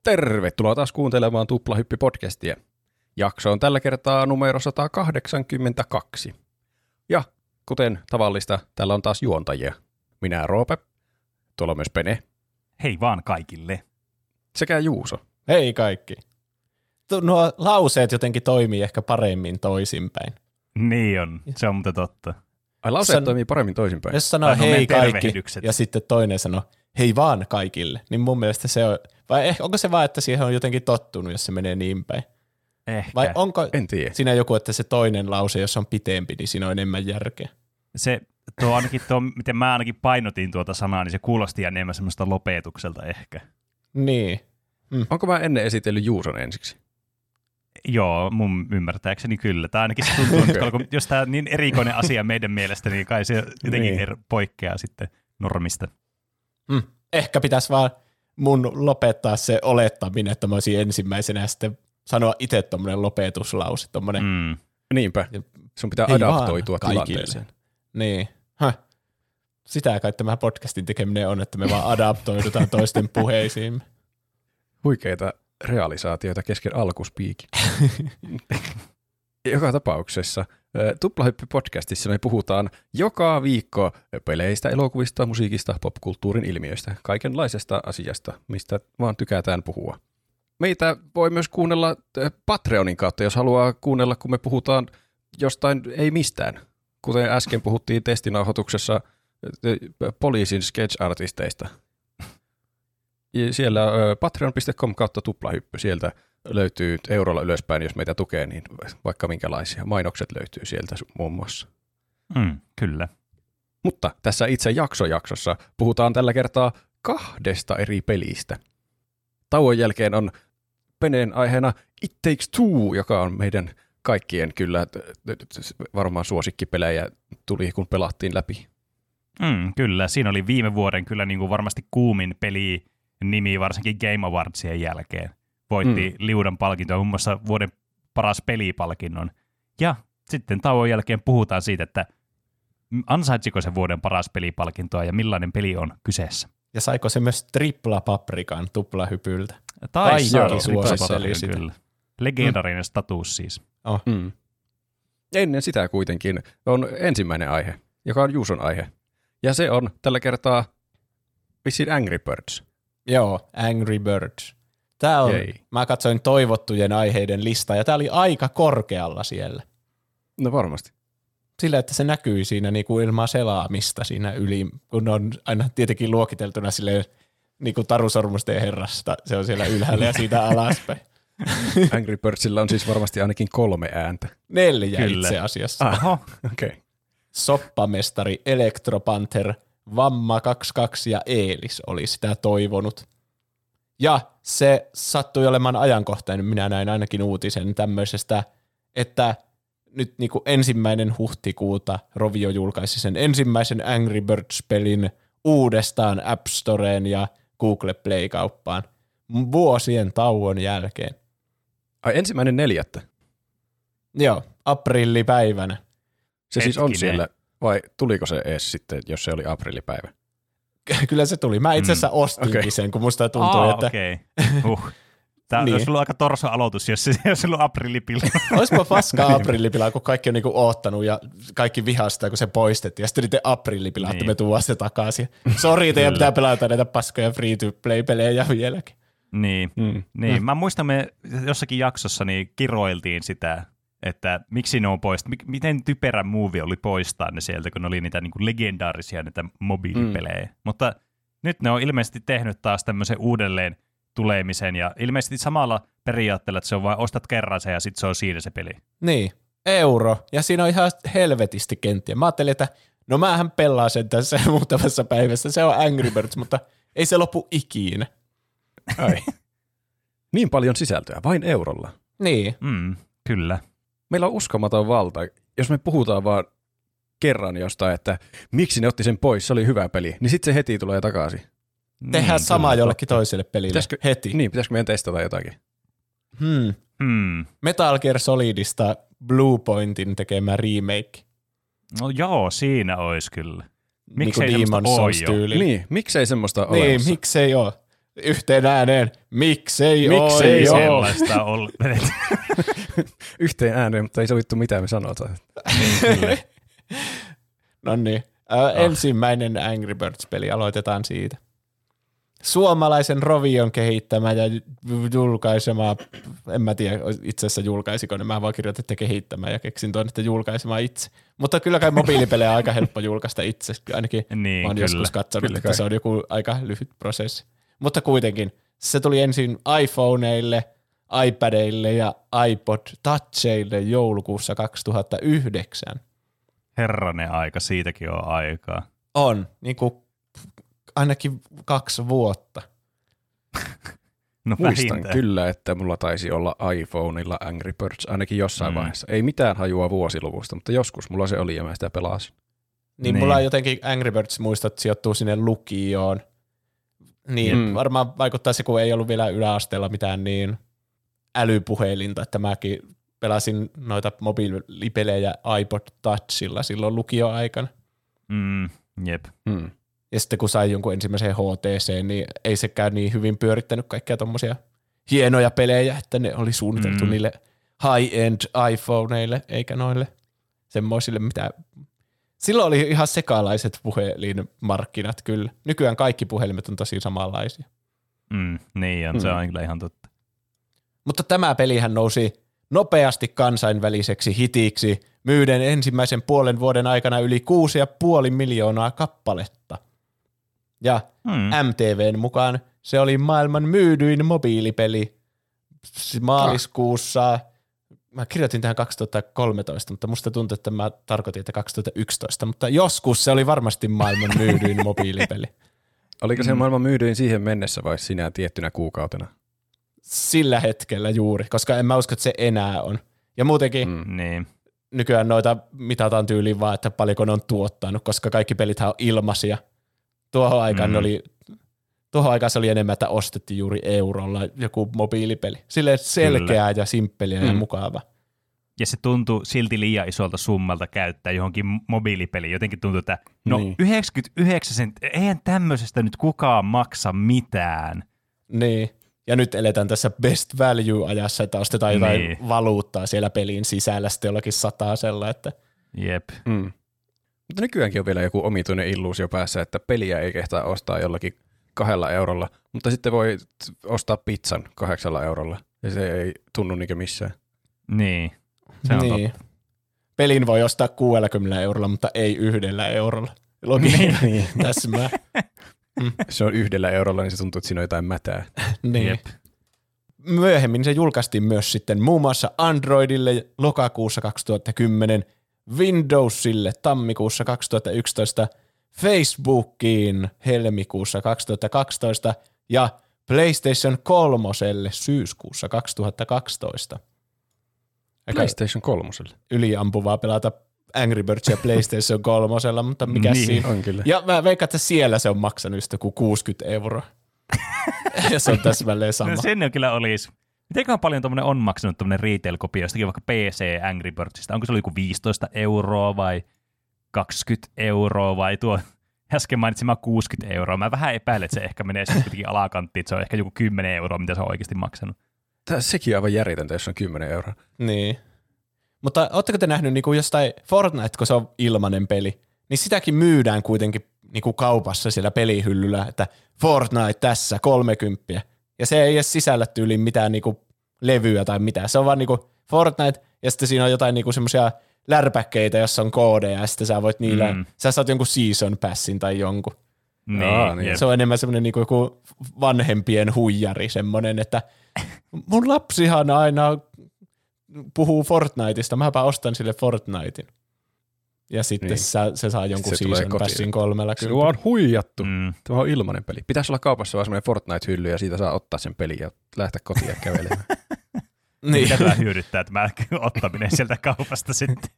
Tervetuloa taas kuuntelemaan Tuplahyppi-podcastia. Jakso on tällä kertaa numero 182. Ja kuten tavallista, täällä on taas juontajia. Minä Roope, tuolla on myös Pene. Hei vaan kaikille. Sekä Juuso. Hei kaikki. Nuo lauseet jotenkin toimii ehkä paremmin toisinpäin. Niin on, se on muuten totta. Ai lauseet toimii paremmin toisinpäin. Jos sanoo hei kaikki ja sitten toinen sanoo hei vaan kaikille, niin mun mielestä se on, vai onko se vaan, että siihen on jotenkin tottunut, jos se menee niin päin? Ehkä. Vai onko en tiedä. Siinä joku, että se toinen lause, jos on pitempi, niin siinä on enemmän järkeä? Miten mä ainakin painotin tuota sanaa, niin se kuulosti enemmän semmoista lopetukselta ehkä. Niin. Onko mä ennen esitellyt Juuson ensiksi? Joo, mun ymmärtääkseni kyllä. Tai ainakin se tuntuu, että jos tämä on niin erikoinen asia meidän mielestä, niin kai se jotenkin poikkeaa sitten normista. Ehkä pitäisi vaan mun lopettaa se olettaminen, että mä olisin ensimmäisenä ja sitten sanoa itse tommonen lopetuslause. Niinpä. Sun pitää adaptoitua tilanteeseen. Niin. Sitä kai tämä podcastin tekeminen on, että me vaan adaptoidutaan toisten puheisiin. Huikeita realisaatioita kesken alkuspiikin. Joka tapauksessa Tuplahyppi-podcastissa me puhutaan joka viikko peleistä, elokuvista, musiikista, popkulttuurin ilmiöistä, kaikenlaisesta asiasta, mistä vaan tykätään puhua. Meitä voi myös kuunnella Patreonin kautta, jos haluaa kuunnella, kun me puhutaan jostain ei mistään. Kuten äsken puhuttiin testinauhoituksessa poliisin sketch-artisteista. Siellä patreon.com kautta tuplahyppy, sieltä löytyy eurolla ylöspäin, jos meitä tukee, niin vaikka minkälaisia. Mainokset löytyy sieltä muun muassa. Kyllä. Mutta tässä itse jaksossa puhutaan tällä kertaa 2 eri pelistä. Tauon jälkeen on Peneen aiheena It Takes Two, joka on meidän kaikkien kyllä varmaan suosikkipelejä tuli, kun pelattiin läpi. Kyllä, siinä oli viime vuoden kyllä niin kuin varmasti kuumin peli nimi, varsinkin Game Awardsien jälkeen. Voitti liudan palkintoa, muun muassa vuoden paras pelipalkinnon. Ja sitten tauon jälkeen puhutaan siitä, että ansaitsiko se vuoden paras pelipalkintoa ja millainen peli on kyseessä. Ja saiko se myös tripla paprikan tuplahypyltä? Taisi suositteli sitä. Legendarinen status siis. Ennen sitä kuitenkin on ensimmäinen aihe, joka on Juuson aihe. Ja se on tällä kertaa vissiin Angry Birds. Joo, Angry Birds. Tämä on, mä katsoin toivottujen aiheiden listaa, ja tämä oli aika korkealla siellä. No varmasti. Sillä, että se näkyy siinä niinku ilman selaamista siinä yli, kun on aina tietenkin luokiteltuna silleen niinku Taru Sormusten herrasta, se on siellä ylhäällä ja siitä alaspäin. Angry Birdsillä on siis varmasti ainakin 3 ääntä. 4 kyllä. Itse asiassa. Aha, okei. Okay. Soppamestari, Elektropanther, Vamma 22 ja Eelis oli sitä toivonut. Ja se sattui olemaan ajankohtainen, minä näin ainakin uutisen tämmöisestä, että nyt niin kuin 1. huhtikuuta Rovio julkaisi sen ensimmäisen Angry Birds-pelin uudestaan App Storeen ja Google Play-kauppaan vuosien tauon jälkeen. Ai 1.4. Joo, aprillipäivänä. Se siis on siellä, vai tuliko se edes sitten, jos se oli aprillipäivä? Kyllä se tuli. Mä itse asiassa ostinkin sen, kun musta tuntui, että... Tämä niin. Olisi ollut aika torso-aloitus, jos se olisi ollut aprillipila. Olisipa paskaa aprillipilaa, kun kaikki on niinku oottanut ja kaikki vihastaa, kun se poistettiin. Ja sitten niiden aprillipilaa, että me tuodaan se takaisin. Sori, teidän pitää pelata näitä paskoja free-to-play-pelejä vieläkin. Niin. Mä muistan, me jossakin jaksossa niin kiroiltiin sitä, että miksi ne on poistettu, miten typerä move oli poistaa ne sieltä, kun ne oli niitä niinku legendaarisia niitä mobiilipelejä. Mutta nyt ne on ilmeisesti tehnyt taas tämmöisen uudelleen tulemisen ja ilmeisesti samalla periaatteella, että se on vain ostat kerran se ja sitten se on siinä se peli. Niin, euro. Ja siinä on ihan helvetisti kenttiä. Mä ajattelin, että no mähän pelaan sen tässä muutamassa päivässä. Se on Angry Birds, mutta ei se lopu ikinä. Ai. Niin paljon sisältöä, vain eurolla. Niin. Kyllä. Meillä on uskomaton valta. Jos me puhutaan vaan kerran jostain, että miksi ne otti sen pois, se oli hyvä peli, niin sitten se heti tulee takaisin. Tehdään samaa jollekin toiselle pelille heti. Niin, pitäisikö meidän testata jotakin? Metal Gear Solidista Blue Pointin tekemä remake. No joo, siinä olisi kyllä. Miksei niin semmoista ole jo? Niin, miksei semmoista ole niin, olemassa? Miksei ole? Yhteen ääneen, miksei Miksei oo? sellaista ollut? Yhteen ääneen, mutta ei sovittu mitään me sanotaan. No niin. Ensimmäinen Angry Birds-peli, aloitetaan siitä. Suomalaisen Rovion kehittämä ja julkaisema, en mä tiedä itse asiassa julkaisiko ne, mä vaan kirjoitin, että kehittämä ja keksin tuon, että julkaisema itse. Mutta kyllä kai mobiilipelejä on aika helppo julkaista itse, ainakin Niin, mä oon kyllä. joskus katsonut, Kyllä että kai. se on joku aika lyhyt prosessi. Mutta kuitenkin, se tuli ensin iPhoneille, iPadeille ja iPod Toucheille joulukuussa 2009. Herranen aika, siitäkin on aikaa. On, niin kuin ainakin 2 vuotta. No Muistan vähintään. kyllä, että mulla taisi olla iPhoneilla Angry Birds ainakin jossain vaiheessa. Ei mitään hajua vuosiluvusta, mutta joskus mulla se oli ja mä sitä pelasin. Niin mulla on jotenkin Angry Birds muistot sijoittuu sinne lukioon. Niin varmaan vaikuttaa se, kun ei ollut vielä yläasteella mitään niin älypuhelinta, että mäkin pelasin noita mobiilipelejä iPod Touchilla silloin lukioaikana. Jep. Ja sitten kun sai jonkun ensimmäisen HTC, niin ei sekään niin hyvin pyörittänyt kaikkia tommosia hienoja pelejä, että ne oli suunniteltu niille high-end iPhoneille, eikä noille semmoisille, mitä... Silloin oli ihan sekalaiset puhelinmarkkinat kyllä. Nykyään kaikki puhelimet on tosi samanlaisia. Niin on, se on kyllä ihan totta. Mutta tämä pelihän nousi nopeasti kansainväliseksi hitiksi, myyden ensimmäisen puolen vuoden aikana yli 6,5 miljoonaa kappaletta. Ja MTVn mukaan se oli maailman myydyin mobiilipeli maaliskuussa. Mä kirjoitin tähän 2013, mutta musta tuntuu, että mä tarkoitin, että 2011, mutta joskus se oli varmasti maailman myydyin mobiilipeli. Oliko se maailman myydyin siihen mennessä vai sinä tiettynä kuukautena? Sillä hetkellä juuri, koska en mä usko, että se enää on. Ja muutenkin Niin. nykyään noita mitataan tyyliin vaan, että paljonko ne on tuottanut, koska kaikki pelithän on ilmaisia. Tuohon aikaan se oli enemmän, että ostettiin juuri eurolla joku mobiilipeli. Silleen selkeää ja simppeliä ja mukava. Ja se tuntui silti liian isolta summalta käyttää johonkin mobiilipeliin. Jotenkin tuntui, että 99 senttiä, eihän tämmöisestä nyt kukaan maksa mitään. Niin. Ja nyt eletään tässä best value-ajassa, että ostetaan jotain valuuttaa siellä pelin sisällä sitten jollakin satasella. Että... Jep. Mutta nykyäänkin on vielä joku omituinen illuusio päässä, että peliä ei kehtaa ostaa jollakin 2 eurolla, mutta sitten voi ostaa pizzan 8 eurolla, ja se ei tunnu niinkö missään. Niin, se on totta. Pelin voi ostaa 60 eurolla, mutta ei 1 eurolla. Logiikka täsmää. Se on 1 eurolla, niin se tuntuu, että siinä on jotain mätää. Niin. Jep. Myöhemmin se julkaistiin myös sitten muun muassa Androidille lokakuussa 2010, Windowsille tammikuussa 2011, Facebookiin helmikuussa 2012 ja PlayStation 3 syyskuussa 2012. PlayStation 3. Yliampuvaa pelata Angry Birdsia PlayStation 3, mutta mikä siinä on kyllä. Ja mä veikkaan, että siellä se on maksanut just joku 60 €. Ja se on täsmälleen sama. No sen kyllä olisi. Mitenköhän paljon tuommoinen on maksanut tuommoinen retail-kopio jostakin vaikka PC Angry Birdsista? Onko se ollut joku 15 € vai 20 € vai tuo äsken mainitsin 60 €? Mä vähän epäilen, että se ehkä menee sitten kuitenkin alakanttiin, että se on ehkä joku 10 €, mitä se on oikeasti maksanut. Sekin on aivan järjetöntä, jos on 10 €. Niin. Mutta ootteko te nähnyt niinku jostain Fortnite, kun se on ilmainen peli, niin sitäkin myydään kuitenkin niinku kaupassa siellä pelihyllyllä, että Fortnite tässä 30. Ja se ei edes sisällä tyyliin mitään niinku levyä tai mitään. Se on vaan niinku Fortnite ja sitten siinä on jotain niinku semmoisia lärpäkkeitä, jossa on koodeja ja sitten sä voit niillä, sä saat jonkun season passin tai jonkun. Niin. Se on enemmän semmoinen niinku joku vanhempien huijari semmoinen, että mun lapsihan aina puhuu Fortniteista, mäpä ostan sille Fortnitein. Ja sitten se saa jonkun season passin 30. Se on huijattu. Tämä on ilmainen peli. Pitäisi olla kaupassa vaan semmoinen Fortnite-hylly ja siitä saa ottaa sen pelin ja lähteä kotiin ja kävelemään. Niin. Mitä hyödyttää tämä ottaminen sieltä kaupasta sitten?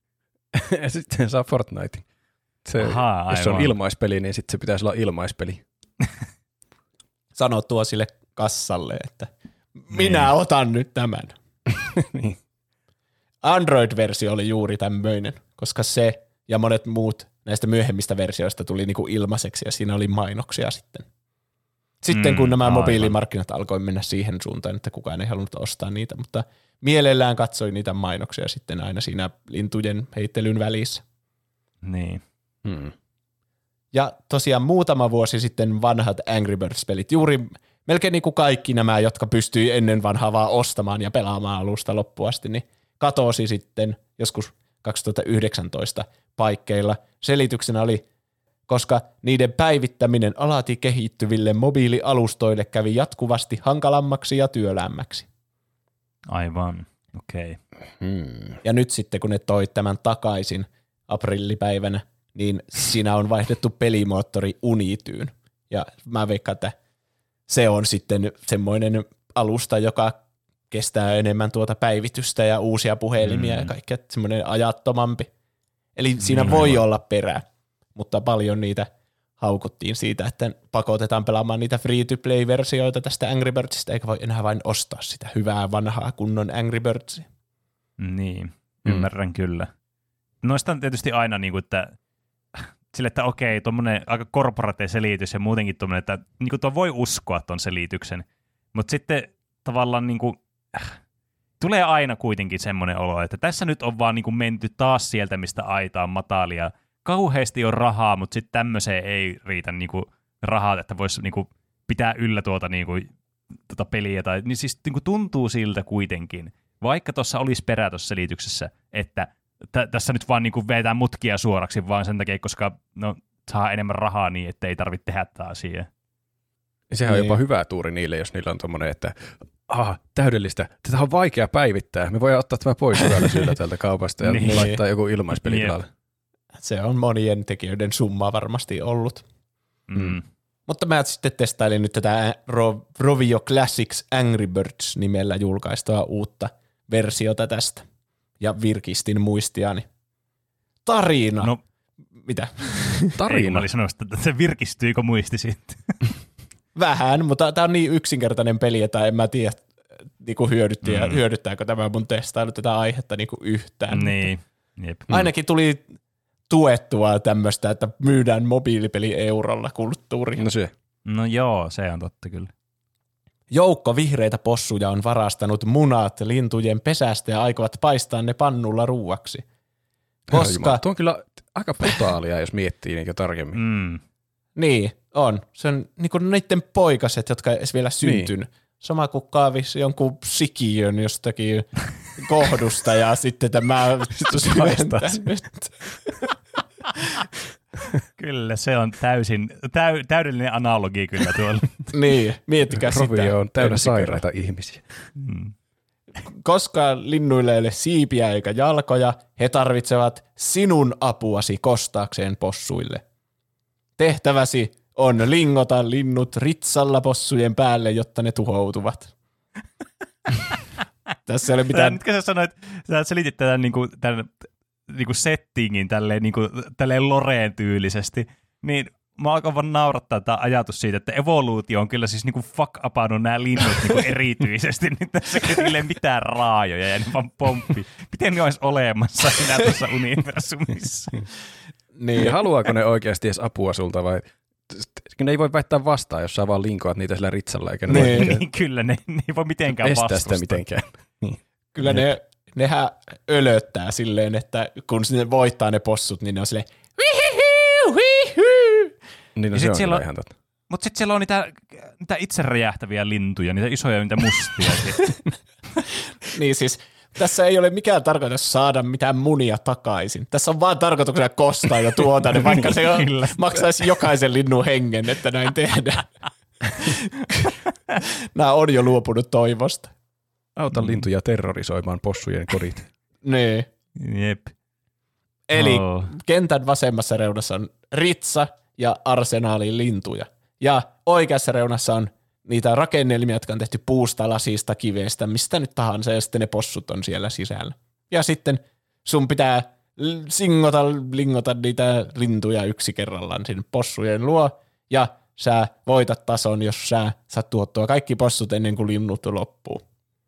Ja sitten saa Fortnite. Jos se on ilmaispeli, niin sitten se pitäisi olla ilmaispeli. Sano tuo sille kassalle, että minä otan nyt tämän. Niin. Android-versio oli juuri tämmöinen, koska se ja monet muut näistä myöhemmistä versioista tuli niinku ilmaiseksi ja siinä oli mainoksia sitten. Sitten kun nämä mobiilimarkkinat alkoi mennä siihen suuntaan, että kukaan ei halunnut ostaa niitä, mutta mielellään katsoi niitä mainoksia sitten aina siinä lintujen heittelyn välissä. Niin. Ja tosiaan muutama vuosi sitten vanhat Angry Birds-pelit, juuri melkein niin kuin kaikki nämä, jotka pystyi ennen vanhaa vaan ostamaan ja pelaamaan alusta loppuun asti, niin katosi sitten joskus 2019 paikkeilla. Selityksenä oli, koska niiden päivittäminen alati kehittyville mobiilialustoille kävi jatkuvasti hankalammaksi ja työlämmäksi. Aivan, okei. Ja nyt sitten, kun ne toi tämän takaisin aprillipäivänä, niin siinä on vaihdettu pelimoottori Unityyn. Ja mä veikkaan, että se on sitten semmoinen alusta, joka kestää enemmän tuota päivitystä ja uusia puhelimia ja kaikkea, semmoinen ajattomampi. Eli siinä voi olla perää, mutta paljon niitä haukuttiin siitä, että pakotetaan pelaamaan niitä free-to-play-versioita tästä Angry Birdsista, eikä voi enää vain ostaa sitä hyvää vanhaa kunnon Angry Birdsia. Niin, ymmärrän kyllä. Noista on tietysti aina niin kuin, että sille, että okei, tuommoinen aika korporate selitys ja muutenkin tuommoinen, että niin kuin tuo voi uskoa tuon selityksen, mutta sitten tavallaan niin kuin, tulee aina kuitenkin semmoinen olo, että tässä nyt on vaan niin kuin menty taas sieltä, mistä aita on matalia. Kauheasti on rahaa, mutta sitten tämmöiseen ei riitä niin kuin rahaa, että voisi niin kuin pitää yllä tuota, niin kuin, tuota peliä. Tai, niin siis niin kuin tuntuu siltä kuitenkin, vaikka tuossa olisi perä tuossa selityksessä, että tässä nyt vaan niin kuin vetää mutkia suoraksi vaan sen takia, koska saa enemmän rahaa niin, että ei tarvitse tehdä tätä asiaa. Sehän on jopa hyvä tuuri niille, jos niillä on tommoinen, että täydellistä, tätä on vaikea päivittää. Me voidaan ottaa tämä pois hyvällä syyllä tältä kaupasta ja laittaa joku ilmaispeli tilalle. Se on monien tekijöiden summa varmasti ollut. Mutta mä sitten testailin nyt tätä Rovio Classics Angry Birds nimellä julkaistua uutta versiota tästä. Ja virkistin muistiani. Tarina. No, mitä? Tarina? Mä olin sanonut, että se virkistyykö muisti sitten? Vähän, mutta tämä on niin yksinkertainen peli, että en mä tiedä, niinku hyödyttääkö tämä mun testailu tätä aihetta niinku yhtään. Niin. Jep. Ainakin tuli tuettua tämmöistä, että myydään mobiilipeli eurolla kulttuuri. No joo, se on totta kyllä. Joukko vihreitä possuja on varastanut munat lintujen pesästä ja aikovat paistaa ne pannulla ruuaksi. Koska tuo on kyllä aika brutaalia, jos miettii niin tarkemmin. Niin, on. Se on niinku niiden poikaset, jotka ei edes vielä syntynyt. Niin. Sama kuin kaavisi jonkun sikiön jostakin kohdusta ja sitten tämä Kyllä, se on täydellinen analogi kyllä tuolla. Niin, miettikää sitä. Rovio on täynnä sairaita ihmisiä. Koska linnuille ei ole siipiä eikä jalkoja, he tarvitsevat sinun apuasi kostaakseen possuille. Tehtäväsi on lingota linnut ritsalla possujen päälle, jotta ne tuhoutuvat. Tässä ei ole mitään. Nyt kun sä sanoit, sä selitit tämän, tämän settingin tälleen Loreen tyylisesti, niin mä alkan vaan naurattaa tämä ajatus siitä, että evoluutio on kyllä siis fuck upannut nämä linnut erityisesti, niin tässä ei ole mitään raajoja ja ne vaan pomppi. Miten ne olisi olemassa enää tuossa universumissa? Niin. Ja haluaako ne oikeasti edes apua sulta vai ne ei voi väittää vastaan, jos sä vaan linkoat niitä sillä ritsalla. Eikä niin, kyllä, ne ei voi mitenkään vastustaa. Estää sitä mitenkään. Niin. Kyllä nehän ölöttää silleen, että kun ne voittaa ne possut, niin ne on silleen niin, no se on kyllä ihan totta. Mutta sitten siellä on niitä itse räjähtäviä lintuja, niitä isoja, niitä mustia. Niin siis tässä ei ole mikään tarkoitus saada mitään munia takaisin. Tässä on vaan tarkoituksena kostaa ja tuota ne, vaikka se maksaisi jokaisen linnun hengen, että näin tehdään. Nämä on jo luopunut toivosta. Auta lintuja terrorisoimaan possujen kodit. Niin. Jep. Eli kentän vasemmassa reunassa on ritsa ja arsenaalin lintuja. Ja oikeassa reunassa on niitä rakennelmia, jotka on tehty puusta, lasista, kivestä, mistä nyt tahansa, ja sitten ne possut on siellä sisällä. Ja sitten sun pitää lingota niitä lintuja yksi kerrallaan sinne possujen luo, ja sä voitat tason, jos sä saat tuottua kaikki possut ennen kuin linnut loppuu.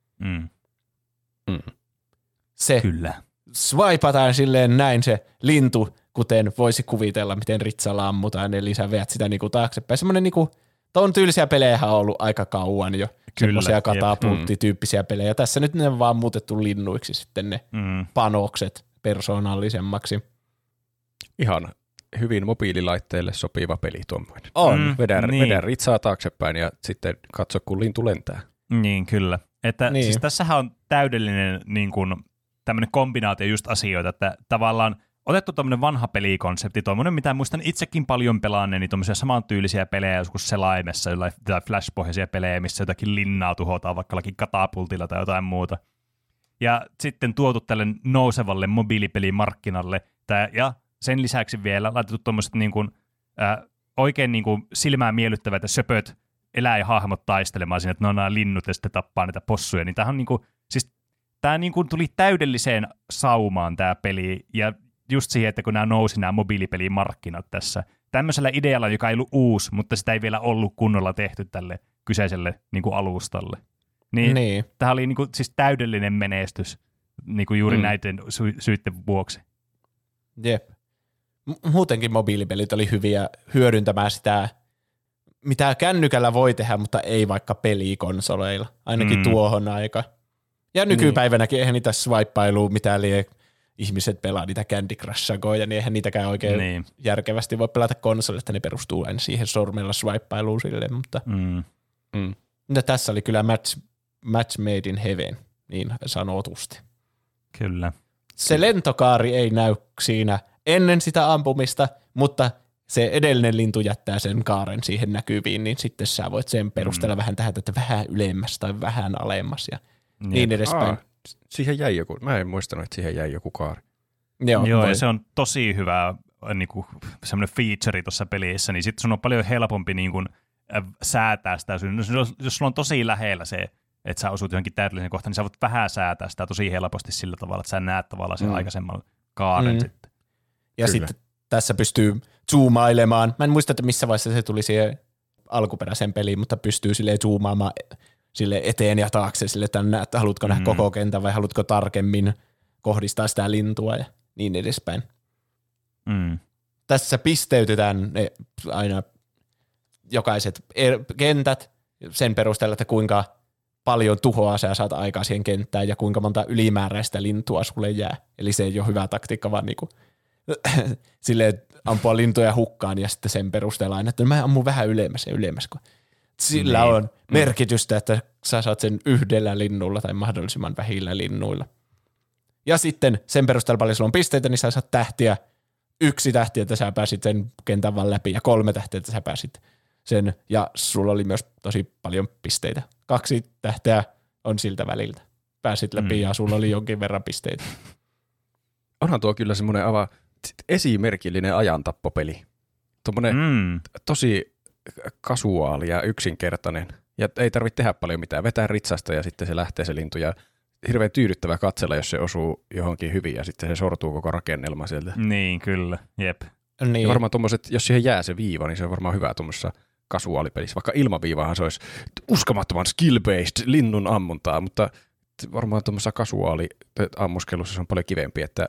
Se kyllä. Swipataan silleen näin se lintu, kuten voisi kuvitella, miten ritsalla ammutaan, eli sä veät sitä niinku taaksepäin. Semmoinen niinku Tuon tyylisiä pelejä on ollut aika kauan jo. Semmoisia jep. katapulttityyppisiä pelejä. Tässä nyt ne on vaan muutettu linnuiksi sitten ne panokset persoonallisemmaksi. Ihan hyvin mobiililaitteelle sopiva peli tuommoinen. On. Vedä ritsaa taaksepäin ja sitten katso, kun lintu lentää. Niin, kyllä. Että siis tässähän on täydellinen niin kuin, tämmöinen kombinaatio just asioita, että tavallaan otettu tämmöinen vanha pelikonsepti, tuommoinen, mitä muistan itsekin paljon pelaaneen, niin tuommoisia samantyylisiä pelejä joskus selaimessa, tai Flash-pohjaisia pelejä, missä jotakin linnaa tuhotaan vaikka jollakin katapultilla tai jotain muuta. Ja sitten tuotu tälle nousevalle mobiilipelimarkkinalle, ja sen lisäksi vielä laitettu tuommoiset niin kuin, oikein niin kuin silmään miellyttävät ja söpöt eläinhahmot taistelemaan siinä, että ne on nämä linnut ja sitten tappaa niitä possuja, niin tämähän on niin kuin, siis tämä niin kuin tuli täydelliseen saumaan tämä peli, ja just siihen, että kun nämä nousi nämä mobiilipelimarkkinat tässä, tämmöisellä idealla, joka ei ollut uusi, mutta sitä ei vielä ollut kunnolla tehty tälle kyseiselle niin kuin alustalle. Niin. Tämä oli niin kuin, siis täydellinen menestys niin kuin juuri näiden syiden vuoksi. Jep. Muutenkin mobiilipelit oli hyviä hyödyntämään sitä, mitä kännykällä voi tehdä, mutta ei vaikka pelikonsoleilla, ainakin tuohon aika. Ja nykypäivänäkin eihän niitä swipeilua, mitä ihmiset pelaa niitä Candy Crush-sagoja, niin eihän niitäkään oikein järkevästi voi pelata konsolista, ne perustuu aina siihen sormella swipeiluun silleen, mutta tässä oli kyllä match made in heaven, niin sanotusti. Kyllä. Se lentokaari ei näy siinä ennen sitä ampumista, mutta se edellinen lintu jättää sen kaaren siihen näkyviin, niin sitten sä voit sen perusteella vähän tähän, että vähän ylemmäs tai vähän alemmas ja niin edespäin. Siihen jäi joku. Mä en muistanut, että siihen jäi joku kaari. Joo, ja se on tosi hyvä niinku, semmoinen feature tuossa pelissä, niin sitten sun on paljon helpompi niinku, säätää sitä. Jos sulla on tosi lähellä se, että sä osut johonkin täydellisen kohtaan, niin sä voit vähän säätää sitä tosi helposti sillä tavalla, että sä näet tavallaan sen aikaisemman kaaren sitten. Ja sitten tässä pystyy zoomailemaan. Mä en muista, että missä vaiheessa se tuli siihen alkuperäiseen peliin, mutta pystyy silleen zoomaamaan sille eteen ja taakse sille, että haluatko nähdä koko kentän vai haluatko tarkemmin kohdistaa sitä lintua ja niin edespäin. Tässä pisteytetään ne aina jokaiset kentät sen perusteella, että kuinka paljon tuhoa sä saat aikaa siihen kenttään ja kuinka monta ylimääräistä lintua sulle jää. Eli se ei ole hyvä taktiikka, vaan niinku silleen ampua lintuja hukkaan ja sitten sen perusteella aina, että mä ammun vähän ylemmäs ja ylemmäs, kun sillä on merkitystä, että sä saat sen yhdellä linnulla tai mahdollisimman vähillä linnuilla. Ja sitten sen perusteella paljon sulla on pisteitä, niin sä saat tähtiä. 1 tähti, että sä pääsit sen kentän vaan läpi ja 3 tähtiä, että sä pääsit sen. Ja sulla oli myös tosi paljon pisteitä. 2 tähteä on siltä väliltä. Pääsit läpi ja sulla oli jonkin verran pisteitä. Onhan tuo kyllä semmoinen aivan esimerkillinen ajantappopeli. Tuommoinen tosi kasuaali ja yksinkertainen. Ja ei tarvitse tehdä paljon mitään. Vetää ritsasta ja sitten se lähtee se lintu. Ja hirveän tyydyttävä katsella, jos se osuu johonkin hyvin ja sitten se sortuu koko rakennelma sieltä. Niin, kyllä. Jep. Niin. Ja varmaan tuommoiset, jos siihen jää se viiva, niin se on varmaan hyvä tuommoisessa kasuaalipelissä. Vaikka ilmaviivahan se olisi uskomattoman skill-based linnun ammuntaa, mutta varmaan tuommoisessa kasuaali-ammuskelussa se on paljon kivempi, että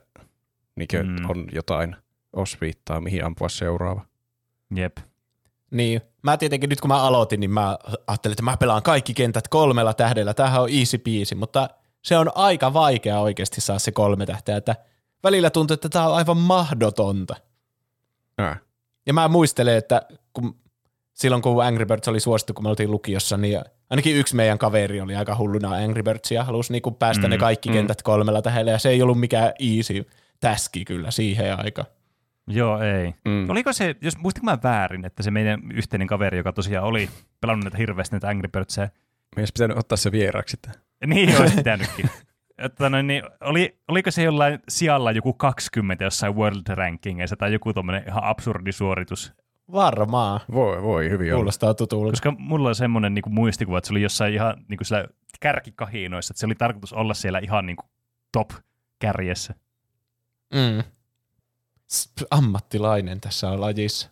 on jotain osviittaa, mihin ampua seuraava. Jep. Niin. Mä tietenkin nyt kun mä aloitin, niin mä ajattelin, että mä pelaan kaikki kentät 3 tähdellä. Tämähän on easy peasy, mutta se on aika vaikea oikeasti saa se 3 tähteä, että välillä tuntuu, että tää on aivan mahdotonta. Ja mä muistelen, että silloin kun Angry Birds oli suosittu, kun me oltiin lukiossa, niin ainakin yksi meidän kaveri oli aika hulluna Angry Birdsia, halusi niinku päästä ne kaikki kentät 3 tähdellä, ja se ei ollut mikään easy taski kyllä siihen aikaan. Joo, ei. Oliko se, jos muistinko mä väärin, että se meidän yhteinen kaveri, joka tosiaan oli pelannut näitä hirveästi näitä Angry Birdsia. Meidän olisi pitänyt ottaa se vieraaksi. Niin, olisi pitänytkin. Niin, oliko se jollain sijalla joku 20 jossain World Rankingissa tai joku tommoinen ihan absurdi suoritus? Varmaan. Voi hyvin olla. Kuulostaa tutulta. Koska mulla on semmoinen niin muistikuva, että se oli jossain ihan niin kuin siellä kärkikahinoissa, että se oli tarkoitus olla siellä ihan niin kuin top-kärjessä. Ammattilainen tässä on lajissa.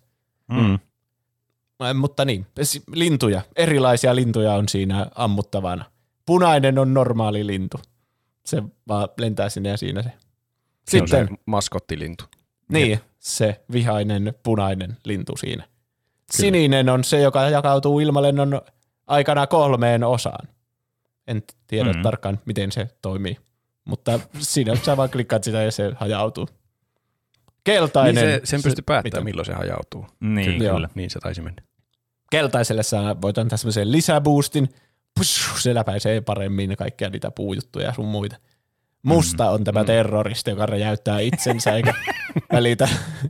Mutta niin, lintuja. Erilaisia lintuja on siinä ammuttavana. Punainen on normaali lintu. Se vaan lentää sinne ja siinä se. Sitten se on se maskottilintu. Niin, se vihainen punainen lintu siinä. Sininen on se, joka jakautuu ilmalennon aikana 3 osaan. En tiedä tarkkaan, miten se toimii, mutta siinä sä vaan klikkaat sitä ja se hajautuu. Keltainen. Niin sen pystyy päättämään, milloin se hajautuu. Niin, kyllä. Niin se taisi mennä. Keltaiselle sä voit antaa semmoisen lisäboostin. Se läpäisee paremmin kaikkia niitä puujuttuja ja sun muita. Musta on tämä terroristi, joka räjäyttää itsensä eikä välitä.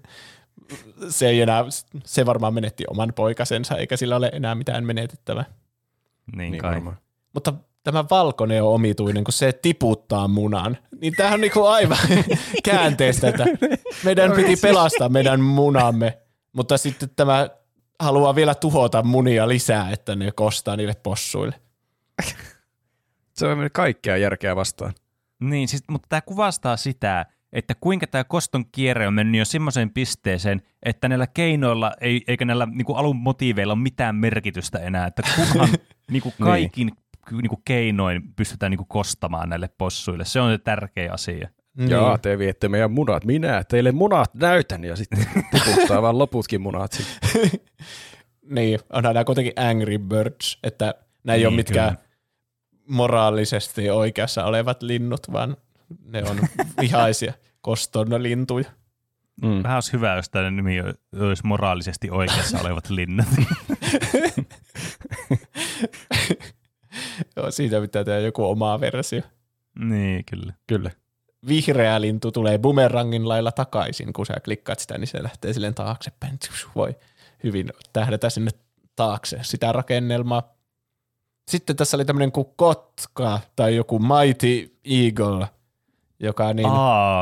Se varmaan menetti oman poikasensa, eikä sillä ole enää mitään menetettävää. Niin kai. Mutta tämä valkoinen on omituinen, kun se tiputtaa munan. Niin tämähän on niinku aivan käänteistä, että meidän piti pelastaa meidän munamme, mutta sitten tämä haluaa vielä tuhota munia lisää, että ne kostaa niille possuille. Se on mennyt kaikkea järkeä vastaan. Niin, siis, mutta tämä kuvastaa sitä, että kuinka tämä koston kierre on mennyt jo semmoiseen pisteeseen, että näillä keinoilla eikä näillä niinku alun motiiveilla ole mitään merkitystä enää, että kunhan niinku kaikin niinku keinoin pystytään niinku kostamaan näille possuille. Se on se tärkeä asia. Joo, te viette meidän munat. Minä teille munat näytän ja sitten tiputtaa vaan loputkin munat sitten. Niin, onhan nämä kuitenkin Angry Birds, että nämä ei ole mitkään moraalisesti oikeassa olevat linnut, vaan ne on vihaisia koston lintuja. Vähän olisi hyvä, jos tämä nimi olisi moraalisesti oikeassa olevat linnut. Joo, siitä pitää tehdä joku oma versio. Niin, kyllä. Vihreä lintu tulee bumerangin lailla takaisin, kun sä klikkaat sitä, niin se lähtee silleen taaksepäin. Voi hyvin tähdätä sinne taakse sitä rakennelmaa. Sitten tässä oli tämmöinen kuin kotka tai joku Mighty Eagle, joka niin...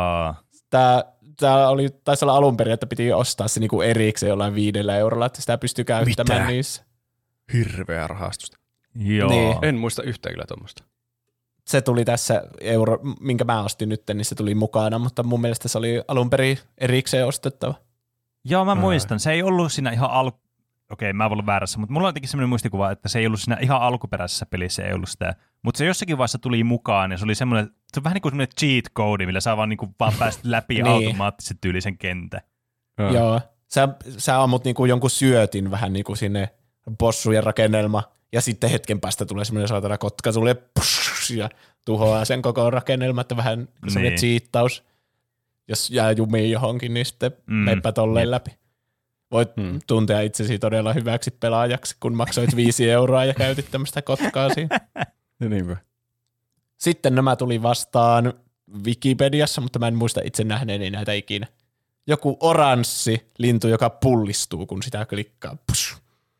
Tää oli, taisi olla alun perin, että piti ostaa se niinku erikseen jollain 5 €, että sitä pystyy käyttämään niissä. Hirveä rahastusta. Joo. Niin. En muista yhtään kyllä tuommoista. Se tuli tässä minkä mä ostin nyt, niin se tuli mukana, mutta mun mielestä se oli alun perin erikseen ostettava. Joo, mä muistan. Se ei ollut siinä ihan Okei, mä voin olla väärässä, mutta mulla on jotenkin semmoinen muistikuva, että se ei ollut siinä ihan alkuperäisessä pelissä, ei ollut sitä. Mutta se jossakin vaiheessa tuli mukaan ja se oli semmoinen, se on vähän niin kuin semmoinen cheat code, millä sä vaan pääst läpi niin. Automaattisesti tyylisen kentän. Joo. Sä ammut niinku jonkun syötin vähän niinku sinne bossujen rakennelma ja sitten hetken päästä tulee semmoinen saatana kotka sulle ja tuhoaa sen koko rakennelma, että vähän semmoinen cheattaus. Jos jää jumiin johonkin, niin sitten meppä tolleen läpi. Voit tuntea itsesi todella hyväksi pelaajaksi, kun maksoit 5 € ja käytit tämmöistä kotkaa siinä. Niinpä. Sitten nämä tuli vastaan Wikipediassa, mutta mä en muista itse nähneeni näitä ikinä. Joku oranssi lintu, joka pullistuu, kun sitä klikkaa. Push.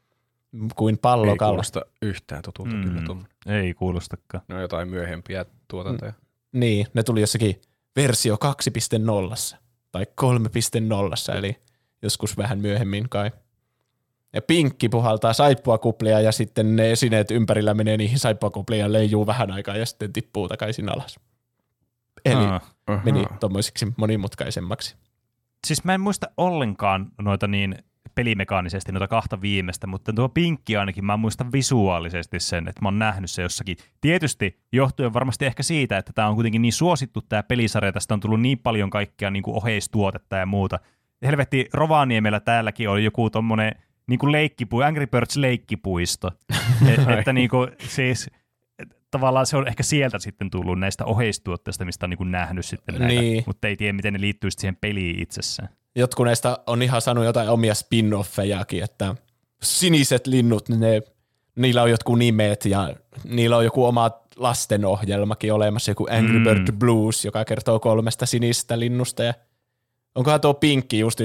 Kuin pallokala. Ei kuulosta yhtään tutulta kyllä tuommoinen. Ei kuulostakaan. Ne on jotain myöhempiä tuotantoja. Niin, ne tuli jossakin versio 2.0 tai 3.0, eli joskus vähän myöhemmin kai. Ja pinkki puhaltaa saippuakuplia ja sitten ne esineet ympärillä menee niihin saippuakupliin ja leijuu vähän aikaa ja sitten tippuu takaisin alas. Eli meni tommoiseksi monimutkaisemmaksi. Siis mä en muista ollenkaan noita niin pelimekaanisesti noita 2 viimeistä, mutta tuo pinkki ainakin mä muistan visuaalisesti sen, että mä oon nähnyt se jossakin. Tietysti johtuen varmasti ehkä siitä, että tää on kuitenkin niin suosittu tää pelisarja, tästä on tullut niin paljon kaikkea niin kuin oheistuotetta ja muuta. Helvetti, Rovaniemellä täälläkin oli joku tommonen niinku Angry Birds leikkipuisto. Että niinku siis tavallaan se on ehkä sieltä sitten tullut näistä oheistuotteista, mistä on niinku nähnyt sitten näitä, mutta ei tiedä, miten ne liittyy siihen peliin itsessään. Jotkut näistä on ihan saanut jotain omia spin-offejakin, että siniset linnut, niillä on jotkut nimet ja niillä on joku oma lastenohjelmakin olemassa, joku Angry Bird Blues, joka kertoo 3 sinistä linnusta ja onkohan tuo pinkki justi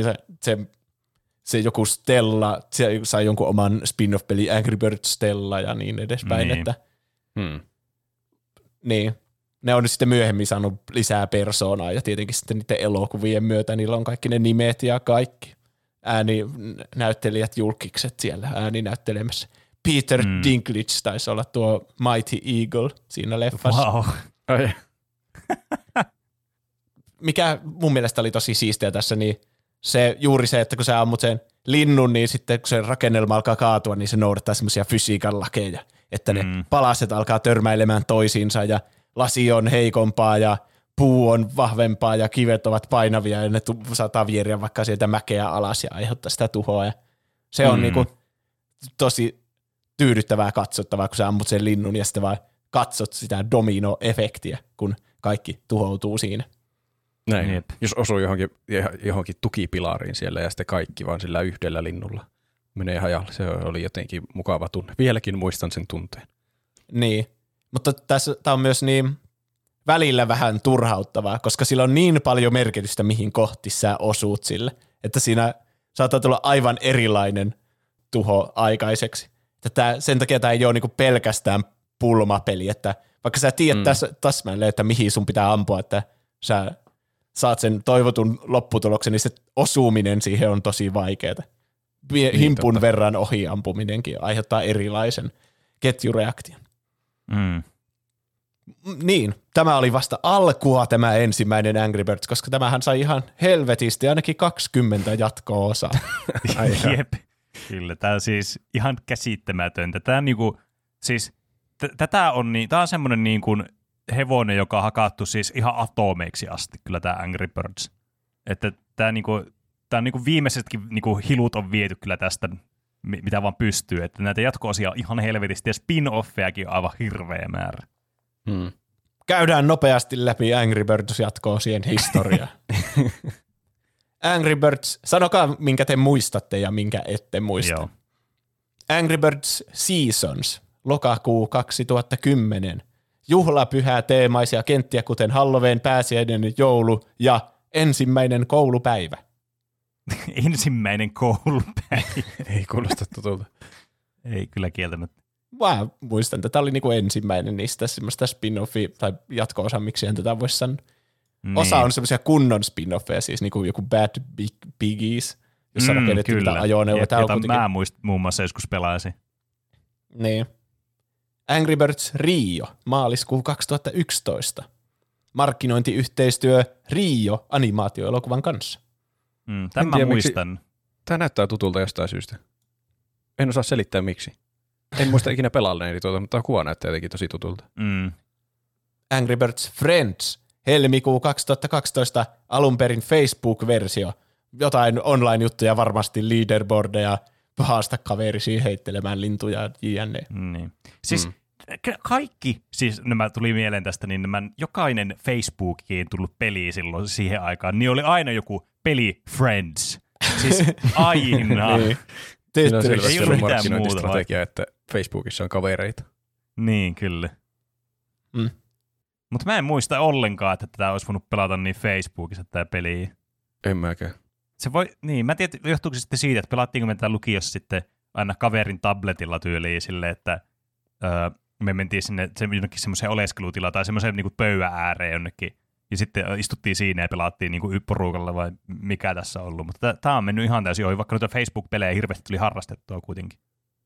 se joku Stella, se sai jonkun oman spin-off-peli Angry Birds Stella ja niin edespäin, että niin. Ne on sitten myöhemmin saanut lisää persoonaa ja tietenkin sitten niiden elokuvien myötä niillä on kaikki ne nimet ja kaikki ääninäyttelijät, julkikset siellä ääninäyttelemässä. Peter Dinklage taisi olla tuo Mighty Eagle siinä leffassa. Wow. Mikä mun mielestä oli tosi siistiä tässä, niin juuri se, että kun sä ammut sen linnun, niin sitten kun se rakennelma alkaa kaatua, niin se noudattaa semmoisia fysiikan lakeja, että ne palaset alkaa törmäilemään toisiinsa ja lasi on heikompaa ja puu on vahvempaa ja kivet ovat painavia ja ne saattaa vieriä vaikka sieltä mäkeä alas ja aiheuttaa sitä tuhoa. Ja Se on niinku tosi tyydyttävää katsottavaa, kun sä ammut sen linnun ja sitten vaan katsot sitä domino-efektiä, kun kaikki tuhoutuu siinä. Näin. Jep. Jos osuu johonkin tukipilariin siellä ja sitten kaikki vaan sillä yhdellä linnulla menee hajalle. Se oli jotenkin mukava tunne. Vieläkin muistan sen tunteen. Niin, mutta tämä on myös niin välillä vähän turhauttavaa, koska sillä on niin paljon merkitystä, mihin kohti sä osuut sille, että siinä saattaa tulla aivan erilainen tuho aikaiseksi. Sen takia tämä ei ole niinku pelkästään pulmapeli, että vaikka sä tiedät täsmälleen, että mihin sun pitää ampua, että sä saat sen toivotun lopputuloksen, niin se osuminen siihen on tosi vaikeaa. Himpun verran ohi ampuminenkin aiheuttaa erilaisen ketjureaktion. Niin, tämä oli vasta alkua tämä ensimmäinen Angry Birds, koska tämähän sai ihan helvetisti ainakin 20 jatko-osaa. Jep, kyllä. Tämä on siis ihan käsittämätöntä. Tämä on niinku, siis tätä on tää on semmoinen niin kuin hevonen, joka on hakattu siis ihan atomeiksi asti, kyllä tämä Angry Birds. Että tämä niinku viimeisetkin niinku hilut on viety kyllä tästä, mitä vaan pystyy. Että näitä jatko-osia on ihan helvetisti ja spin-offejakin on aivan hirveä määrä. Käydään nopeasti läpi Angry Birds jatko-osien historiaa. Angry Birds, sanokaa minkä te muistatte ja minkä ette muista. Joo. Angry Birds Seasons, lokakuu 2010. Juhlapyhää teemaisia kenttiä, kuten Halloween, pääsiäinen, joulu ja ensimmäinen koulupäivä. Ensimmäinen koulupäivä. Ei kuulosta tutulta. Ei kyllä kieltämättä. Mä muistan, että tämä oli niinku ensimmäinen niistä semmoista spin-offia tai jatko-osa, miksi en tätä voisi sanoa. Niin. Osa on semmoisia kunnon spin-offeja, siis niinku joku Bad Piggies, jossa rakennettiin tätä ajoneuvoa. Jota mä muun muassa joskus pelaisin. Niin. Angry Birds Rio, maaliskuu 2011. Markkinointiyhteistyö Rio animaatioelokuvan kanssa. Tämän mä muistan. Tämä näyttää tutulta jostain syystä. En osaa selittää miksi. En muista ikinä pelaalleeni mutta kuva näyttää jotenkin tosi tutulta. Angry Birds Friends, helmikuu 2012, alun perin Facebook-versio. Jotain online-juttuja, varmasti leaderboardeja, haasta kaverisiin heittelemään lintuja jne. Niin. Siis kaikki, siis nämä tuli mieleen tästä, niin jokainen Facebookiin tullut peli silloin siihen aikaan, niin oli aina joku peli Friends. Siis aina. Niin. Siinä on selvästi ollut markkinointistrategia, että Facebookissa on kavereita. Niin, kyllä. Mutta mä en muista ollenkaan, että tätä olisi voinut pelata niin Facebookissa tämä peli. En mäkään. Se voi, niin, mä tiedän, johtuuko se sitten siitä, että pelattiinko me tätä lukiossa sitten aina kaverin tabletilla tyyliin silleen, että me mentiin sinne jonnekin semmoiseen oleskelutilaan tai semmoiseen niinku pöydän ääreen jonnekin, ja sitten istuttiin siinä ja pelattiin niinku porukalla vai mikä tässä on ollut. Mutta tämä on mennyt ihan täysin ohi, vaikka noita Facebook-pelejä hirveästi tuli harrastettua kuitenkin.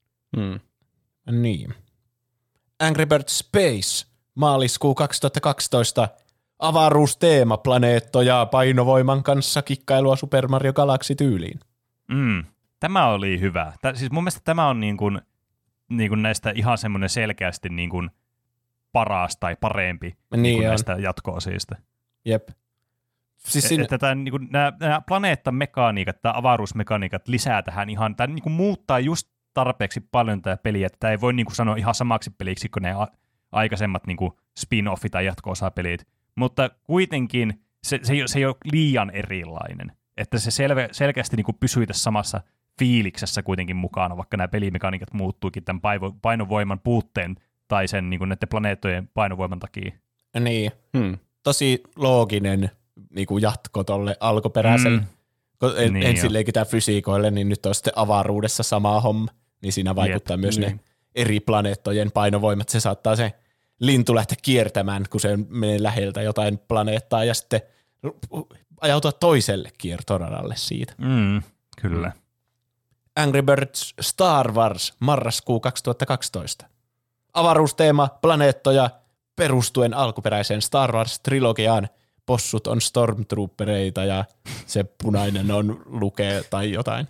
Niin. Angry Birds Space, maaliskuu 2012, avaruusteema, planeettoja painovoiman kanssa kikkailua Super Mario Galaxy-tyyliin. Tämä oli hyvä. Siis mun mielestä tämä on niin kuin näistä ihan semmoinen selkeästi niin kuin paras tai parempi niin näistä jatko-osista. Jep. Siis nämä planeettamekaniikat tai avaruusmekaniikat lisää tähän ihan, tämä niin kuin muuttaa just tarpeeksi paljon tämä peliä, että tämä ei voi niin kuin sanoa ihan samaksi peliksi kuin ne aikaisemmat niin kuin spin-offi- tai jatko-osapelit, mutta kuitenkin se ei ole liian erilainen, että se selkeästi niin kuin pysyy tässä samassa fiiliksessä kuitenkin mukana, vaikka nämä pelimekaniikat muuttuikin tämän painovoiman puutteen tai sen niin kuin näiden planeettojen painovoiman takia. Niin, tosi looginen niin kuin jatko tolle alkuperäiselle. Ensin leikitään fysiikoille, niin nyt on sitten avaruudessa sama homma, niin siinä vaikuttaa myös ne eri planeettojen painovoimat. Se saattaa se lintu lähteä kiertämään, kun se menee läheltä jotain planeettaa ja sitten ajautua toiselle kiertoradalle siitä. Kyllä. Angry Birds Star Wars, marraskuu 2012. Avaruusteema, planeettoja, perustuen alkuperäiseen Star Wars-trilogiaan. Possut on stormtroopereita ja se punainen on Luke tai jotain.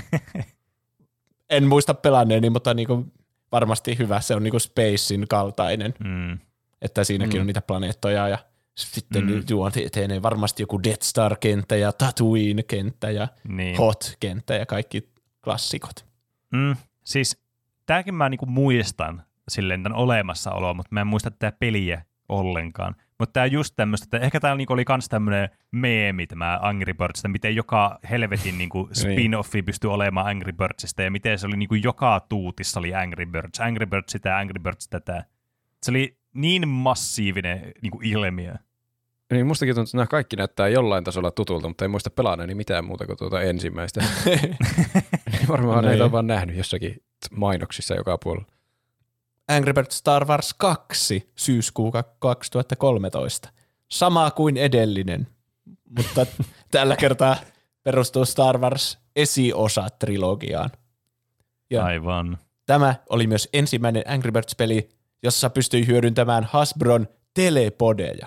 En muista pelanneeni, mutta niinku varmasti hyvä. Se on niinku Spacein kaltainen. Että siinäkin on niitä planeettoja ja sitten etenee varmasti joku Death Star-kenttä ja Tatooine-kenttä ja Hot-kenttä ja kaikki klassikot. Siis tämäkin mä niinku muistan silleen tämän olemassaoloa, mutta mä en muista tätä peliä ollenkaan. Mutta tämä just tämmöistä, että ehkä täällä niinku oli kans tämmöinen meemi, tämä Angry Birds, että miten joka helvetin niinku spin-offi pystyi olemaan Angry Birdsista, ja miten se oli niinku joka tuutissa oli Angry Birds sitä, Angry Birds tätä. Se oli niin massiivinen niinku ilmiö. Niin mustakin tuntuu, että nämä kaikki näyttää jollain tasolla tutulta, mutta ei muista pelaaneeni mitään muuta kuin tuota ensimmäistä. Varmaan näitä on vaan nähnyt jossakin mainoksissa joka puolella. Angry Birds Star Wars 2 syyskuu 2013. Sama kuin edellinen, mutta tällä kertaa perustuu Star Wars esiosa-trilogiaan. Ja aivan. Tämä oli myös ensimmäinen Angry Birds-peli, jossa pystyi hyödyntämään Hasbron telepodeja.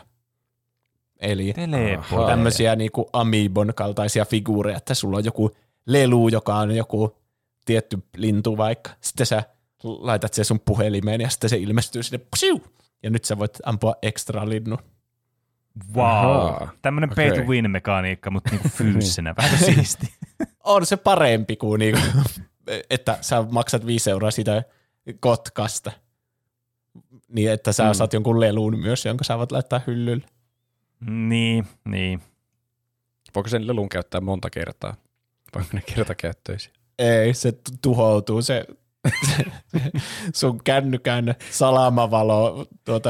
Eli tämmöisiä niinku Amiibon kaltaisia figuureja, että sulla on joku lelu, joka on joku tietty lintu vaikka. Sitten sä laitat sen sun puhelimeen ja sitten se ilmestyy sinne. Psiu! Ja nyt sä voit ampua ekstra linnun. Wow. Tämmönen pay to win mekaniikka, mutta niinku fyysisenä vähän siisti. On se parempi kuin niinku, että sä maksat 5 € siitä kotkasta. Niin, että sä saat jonkun leluun myös, jonka sä voit laittaa hyllylle. Niin. Voiko sen lelun käyttää monta kertaa? Vai ne kertakäyttöisiä? Ei, se tuhoutuu. Se sun kännykän salamavalo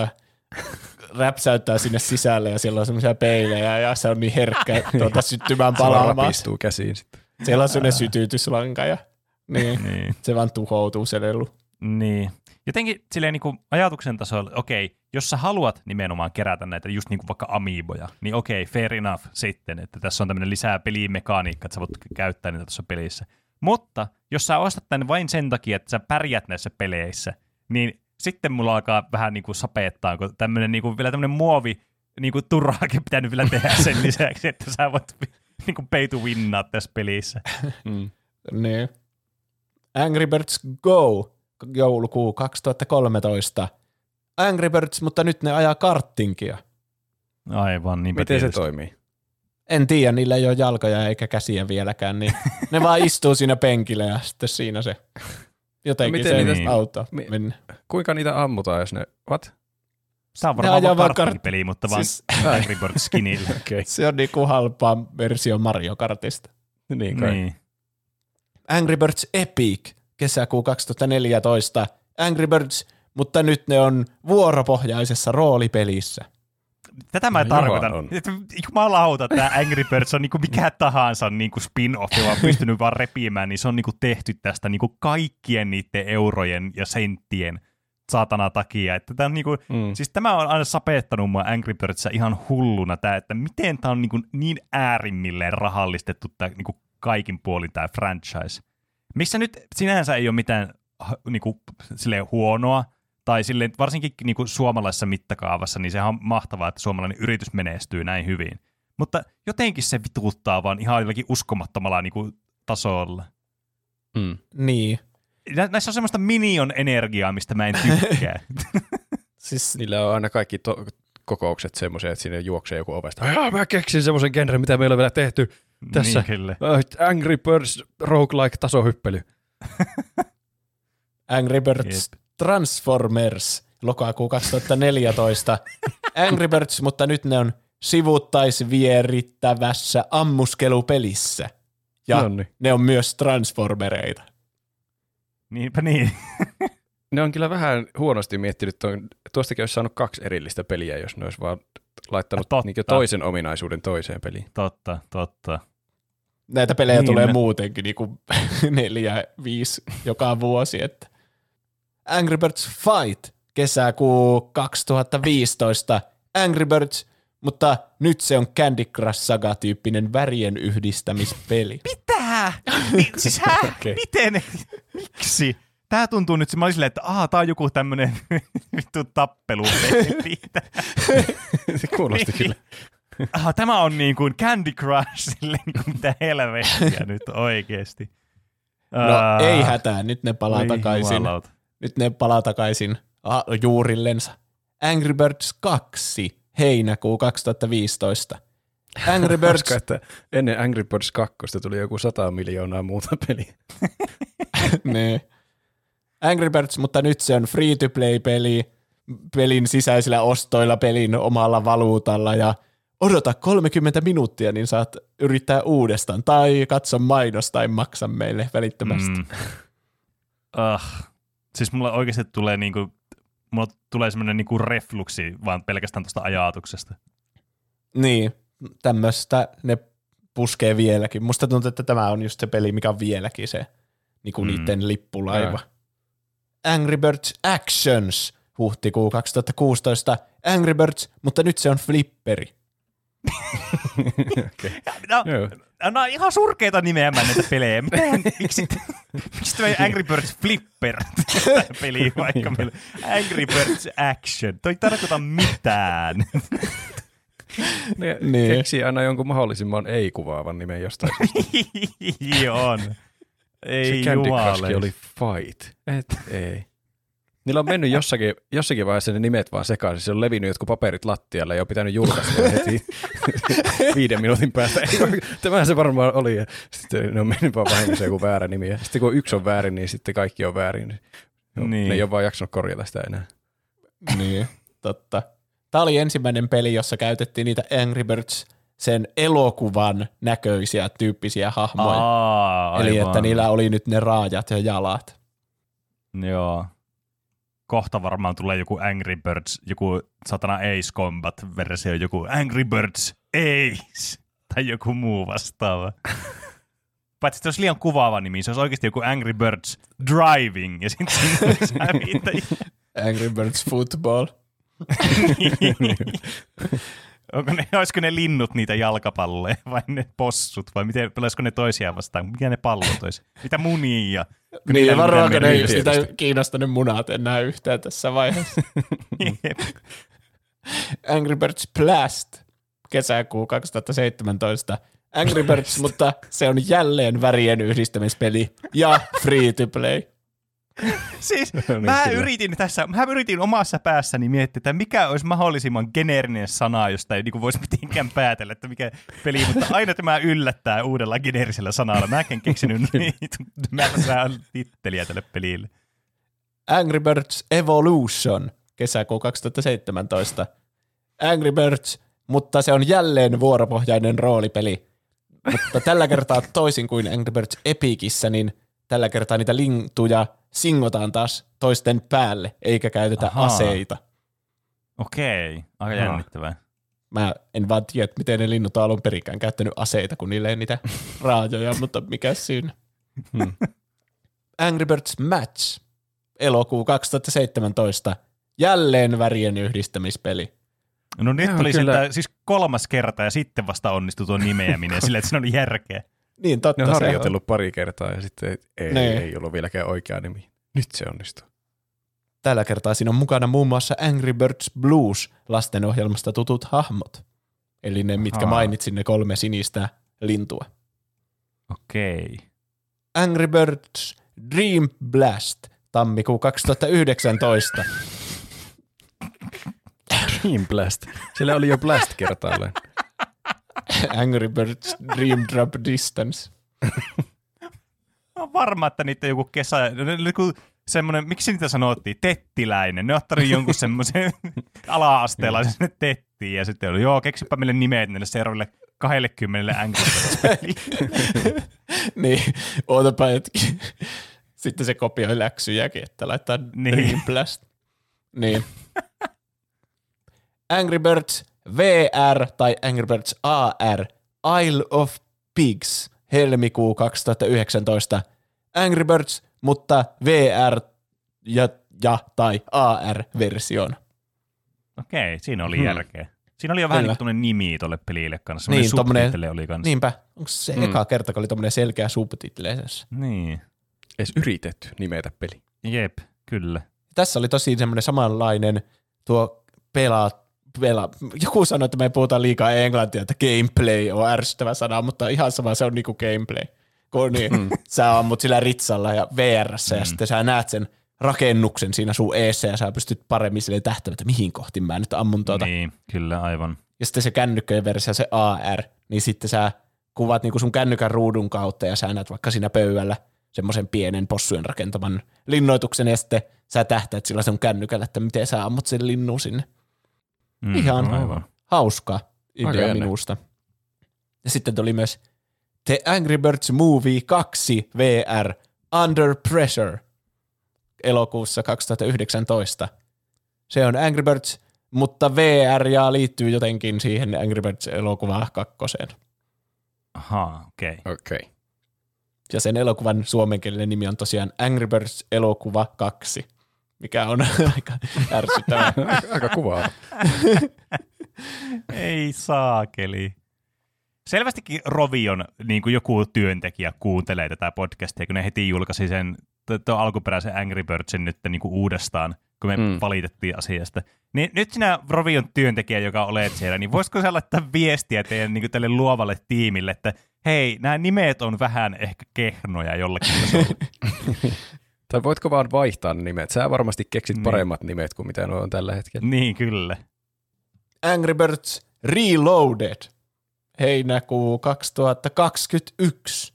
räpsäyttää sinne sisälle ja siellä on semmoisia peilejä ja se on niin herkkä syttymään palaamaan. Se rapistuu käsiin sitten. Siellä on semmoinen sytytyslanka ja niin. Se vaan tuhoutuu se lelu. Niin. Jotenkin silleen niin kuin ajatuksen tasolla, okei, jos sä haluat nimenomaan kerätä näitä just niin kuin vaikka amiiboja, niin okei, fair enough sitten, että tässä on tämmöinen lisää pelimekaniikka, että sä voit käyttää niitä tuossa pelissä. Mutta jos sä ostat tänne vain sen takia, että sä pärjät näissä peleissä, niin sitten mulla alkaa vähän niin kuin sapeettaa, kun tämmöinen niin kuin, vielä tämmöinen muovi niin kuin turhaakin pitänyt vielä tehdä sen lisäksi, että sä voit niin kuin pay to winnaa tässä pelissä. Niin. Angry Birds Go, joulukuu 2013. Angry Birds, mutta nyt ne ajaa karttinkia. Aivan, niinpä miten tietysti. Se toimii? En tiedä, niillä ei ole jalkoja eikä käsiä vieläkään, niin ne vaan istuu siinä penkillä ja sitten siinä se jotenkin se auttaa. Kuinka niitä ammutaan, jos ne... What? Tämä on varmaan vaan karttipeli, mutta vaan siis, Angry Birds skinillä. Okay. Se on niinku halpaa versio Mario Kartista. Niin kai. Niin. Angry Birds Epic, kesäkuu 2014. Angry Birds, mutta nyt ne on vuoropohjaisessa roolipelissä. Tätä mä tarkoitan. Jumalauta, tämä Angry Birds on niinku mikä tahansa niinku spin-off, vaan pystynyt vaan repimään, niin se on niinku tehty tästä niinku kaikkien niiden eurojen ja senttien saatana takia. Että tämä on niinku, siis tämä on aina sapettanut mua Angry Birdsia ihan hulluna, tää, että miten tämä on niinku niin äärimmilleen rahallistettu tää niinku kaikin puolin tämä franchise. Missä nyt sinänsä ei ole mitään niinku silleen huonoa, tai silleen, varsinkin niinku suomalaisessa mittakaavassa, niin sehän on mahtavaa, että suomalainen yritys menestyy näin hyvin. Mutta jotenkin se vituuttaa vaan ihan jollakin uskomattomalla niinku tasolla. Niin. Näissä on semmoista minion-energiaa, mistä mä en tykkää. Siis niillä on aina kaikki kokoukset semmoisia, että sinne juoksee joku ovesta. Mä keksin semmoisen genren, mitä meillä on vielä tehty tässä. Niin, Angry Birds roguelike tasohyppely. Angry Birds Transformers, lokakuu 2014. Angry Birds, mutta nyt ne on sivuttaisvierittävässä ammuskelupelissä. Ja ne on myös transformereita. Niinpä niin. Ne on kyllä vähän huonosti miettinyt. Tuostakin olisi saanut 2 erillistä peliä, jos ne olisi vaan laittanut toisen ominaisuuden toiseen peliin. Totta. Näitä pelejä niin, tulee muutenkin niin 4-5 joka vuosi. Että. Angry Birds Fight, kesäkuu 2015. Angry Birds, mutta nyt se on Candy Crush Saga-tyyppinen värien yhdistämispeli. Mitä? Siis okay. Miten? Miksi? Tää tuntuu nyt, mä olin silleen, että tää on joku tämmönen vittu tappelupeli. Se kuulosti kyllä. Tämä on niin kuin Candy Crush, silleen niin kuin mitä helvettiä nyt oikeesti. No ei hätää, nyt ne palaa takaisin. Jumalauta. Nyt ne palaa takaisin juurillensa. Angry Birds 2, heinäkuu 2015. Angry Birds. Koska, että ennen Angry Birds 2 tuli joku 100 miljoonaa muuta peliä. Niin. Angry Birds, mutta nyt se on free-to-play-peli, pelin sisäisillä ostoilla, pelin omalla valuutalla ja odota 30 minuuttia, niin saat yrittää uudestaan tai katso mainos tai maksa meille välittömästi. Siis mulla oikeasti tulee semmoinen niinku refluksi vaan pelkästään tuosta ajatuksesta. Niin, tämmöistä ne puskee vieläkin. Musta tuntuu, että tämä on just se peli, mikä on vieläkin se niinku niiden lippulaiva. Angry Birds Actions, huhtikuu 2016. Angry Birds, mutta nyt se on flipperi. Okay. No ihan surkeita nimeämään näitä pelejä. Miksi tämä Angry Birds Flipper peli vaikka meillä Angry Birds Action? Toi ei tarkoita mitään. Ne keksii aina jonkun mahdollisimman ei-kuvaavan nimen jostain syystä. On. Ei se Candy Crush oli Fight. Ei. Niillä on mennyt jossakin vaiheessa ne nimet vaan sekaisin. Se on levinnyt jotkut paperit lattialle ja on pitänyt julkaista heti 5 minuutin päästä. Tämä se varmaan oli. Ja sitten ne on mennyt vaan vahingossa joku väärä nimi. Ja sitten kun yksi on väärin, niin sitten kaikki on väärin. Niin. Ne ei ole vaan jaksanut korjata sitä enää. Niin, totta. Tämä oli ensimmäinen peli, jossa käytettiin niitä Angry Birds sen elokuvan näköisiä tyyppisiä hahmoja. Eli että niillä oli nyt ne raajat ja jalat. Joo. Kohta varmaan tulee joku Angry Birds, joku satana Ace Combat-versio, joku Angry Birds Ace tai joku muu vastaava. Paitsi että se olisi liian kuvaava nimi, se olisi oikeasti joku Angry Birds Driving ja sitten Angry Birds Football. Olisiko ne linnut niitä jalkapalloja vai ne possut vai pelaisiko ne toisiaan vastaan? Mikä ne pallot olisi? Mitä munia? Niin, varoako ne sitä kiinnostaneet munat enää yhtään tässä vaiheessa. Angry Birds Blast, kesäkuu 2017. Angry Birds, mutta se on jälleen värien yhdistämispeli ja free to play. Siis mä yritin omassa päässäni miettiä, että mikä olisi mahdollisimman geneerinen sana, josta ei voisi mitenkään päätellä, että mikä peli, mutta aina tämä yllättää uudella geneerisellä sanalla. Mä en keksinyt niitä titteliä tälle pelille. Angry Birds Evolution, kesäkuu 2017. Angry Birds, mutta se on jälleen vuoropohjainen roolipeli. Mutta tällä kertaa toisin kuin Angry Birds Epicissä, niin tällä kertaa niitä lintuja singotaan taas toisten päälle, eikä käytetä aseita. Okei, aika jännittävää. Mä en vaan tiedä, miten ne linnut on alun perikään käyttänyt aseita, kun niille ei niitä raajoja, mutta mikä siinä? Angry Birds Match, elokuu 2017, jälleen värien yhdistämispeli. No nyt oli siis 3. kerta ja sitten vasta onnistui tuon nimeäminen sillä, että siinä oli järkeä. Niin, totta. Ne on harjoitellut pari kertaa ja sitten ei ollut vieläkään oikea nimi. Nyt se onnistuu. Tällä kertaa siinä on mukana muun muassa Angry Birds Blues lastenohjelmasta tutut hahmot. Eli ne, mitkä mainitsin, ne 3 sinistä lintua. Okei. Angry Birds Dream Blast, tammikuu 2019. Dream Blast. Siellä oli jo Blast kertaalleen. Angry Birds Dream Drop Distance. On varma, että niitä joku semmoinen, miksi niitä sanottiin, tettiläinen. Ne ottanut jonkun semmoisen ala-asteella sinne tettiin ja sitten oli, keksipä meille nimeet näille seuraaville 20 Angry Birds. Niin, ootapa hetki. Sitten se kopioi läksyjäkin, että laittaa Dream Blast. Niin. Angry Birds VR tai Angry Birds AR, Isle of Pigs, helmikuu 2019. Angry Birds, mutta VR ja tai AR-version. Okei, siinä oli järkeä. Siinä oli jo vähän niin nimi tuolle pelille kanssa. Niin, subtitle oli kanssa. Niinpä. Onko se eka kerta, kun oli tommoinen selkeä subtitle tässä? Niin. Edes yritetty nimetä peli. Jep, kyllä. Tässä oli tosi semmoinen samanlainen tuo joku sanoi, että me ei puhuta liikaa englantia, että gameplay on ärsyttävä sana, mutta ihan sama, se on niinku gameplay. Kun sä ammut sillä ritsalla ja VR:ssä ja sitten sä näet sen rakennuksen siinä sun eessä ja sä pystyt paremmin silleen tähtämään, että mihin kohti mä nyt ammun tuota. Niin, kyllä, aivan. ja sitten se kännykköjen versio, se AR, niin sitten sä kuvat niinku sun kännykän ruudun kautta ja sä näet vaikka siinä pöydällä semmoisen pienen possujen rakentaman linnoituksen ja sitten sä tähtäät sillä sun kännykällä, että miten sä ammut sen linnun sinne. Ihan aivan. hauska idea minusta. Ja sitten tuli myös The Angry Birds Movie 2 VR Under Pressure elokuussa 2019. Se on Angry Birds, mutta VR ja liittyy jotenkin siihen Angry Birds elokuvaan 2. Ahaa, okei. Okei. Ja sen elokuvan suomenkielinen nimi on tosiaan Angry Birds elokuva 2, mikä on aika ärsyttävää. Aika kuvaa. Ei saakeli. Selvästikin Rovion niin kuin joku työntekijä kuuntelee tätä podcastia, kun ne heti julkaisi sen alkuperäisen Angry Birdsin nyt niin kuin uudestaan, kun me valitettiin asiasta. Niin nyt sinä Rovion työntekijä, joka olet siellä, niin voisiko sä laittaa viestiä teidän niin kuin tälle luovalle tiimille, että hei, nämä nimet on vähän ehkä kehnoja jollakin tasolla. Tai voitko vaan vaihtaa nimet? Sä varmasti keksit paremmat nimet kuin mitä ne on tällä hetkellä. Niin, kyllä. Angry Birds Reloaded. Heinäkuu 2021.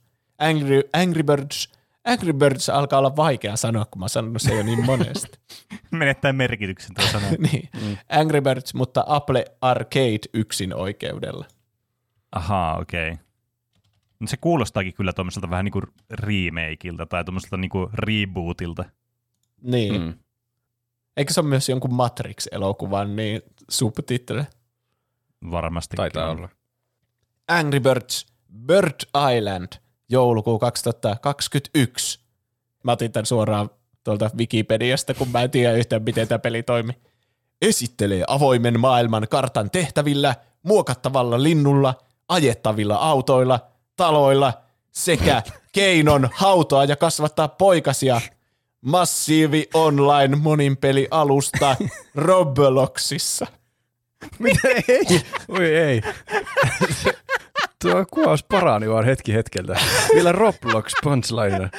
Angry Birds alkaa olla vaikea sanoa, kun mä oon sanonut se jo niin monesti. Menettää merkityksen tuo sana. Niin. Angry Birds, mutta Apple Arcade yksin oikeudella. Ahaa, okei. No se kuulostaakin kyllä tuommoiselta vähän niin kuin remakeilta tai tuommoiselta niin kuin rebootilta. Niin. Eikö se ole myös jonkun Matrix-elokuvan niin subtitle? Varmasti. Taitaa olla. Angry Birds Bird Island, joulukuu 2021. Mä otin tämän suoraan tuolta Wikipediasta, kun mä en tiedä yhtään, miten tämä peli toimii. Esittelee avoimen maailman kartan tehtävillä, muokattavalla linnulla, ajettavilla autoilla, taloilla sekä keinon hautoa ja kasvattaa poikasia massiivi online moninpelialusta Robloxissa. Mitä ei? Oi ei. Tuo kuvaus parani vaan hetki hetkeltä. Vielä Roblox punchline.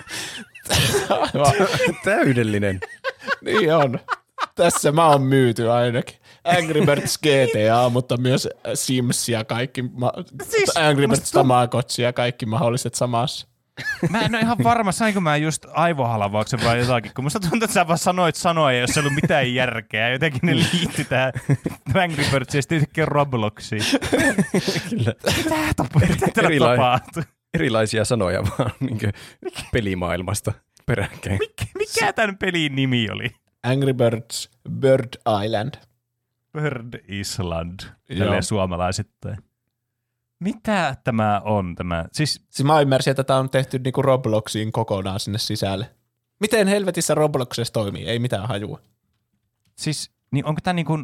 Täydellinen. Niin on. Tässä mä oon myyty ainakin. Angry Birds GTA, mutta myös Sims ja kaikki, siis, Angry Birds Tamagotchi ja kaikki mahdolliset samassa. Mä en ole ihan varma, sainko mä just aivohalavauksen vai jotakin, kun musta tuntuu, että sä vaan sanoit sanoja, jos ei ollut mitään järkeä. Jotenkin ne liittyi tähän Angry Birdsiin ja sitten yhtäkkiä Robloxiin. Kyllä. Mitä tapahtuu? Erilaisia sanoja vaan niin pelimaailmasta peräkkäin. Mikä tämän pelin nimi oli? Angry Birds Bird Island. Bird Island. Tälleen suomalaisittain. Mitä tämä on? Siis mä ymmärsin, että tämä on tehty niinku Robloxiin kokonaan sinne sisälle. Miten helvetissä Robloxissa toimii? Ei mitään hajua. Siis, niin onko tämä niinku,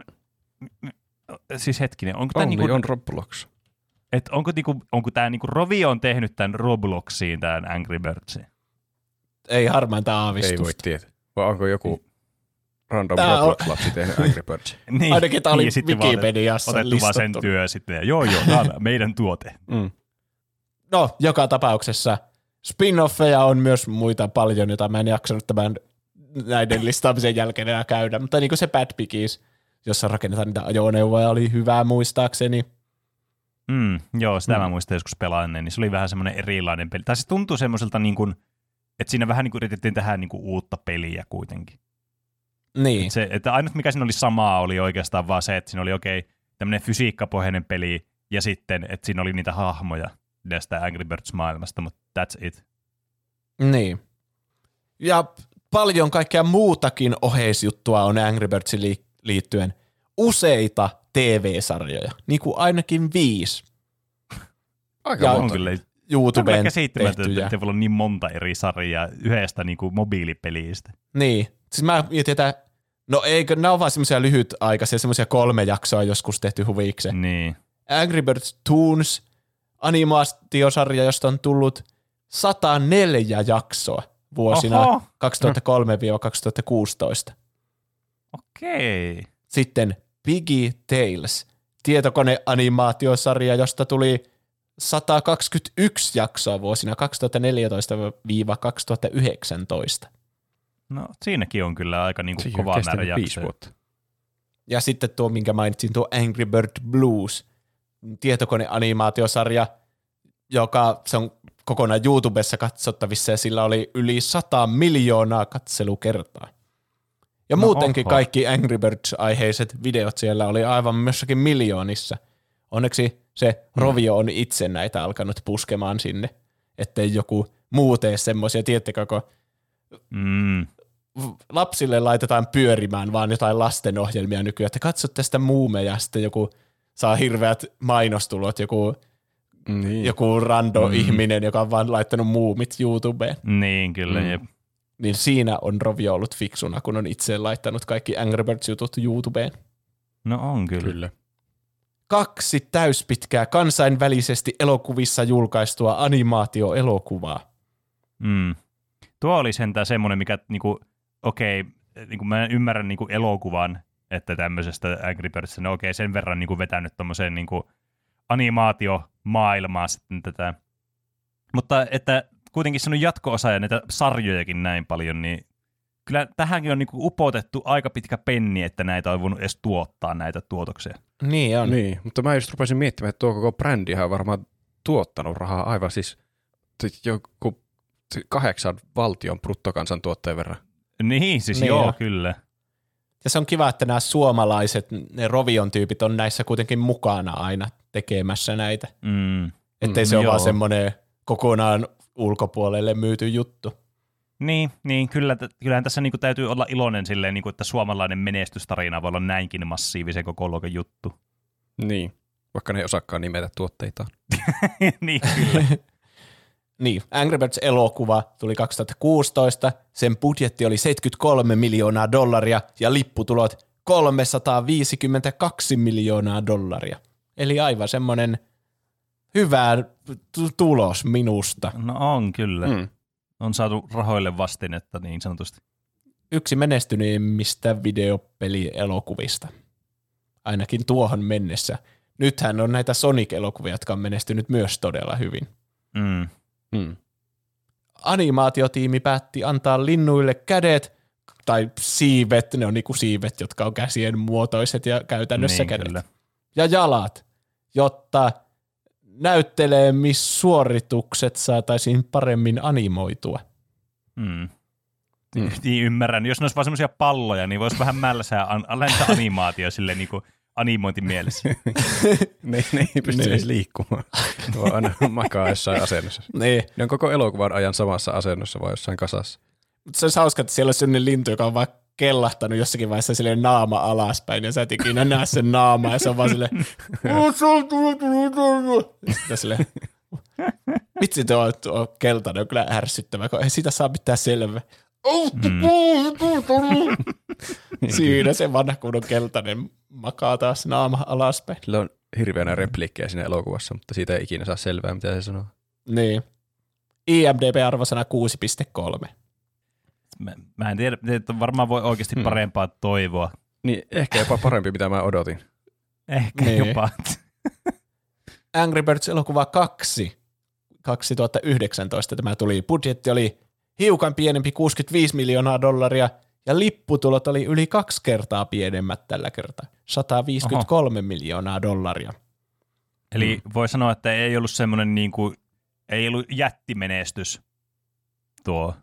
siis hetkinen, onko tämä niinku, on Roblox. että onko tämä niinku Rovio on tehnyt tämän Robloxiin tämän Angry Birdsin? Ei harmainta aavistusta. Ei voi tietää. Vai onko joku random Roblox-lapsi tehnyt Angry Birds? Niin, ainakin tämä oli niin, Wikipediassa otettu vaan sen työ sitten. Joo, tämä on meidän tuote. No, joka tapauksessa spin-offeja on myös muita paljon, joita mä en jaksanut tämän näiden listaamisen jälkeen enää käydä. Mutta niin kuin se Bad Piggies, jossa rakennetaan niitä ajoneuvoja, oli hyvää muistaakseni. Joo, sitä mä muistan joskus pelaanneen, niin se oli vähän semmoinen erilainen peli. Tai se tuntui semmoiselta, niin kuin, että siinä vähän niin kuin yritettiin tehdä niin kuin uutta peliä kuitenkin. Niin. Että ainut mikä siinä oli samaa oli oikeastaan vaan se, että siinä oli tämmöinen fysiikkapohjainen peli ja sitten, että siinä oli niitä hahmoja tästä Angry Birds-maailmasta, mutta that's it. Niin. Ja paljon kaikkea muutakin oheisjuttua on Angry Birdsiin liittyen. Useita TV-sarjoja, niin kuin ainakin 5. Aika on kyllä. YouTubeen tehtyjä. Että voi olla niin monta eri sarjaa yhdestä niin kuin mobiilipelistä. Niin. Siis mä mietin, että no eikö, nämä on vaan semmoisia lyhytaikaisia, semmoisia 3 jaksoa joskus tehty huvikseen. Niin. Angry Birds Toons, animaatiosarja, josta on tullut 104 jaksoa vuosina 2003-2016. Okei. Sitten Piggy Tales, tietokoneanimaatiosarja, josta tuli 121 jaksoa vuosina 2014-2019. No siinäkin on kyllä aika niinku kova määrä jaksoja. 5 vuotta. Ja sitten tuo, minkä mainitsin, tuo Angry Bird Blues, tietokoneanimaatiosarja, joka se on kokonaan YouTubessa katsottavissa ja sillä oli yli 100 miljoonaa katselukertaa. Ja muutenkin kaikki Angry Birds-aiheiset videot siellä oli aivan myöskin miljoonissa. Onneksi se Rovio on itse näitä alkanut puskemaan sinne, ettei joku muu tee semmoisia, tiedättekö, kun lapsille laitetaan pyörimään vaan jotain lastenohjelmia nykyään, että katso tästä muumeja, sitten joku saa hirveät mainostulot, joku rando ihminen, joka on vaan laittanut muumit YouTubeen. Niin, kyllä. Niin siinä on Rovio ollut fiksuna, kun on itse laittanut kaikki Angry Birds-jutut YouTubeen. No on kyllä. 2 täyspitkää kansainvälisesti elokuvissa julkaistua animaatioelokuvaa. Tuo oli sentään semmoinen, mikä niinku, niinku mä ymmärrän niinku elokuvan, että tämmöisestä Angry Birdsista, no sen verran niinku vetänyt tommoseen niinku animaatiomaailmaa sitten tätä. Mutta että kuitenkin se on jatko-osa ja näitä sarjojakin näin paljon, niin kyllä tähänkin on niinku upotettu aika pitkä penni, että näitä on voinut edes tuottaa näitä tuotoksia. Niin on. Niin, mutta mä just rupesin miettimään, että tuo koko brändihän on varmaan tuottanut rahaa aivan siis joku 8 valtion bruttokansantuotteen verran. Niin, siis niin joo, kyllä. Ja se on kiva, että nämä suomalaiset, ne Rovion tyypit on näissä kuitenkin mukana aina tekemässä näitä. Ettei se ole vaan semmoinen kokonaan ulkopuolelle myyty juttu. Niin kyllähän tässä niinku täytyy olla iloinen silleen, niinku, että suomalainen menestystarina voi olla näinkin massiivisen koko luokan juttu. Niin, vaikka ne ei osaakaan nimetä tuotteitaan. Niin, kyllä. Niin, Angry Birds-elokuva tuli 2016, sen budjetti oli $73 miljoonaa ja lipputulot $352 miljoonaa. Eli aivan semmoinen hyvä tulos minusta. No on kyllä. On saatu rahoille vastinetta niin sanotusti. Yksi menestyneimmistä videopelielokuvista. Ainakin tuohon mennessä. Nythän on näitä Sonic-elokuvia, jotka on menestynyt myös todella hyvin. Animaatiotiimi päätti antaa linnuille kädet tai siivet, ne on niinku siivet, jotka on käsien muotoiset ja käytännössä niin, kädet. Kyllä. Ja jalat, jotta näyttelemissuoritukset saataisiin paremmin animoitua. Niin ymmärrän. Jos ne olisi vaan semmoisia palloja, niin voisi vähän mälsää alentaa animaatio silleen niin kuin animointimielessä. Ne ei pysty edes liikkumaan. Tuo aina makaa jossain asennossa. Niin. Ne on koko elokuvan ajan samassa asennossa vai jossain kasassa. Mutta se olisi hauska, että siellä olisi sellainen lintu, joka on vaan kellahtanut jossakin vaiheessa silleen naama alaspäin ja sä et ikinä näe sen naamaa ja se on vaan silleen vitsi tuo keltainen on kyllä ärsyttävä, kun ei sitä saa mitään selvää. Siinä se vanha kunnon keltainen makaa taas naama alaspäin. Sillä on hirveänä repliikkejä siinä elokuvassa, mutta siitä ei ikinä saa selvää, mitä se sanoo. Niin. IMDb-arvosana 6.3. Mä en tiedä, että varmaan voi oikeasti parempaa toivoa. Niin, ehkä jopa parempi, mitä mä odotin. Ehkä jopa. Angry Birds-elokuva 2. 2019 tämä tuli. Budjetti oli hiukan pienempi, $65 miljoonaa, ja lipputulot oli yli 2 kertaa pienemmät tällä kertaa, $153 miljoonaa. Eli voi sanoa, että ei ollut semmoinen niinku, ei ollut jättimenestys tuo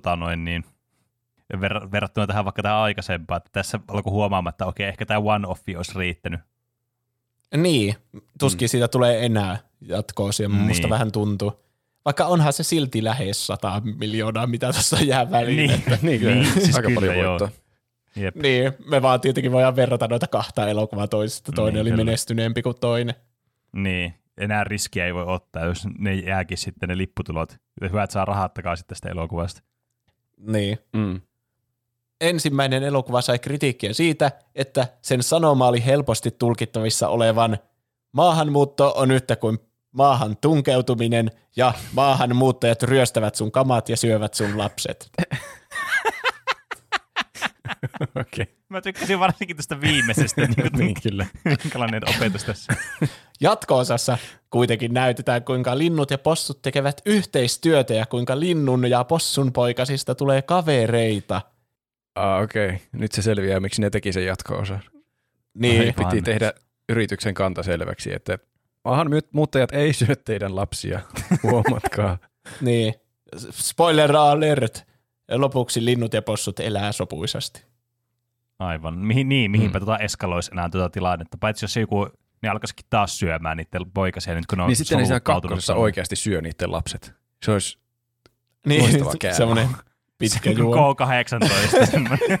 verrattuna tähän vaikka tähän aikaisempaan, että tässä alkoi huomaamaan, että okei, ehkä tämä one-offi olisi riittänyt. Niin, tuskin siitä tulee enää jatko-osia, musta vähän tuntuu. Vaikka onhan se silti lähes 100 miljoonaa, mitä tuossa jää väliin. Niin, siis aika paljon voittaa. Niin, me vaan tietenkin voidaan verrata noita 2 elokuvaa toisesta. Toinen oli menestyneempi kuin toinen. Niin, enää riskiä ei voi ottaa, jos ne jääkin sitten ne lipputulot. Hyvä, että saa rahat takaisin tästä elokuvasta. Niin. Ensimmäinen elokuva sai kritiikkiä siitä, että sen sanoma oli helposti tulkittavissa olevan maahanmuutto on yhtä kuin maahan tunkeutuminen ja maahanmuuttajat ryöstävät sun kamat ja syövät sun lapset. Okay. Mä tykkäsin varsinkin tästä viimeisestä. Niin kyllä. Minkälainen opetus tässä. Jatko-osassa kuitenkin näytetään, kuinka linnut ja possut tekevät yhteistyötä ja kuinka linnun ja possun poikasista tulee kavereita. Okei. Nyt se selviää, miksi ne teki sen jatko-osan. Niin. Piti tehdä yrityksen kanta selväksi, että muuttajat ei syö teidän lapsia, huomatkaa. Niin. Spoiler alert. Lopuksi linnut ja possut elää sopuisasti. Aivan. Mihinpä eskaloisi enää tuota tilannetta. Paitsi jos joku, ne alkaisikin taas syömään niiden poikasia nyt, kun ne on niin sitten ne siinä soluttautunut kakkosessa oikeasti syö niiden lapset. Se olisi niin, loistava käänne. Semmoinen pitkä juoni. K18 semmoinen.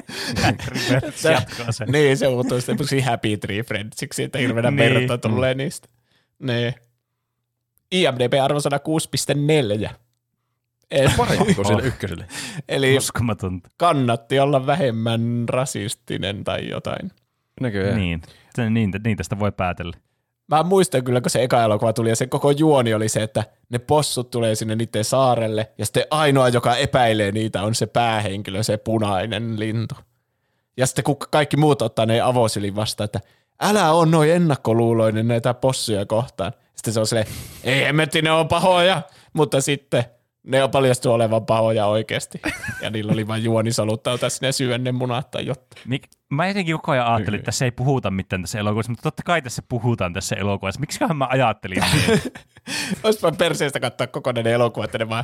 Niin, se muuttuu sitten Happy Tree Friendsiksi, että hirveänä verta tulee niistä. Niin. IMDb-arvosana 6.4. Parempi kuin sille ykköselle. Eli uskomatonta. Kannatti olla vähemmän rasistinen tai jotain. Näköjään. Niin tästä voi päätellä. Mä muistan kyllä, kun se eka elokuva tuli ja se koko juoni oli se, että ne possut tulee sinne niiden saarelle ja sitten ainoa, joka epäilee niitä, on se päähenkilö, se punainen lintu. Ja sitten kun kaikki muut ottaa ne avosylin vastaan, että älä on noin ennakkoluuloinen näitä possuja kohtaan. Sitten se on silleen, ei hemmetti, ne on pahoja, mutta sitten ne on paljastu olevan pahoja oikeasti. Ja niillä oli vain juoni soluttautua sinne syödä ne munat tai jotain. Mä jotenkin koko ajan ajattelin, että tässä ei puhuta mitään tässä elokuvassa, mutta totta kai tässä puhutaan tässä elokuvassa. Miksiköhän mä ajattelin niin? Olisipa perseestä katsoa kokonainen elokuva, että ne vaan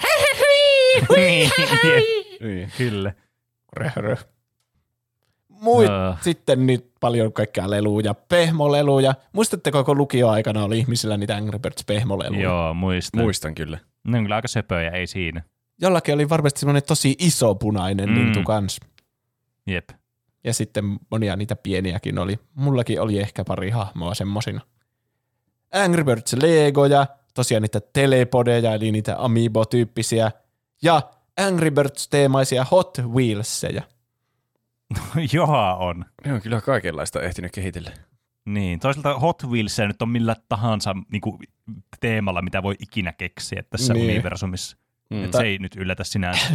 niin, kyllä. Sitten niin paljon kaikkea leluja, pehmoleluja. Muistatteko, kun lukioaikana oli ihmisillä niitä Angry Birds pehmoleluja? Joo, muistan kyllä. Ne on kyllä aika söpöjä, ei siinä. Jollakin oli varmasti semmoinen tosi iso punainen lintu kans. Jep. Ja sitten monia niitä pieniäkin oli. Mullakin oli ehkä pari hahmoa semmosina. Angry Birds Legoja, tosiaan niitä telepodeja, eli niitä Amiibo-tyyppisiä. Ja Angry Birds-teemaisia Hot Wheelseja. Joha on. Ne on kyllä kaikenlaista ehtinyt kehitellä. Niin, toisaalta Hot Wheels nyt on millä tahansa niinku, teemalla, mitä voi ikinä keksiä tässä universumissa. Se ei nyt yllätä sinänsä.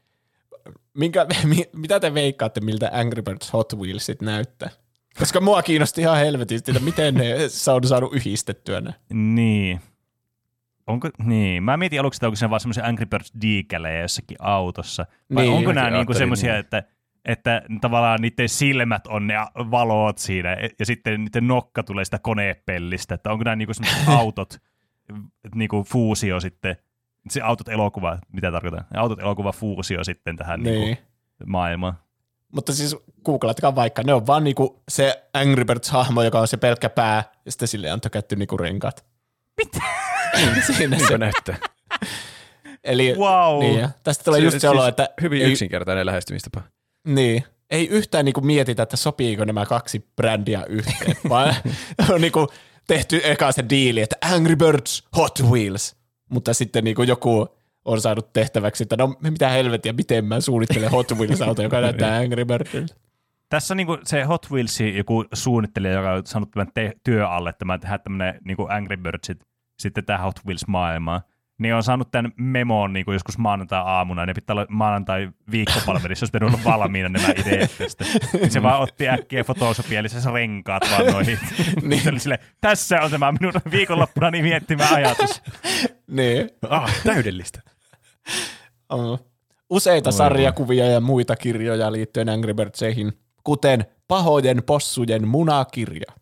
Mitä te veikkaatte, miltä Angry Birds Hot Wheelsit näyttää? Koska mua kiinnosti ihan helvetisti, että miten ne on saanut yhdistettyä ne. Niin. Niin. Mä mietin aluksi, että onko se vaan semmoisia Angry Birds diikelejä jossakin autossa. Vai niin, onko nämä niinku semmoisia, että tavallaan niiden silmät on ne valot siinä, ja sitten niiden nokka tulee sitä konepellistä, että onko nämä niinku sellaiset autot, niinku fuusio sitten, se autot-elokuva, mitä tarkoitan? Autot-elokuva fuusio sitten tähän niinku maailmaan. Mutta siis googlatkaa vaikka, ne on vaan niinku se Angry Birds-hahmo, joka on se pelkkä pää, ja sitten sille on tökätty niinku renkaat. Mitä? Siinä se näyttää. Eli wow. Niin, tästä tulee just se olo, että hyvin yksinkertainen lähestymistapa. Niin, ei yhtään niinku mietitä, että sopiiko nämä kaksi brändiä yhteen, vaan on niinku tehty eka se diili, että Angry Birds Hot Wheels, mutta sitten niinku joku on saanut tehtäväksi, että no mitä helvettiä, miten mä suunnittelen Hot Wheels-auto, joka näyttää Angry Birdsilta. Tässä on niinku se Hot Wheelsin joku suunnittelija, joka on saanut tämän työ alle, että mä tehdään tämmöinen niinku Angry Birdsit sitten tähän Hot Wheels-maailmaan. Niin on saanut tämän memon niin joskus maanantai-aamuna, ja ne pitää olla maanantai-viikkopalvelissa, jos pitänyt olla valmiina nämä ideat tästä. Se vaan otti äkkiä Photoshopia, eli se renkaat vaan noihin. Niin. Se oli silleen, tässä on tämä minun viikonloppuna niin miettimä ajatus. Niin. Täydellistä. Useita sarjakuvia ja muita kirjoja liittyen Angry Birdseihin, kuten Pahojen possujen munakirja.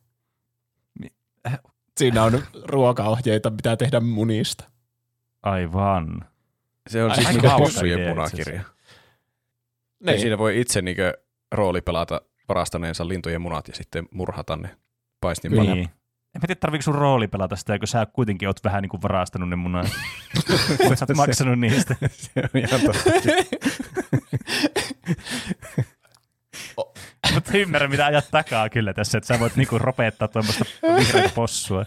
Siinä on ruokaohjeita, mitä tehdä munista. Aivan. Se on siis niitä possujen munakirja. Niin. Siinä voi itse rooli pelata varastaneensa lintujen munat ja sitten murhata ne paistimalla. Niin. En tiedä, tarviiko sun rooli pelata sitä, kun sä kuitenkin oot vähän niin kuin varastanut ne munat. Sä oot maksanut niistä. Se on ihan totta. Mutta ymmärrän, mitä ajat takaa kyllä tässä, että sä voit niinku ropettaa tuommoista vihreitä possua.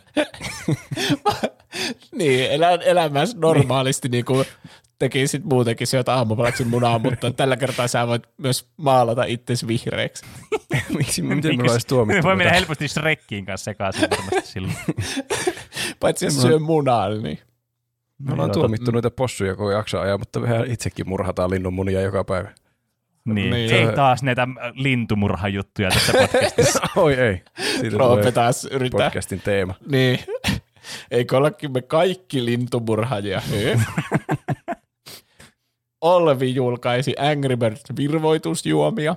Niin, elämässä normaalisti niinku tekisit muutenkin sieltä aamupalaksi munaa, mutta tällä kertaa sä voit myös maalata itsesi vihreäksi. Miten me olisi tuomittu? Voi mennä helposti Shrekkiin kanssa sekaisin varmasti silloin. Paitsi jos syö munaa, niin... Me ollaan tuomittu noita possuja koko jakson ajan, mutta mehän itsekin murhataan linnunmunia joka päivä. Niin. Ei taas näitä lintumurhajuttuja tässä podcastissa. Oi ei. Roope taas yrittää. Podcastin teema. Niin. Eikö ollakin me kaikki lintumurhajia? Olvi julkaisi Angry Birds virvoitusjuomia.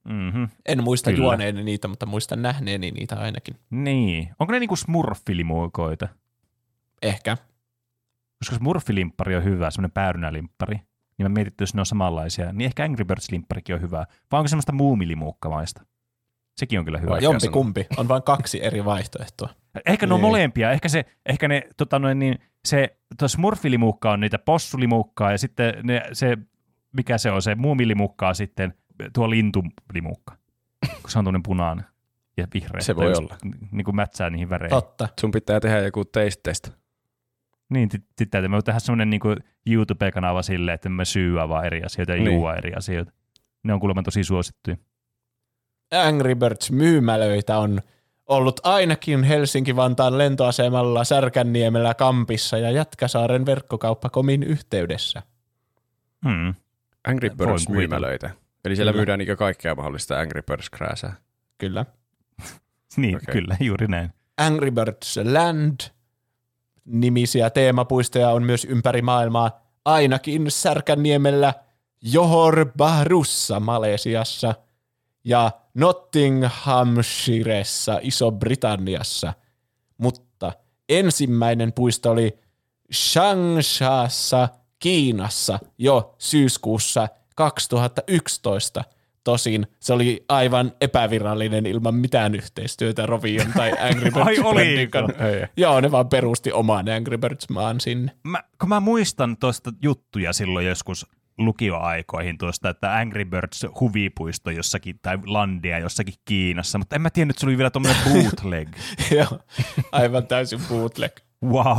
Mm-hmm. En muista Kyllä. juoneeni niitä, mutta muistan nähneeni niitä ainakin. Niin. Onko ne niinku smurfilimuikoita? Ehkä. Koska smurfilimppari on hyvä, semmoinen päärynälimppari. Niin mä mietin, että jos ne on samanlaisia, niin ehkä Angry Birds-limpparikin on hyvä. Vai onko semmoista muumilimuukkamaista? Sekin on kyllä hyvä. Jompi kumpi. On vain 2 eri vaihtoehtoa. Ehkä ne on molempia. Ehkä ne se smurfilimuukka on niitä possulimuukkaa ja sitten mikä se on, se muumilimuukka on sitten tuo lintulimuukka. Kun se on tuollainen punainen ja vihreä. Se voi olla. Niin kuin mätsää niihin väreihin. Totta. Sun pitää tehdä joku taste test. Niin, sitten me voimme tehdä semmoinen niin kuin YouTube-kanava silleen, että me syyä vaan eri asioita ja juo eri asioita. Ne on kuulemma tosi suosittuja. Angry Birds-myymälöitä on ollut ainakin Helsinki-Vantaan lentoasemalla, Särkänniemellä, Kampissa ja Jätkäsaaren verkkokauppakomin yhteydessä. Angry Birds-myymälöitä. Eli siellä myydään niin kaikkea mahdollista Angry Birds-krääsää. Kyllä. Niin, kyllä, juuri näin. Angry Birds Land -nimisiä teemapuistoja on myös ympäri maailmaa, ainakin Särkänniemellä, Johor Bahrussa Malesiassa ja Nottinghamshiressa Iso-Britanniassa, mutta ensimmäinen puisto oli Changshassa Kiinassa jo syyskuussa 2011. Tosin se oli aivan epävirallinen ilman mitään yhteistyötä Rovion tai Angry Birds-brändin kanssa. Joo, ne vaan perusti oman Angry Birds-maan sinne. Kun mä muistan tuosta juttuja silloin joskus lukioaikoihin tuosta, että Angry Birds huvipuisto jossakin tai landia jossakin Kiinassa, mutta en mä tiennyt, että se oli vielä tommoinen bootleg. Joo, aivan täysin bootleg. Wow.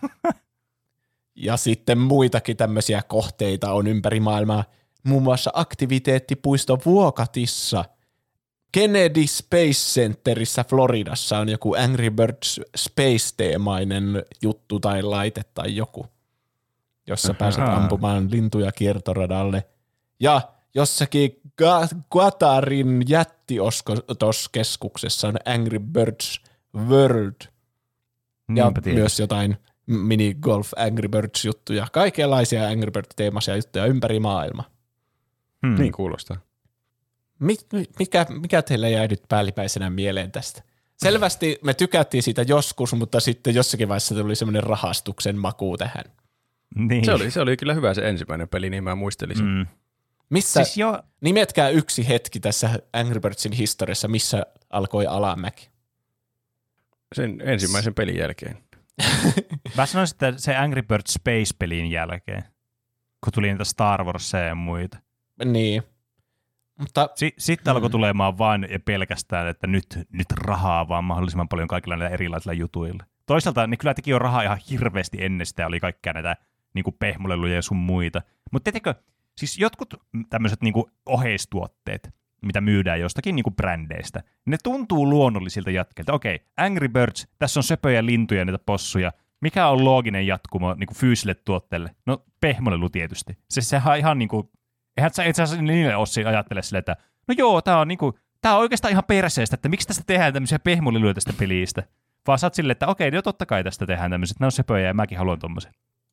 Ja sitten muitakin tämmöisiä kohteita on ympäri maailmaa. Muun muassa aktiviteettipuisto Vuokatissa. Kennedy Space Centerissä Floridassa on joku Angry Birds Space-teemainen juttu tai laite tai joku, jossa pääset ampumaan lintuja kiertoradalle. Ja jossakin Qatarin jättiostoskeskuksessa on Angry Birds World. Ja myös jotain mini-golf Angry Birds-juttuja. Kaikenlaisia Angry Birds-teemaisia juttuja ympäri maailmaa. Niin kuulostaa. Mikä teille jäi nyt päällipäisenä mieleen tästä? Selvästi me tykättiin siitä joskus, mutta sitten jossakin vaiheessa tuli semmoinen rahastuksen maku tähän. Niin. Se oli kyllä hyvä se ensimmäinen peli, niin mä muistelisin. Missä, siis nimetkää yksi hetki tässä Angry Birdsin historiassa, missä alkoi alamäki. Sen ensimmäisen pelin jälkeen. Mä sanoisin, että se Angry Birds Space-pelin jälkeen, kun tuli niitä Star Warsia ja muita. Niin. Mutta sitten alkoi tulemaan vain ja pelkästään, että nyt rahaa vaan mahdollisimman paljon kaikilla näillä erilaisilla jutuilla. Toisaalta ne kyllä teki jo rahaa ihan hirveästi ennen sitä, oli kaikkea näitä niinku pehmoleluja ja sun muita. Mutta tiedätkö, siis jotkut tämmöiset niinku oheistuotteet, mitä myydään jostakin niinku brändeistä, ne tuntuu luonnollisilta jatkeilta. Okei, Angry Birds, tässä on söpöjä lintuja ja niitä possuja. Mikä on looginen jatkumo niinku fyysille tuotteelle? No pehmolelu tietysti. Sehän on ihan niinku, eihän sä itse asiassa niille Ossi ajattele silleen, että no joo, tää on oikeastaan ihan perseestä, että miksi tästä tehdään tämmöisiä pehmoleluja tästä pelistä. Vaan sä oot silleen, että okei, no totta kai tästä tehdään tämmöiset, ne on söpöjä ja mäkin haluan tommosen.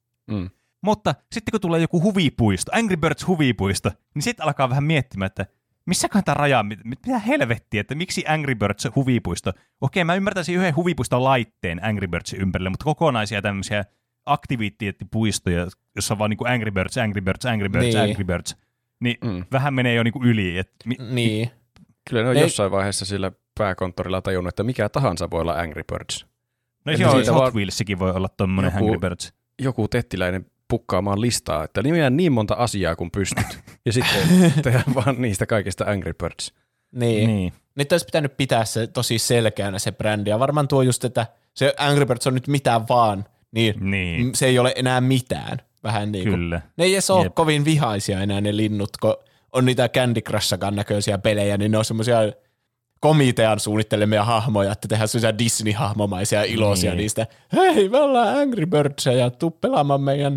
Mutta sitten kun tulee joku huvipuisto, Angry Birds huvipuisto, niin sitten alkaa vähän miettimään, että missäköhän tämä raja, mitä helvettiä, että miksi Angry Birds huvipuisto? Okei, mä ymmärtäisin yhden huvipuiston laitteen Angry Birdsin ympärille, mutta kokonaisia tämmöisiä aktiviteettipuistoja, jossa on vaan niinku Angry Birds, Angry Birds, Angry Birds, niin. Angry Birds, niin vähän menee jo niinku yli. Niin. Kyllä ne on jossain vaiheessa sillä pääkonttorilla tajunnut, että mikä tahansa voi olla Angry Birds. No joo, Hot Wheelsikin voi olla tommonen Angry Birds. Joku tettiläinen pukkaamaan listaa, että nimeää niin monta asiaa kuin pystyt. Ja sitten tehdään vaan niistä kaikista Angry Birds. Niin. Nyt olisi pitänyt pitää se tosi selkeänä se brändi. Ja varmaan tuo just, että se Angry Birds on nyt mitään vaan, niin. Se ei ole enää mitään. Vähän niin kuin. Kyllä. Ne ei edes ole kovin vihaisia enää ne linnut, kun on niitä Candy Crushakan näköisiä pelejä, niin ne on semmoisia komitean suunnittelemia hahmoja, että tehdään sellaisia Disney-hahmomaisia iloisia niistä. Hei, me ollaan Angry Birds ja tuu pelaamaan meidän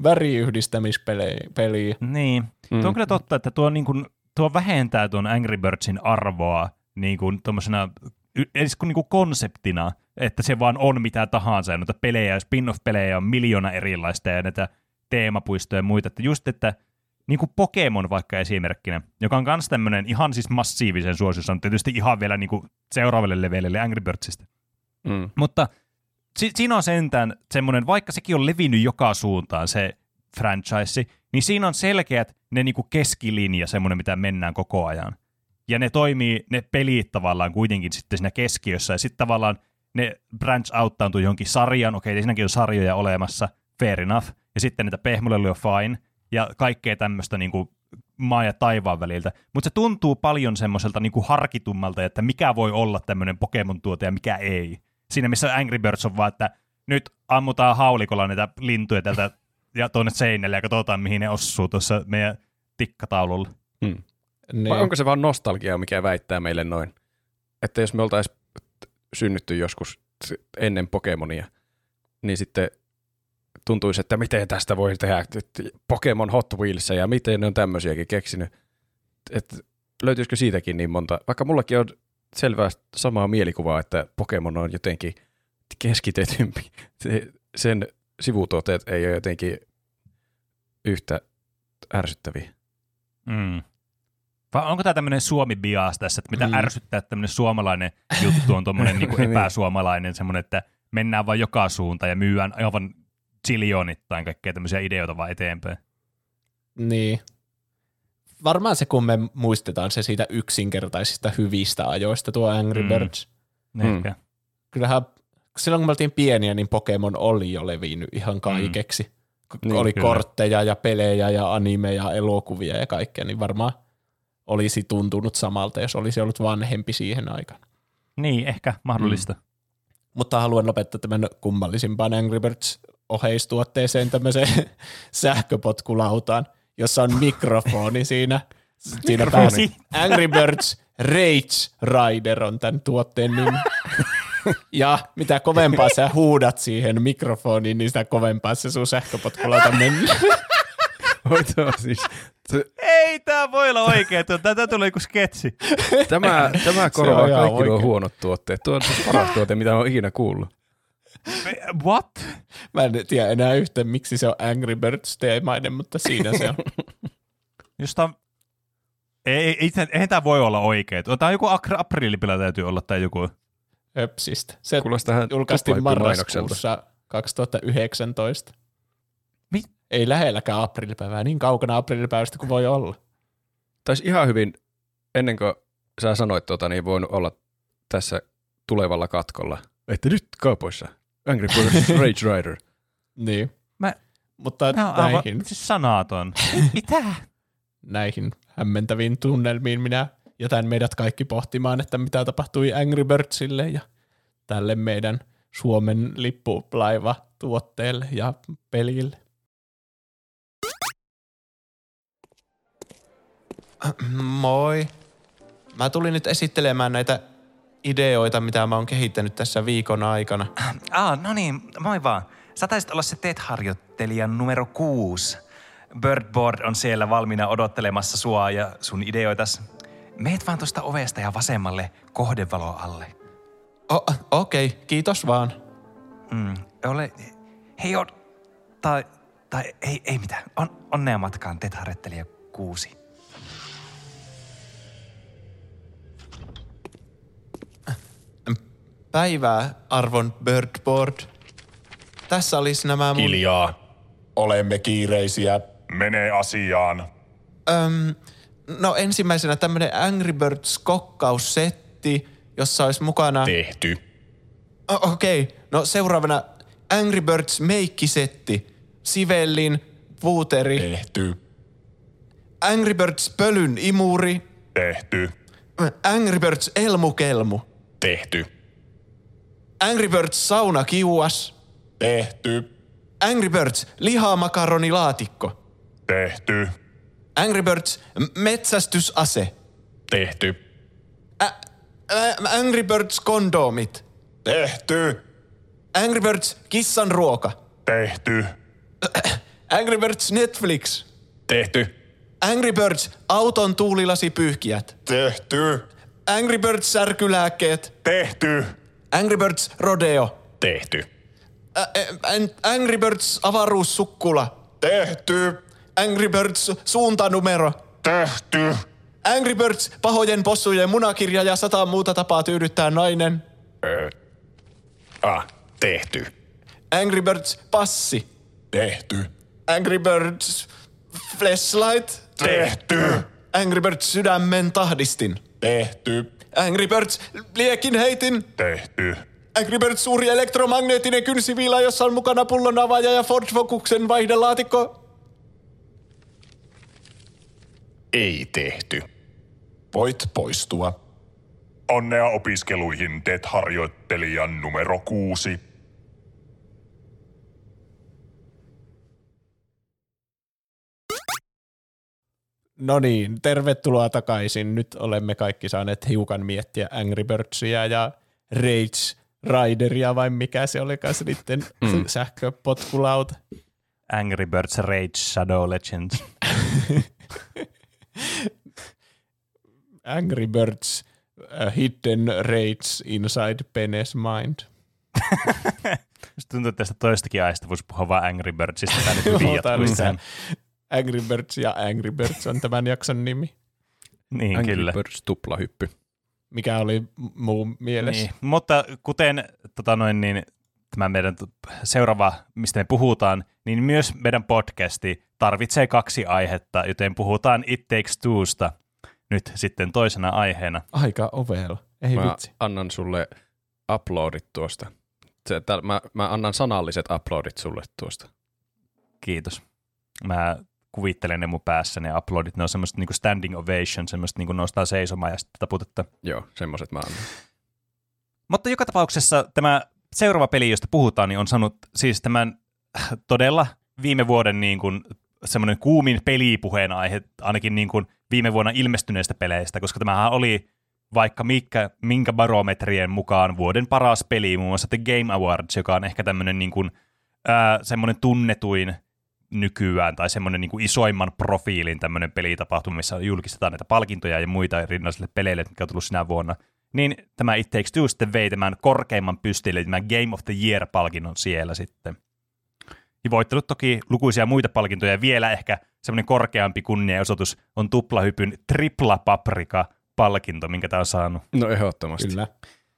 väriyhdistämispeliä. Niin, tuo on kyllä totta, että tuo vähentää tuon Angry Birdsin arvoa niin kuin tommosena edes niin kuin konseptina, että se vaan on mitä tahansa ja noita pelejä, spin-off-pelejä on miljoona erilaista ja näitä teemapuistoja ja muita, että just, että niin kuin Pokemon vaikka esimerkkinä, joka on myös tämmöinen ihan siis massiivisen suosiossa, on tietysti ihan vielä niin kuin seuraavalle levelille Angry Birdsista. Mutta siinä on sentään semmoinen, vaikka sekin on levinnyt joka suuntaan se franchise, niin siinä on selkeät ne niin kuin keskilinja, semmoinen mitä mennään koko ajan. Ja ne toimii, ne pelit tavallaan kuitenkin sitten siinä keskiössä, ja sitten tavallaan ne branch outtaantuu johonkin sarjaan, okei, siinäkin on sarjoja olemassa, fair enough, ja sitten niitä pehmoleluja fine, ja kaikkea tämmöistä niin kuin maan ja taivaan väliltä, mutta se tuntuu paljon semmoiselta niin kuin harkitummalta, että mikä voi olla tämmöinen Pokemon-tuote ja mikä ei. Siinä missä Angry Birds on vaan, että nyt ammutaan haulikolla näitä lintuja tältä ja tuonne seinälle ja katsotaan, mihin ne osuu tuossa meidän tikkataululla. Niin. Vai onko se vaan nostalgia, mikä väittää meille noin? Että jos me oltaisiin synnytty joskus ennen Pokemonia, niin sitten tuntuisi, että miten tästä voi tehdä Pokemon Hot Wheels ja miten ne on tämmöisiäkin keksinyt. Että löytyisikö siitäkin niin monta? Vaikka mullakin on selvää samaa mielikuvaa, että Pokemon on jotenkin keskitetympi. Sen sivutuotteet ei ole jotenkin yhtä ärsyttäviä. Vai onko tämä tämmöinen Suomi-bias tässä, että mitä ärsyttää, että tämmöinen suomalainen juttu on tuommoinen niin epäsuomalainen, semmoinen, että mennään vaan joka suuntaan ja myydään aivan ziljoonittain kaikkea tämmöisiä ideoita vaan eteenpäin. Niin. Varmaan se, kun me muistetaan se siitä yksinkertaisista hyvistä ajoista, tuo Angry Birds. Kyllähän silloin, kun me oltiin pieniä, niin Pokemon oli jo levinnyt ihan kaikeksi. Oli kyllä kortteja ja pelejä ja animeja, elokuvia ja kaikkea, niin varmaan olisi tuntunut samalta, jos olisi ollut vanhempi siihen aikaan. Niin, ehkä mahdollista. Mutta haluan lopettaa tämän kummallisimpaan Angry Birds-oheistuotteeseen tämmöiseen sähköpotkulautaan, jossa on mikrofoni siinä päässä. Angry Birds Rage Rider on tämän tuotteen nimi. Ja mitä kovempaa sä huudat siihen mikrofoniin, niin sitä kovempaa se sun sähköpotkulauta menee. Ei tää voi olla oikein, tää tulee joku sketsi. Tämä korvaa kaikki nuo huonot tuotteet. Tuo on siis paras tuote, mitä mä oon ikinä kuullut. What? Mä en tiedä enää yhtään, miksi se on Angry Birds-teemainen, mutta siinä se on. Eihän tää voi olla oikein. Tää on joku aprilipila täytyy olla tai joku. Höpsistä. Se kuulostaa julkaistiin marraskuussa 2019. Ei lähelläkään aprillipäivää, niin kaukana aprillipäivästä kuin voi olla. Taisi ihan hyvin, ennen kuin sä sanoit niin voinut olla tässä tulevalla katkolla, että nyt kaupoissa Angry Birds Rage Rider. Niin. Mutta näihin siis sanaton. Mitä? Näihin hämmentäviin tunnelmiin minä jätän meidät kaikki pohtimaan, että mitä tapahtui Angry Birdsille ja tälle meidän Suomen lippulaiva-tuotteelle ja pelille. Moi. Mä tulin nyt esittelemään näitä ideoita, mitä mä oon kehittänyt tässä viikon aikana. No niin, moi vaan. Sä taisit olla se TED-harjoittelija numero 6. Birdboard on siellä valmiina odottelemassa sua ja sun ideoitas. Meet vaan tuosta ovesta ja vasemmalle kohdevalo alle. Okei, kiitos vaan. Ei mitään. Onnea matkaan TED-harjoittelija 6. Päivää, arvon Birdboard. Tässä olisi nämä mun... Hiljaa. Olemme kiireisiä. Mene asiaan. No ensimmäisenä tämmönen Angry Birds kokkaussetti, jossa olisi mukana... Tehty. Okei. No seuraavana Angry Birds meikkisetti. Sivellin, puuteri. Tehty. Angry Birds pölyn imuri. Tehty. Angry Birds elmukelmu. Tehty. Angry Birds saunakiuas. Tehty. Angry Birds lihamakaroni-laatikko. Tehty. Angry Birds metsästysase. Tehty. Angry Birds kondomit. Tehty. Angry Birds kissan ruoka. Tehty. Angry Birds Netflix. Tehty. Angry Birds auton tuulilasipyyhkijät. Tehty. Angry Birds särkylääkkeet. Tehty. Angry Birds rodeo. Tehty. Angry Birds avaruussukkula. Tehty. Angry Birds suuntanumero. Tehty. Angry Birds pahojen possujen munakirja ja 100 muuta tapaa tyydyttää nainen. Tehty. Angry Birds passi. Tehty. Angry Birds flashlight. Tehty. Angry Birds sydämen tahdistin. Tehty. Angry Birds liekin heitin. Tehty. Angry Birds suuri elektromagneettinen kynsiviila, jossa on mukana pullon avaaja ja Ford Focusen vaihdelaatikko. Ei tehty. Voit poistua. Onnea opiskeluihin, TET-harjoittelijan numero 6. No niin, tervetuloa takaisin. Nyt olemme kaikki saaneet hiukan miettiä Angry Birdsia ja Rage Rideria, vai mikä se olikaan se niiden sähköpotkulauta. Angry Birds Rage Shadow Legends. Angry Birds Hidden Rage Inside Pene's Mind. Tuntuu, että tästä toistakin aista voisi puhua vaan Angry Birdsista. Tämä nyt hyvin lisää. Angry Birds ja Angry Birds on tämän jakson nimi. Niin, Angry kyllä. Birds tuplahyppy. Mikä oli muun mielessä. Niin, mutta kuten tämä meidän seuraava, mistä me puhutaan, niin myös meidän podcasti tarvitsee 2 aihetta, joten puhutaan It Takes Twosta nyt sitten toisena aiheena. Aika ovella. Ei Mä vitsi. annan sulle uploadit tuosta. Mä annan sanalliset uploadit sulle tuosta. Kiitos. Mä kuvittelen ne mun päässä, ne uploadit, ne on semmoista niinku standing ovation, semmoista niinku nostaa seisomaan ja sitten taputetta. Joo, semmoiset mä annan. Mutta joka tapauksessa tämä seuraava peli, josta puhutaan, niin on saanut siis tämän todella viime vuoden niin kuin semmoinen kuumin pelipuheen aihe, ainakin niin kuin viime vuonna ilmestyneistä peleistä, koska tämähän oli vaikka minkä barometrien mukaan vuoden paras peli, muun muassa The Game Awards, joka on ehkä tämmöinen niin kuin, semmoinen tunnetuin nykyään, tai semmoinen niin kuin isoimman profiilin tämmöinen pelitapahtuma, missä julkistetaan näitä palkintoja ja muita rinnallisille peleille, mitkä on tullut sinä vuonna. Niin tämä It Takes Two sitten vei tämän korkeimman pystille, tämän Game of the Year-palkinnon siellä sitten. Ja voittanut toki lukuisia muita palkintoja, ja vielä ehkä semmoinen korkeampi kunniaosoitus on tuplahypyn Tripla Paprika-palkinto, minkä tämä on saanut. No ehdottomasti. Kyllä.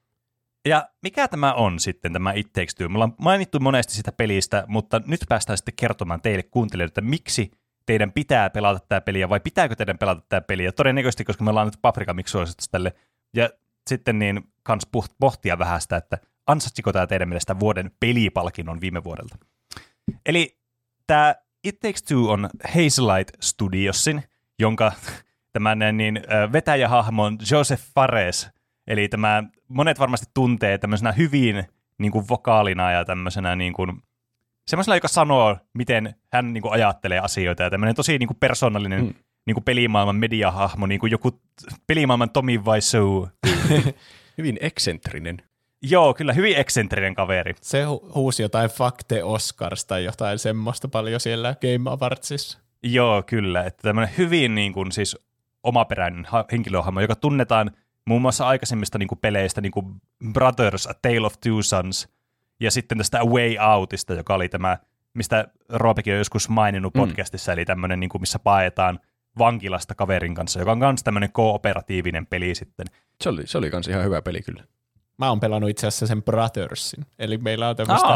Ja mikä tämä on sitten, tämä It Takes Two? Me ollaan mainittu monesti sitä pelistä, mutta nyt päästään sitten kertomaan teille kuuntelijoille, että miksi teidän pitää pelata tämä peliä, vai pitääkö teidän pelata tämä peliä? Todennäköisesti, koska me ollaan nyt Paprika Mix-suositus tälle. Ja sitten niin kans pohtia vähän sitä, että ansaitsiko tämä teidän mielestä vuoden pelipalkinnon viime vuodelta. Eli tämä It Takes Two on Hazelight Studiosin, jonka tämän vetäjähahmo on Joseph Fares. Eli tämä monet varmasti tuntee tämmöisenä hyvin niin kuin vokaalina ja tämmöisenä niin kuin, semmoisena, joka sanoo, miten hän niin kuin ajattelee asioita. Ja tämmöinen tosi niin kuin persoonallinen niin kuin pelimaailman mediahahmo, niin kuin joku pelimaailman Tommy Wiseau. Hyvin eksentrinen. Joo, kyllä hyvin eksentrinen kaveri. Se huusi jotain Fuck the Oscars tai jotain semmoista paljon siellä Game Awardsissa. Joo, kyllä. Että tämmöinen hyvin niin kuin, siis omaperäinen henkilöhahmo, joka tunnetaan muun muassa aikaisemmista niin kuin peleistä, niin kuin Brothers, A Tale of Two Sons, ja sitten tästä A Way Outista, joka oli tämä, mistä Roopekin on joskus maininnut podcastissa, eli tämmöinen, niin kuin, missä paetaan vankilasta kaverin kanssa, joka on myös tämmöinen kooperatiivinen peli sitten. Se oli kans ihan hyvä peli kyllä. Mä oon pelannut itse asiassa sen Brothersin, eli meillä on tämmöistä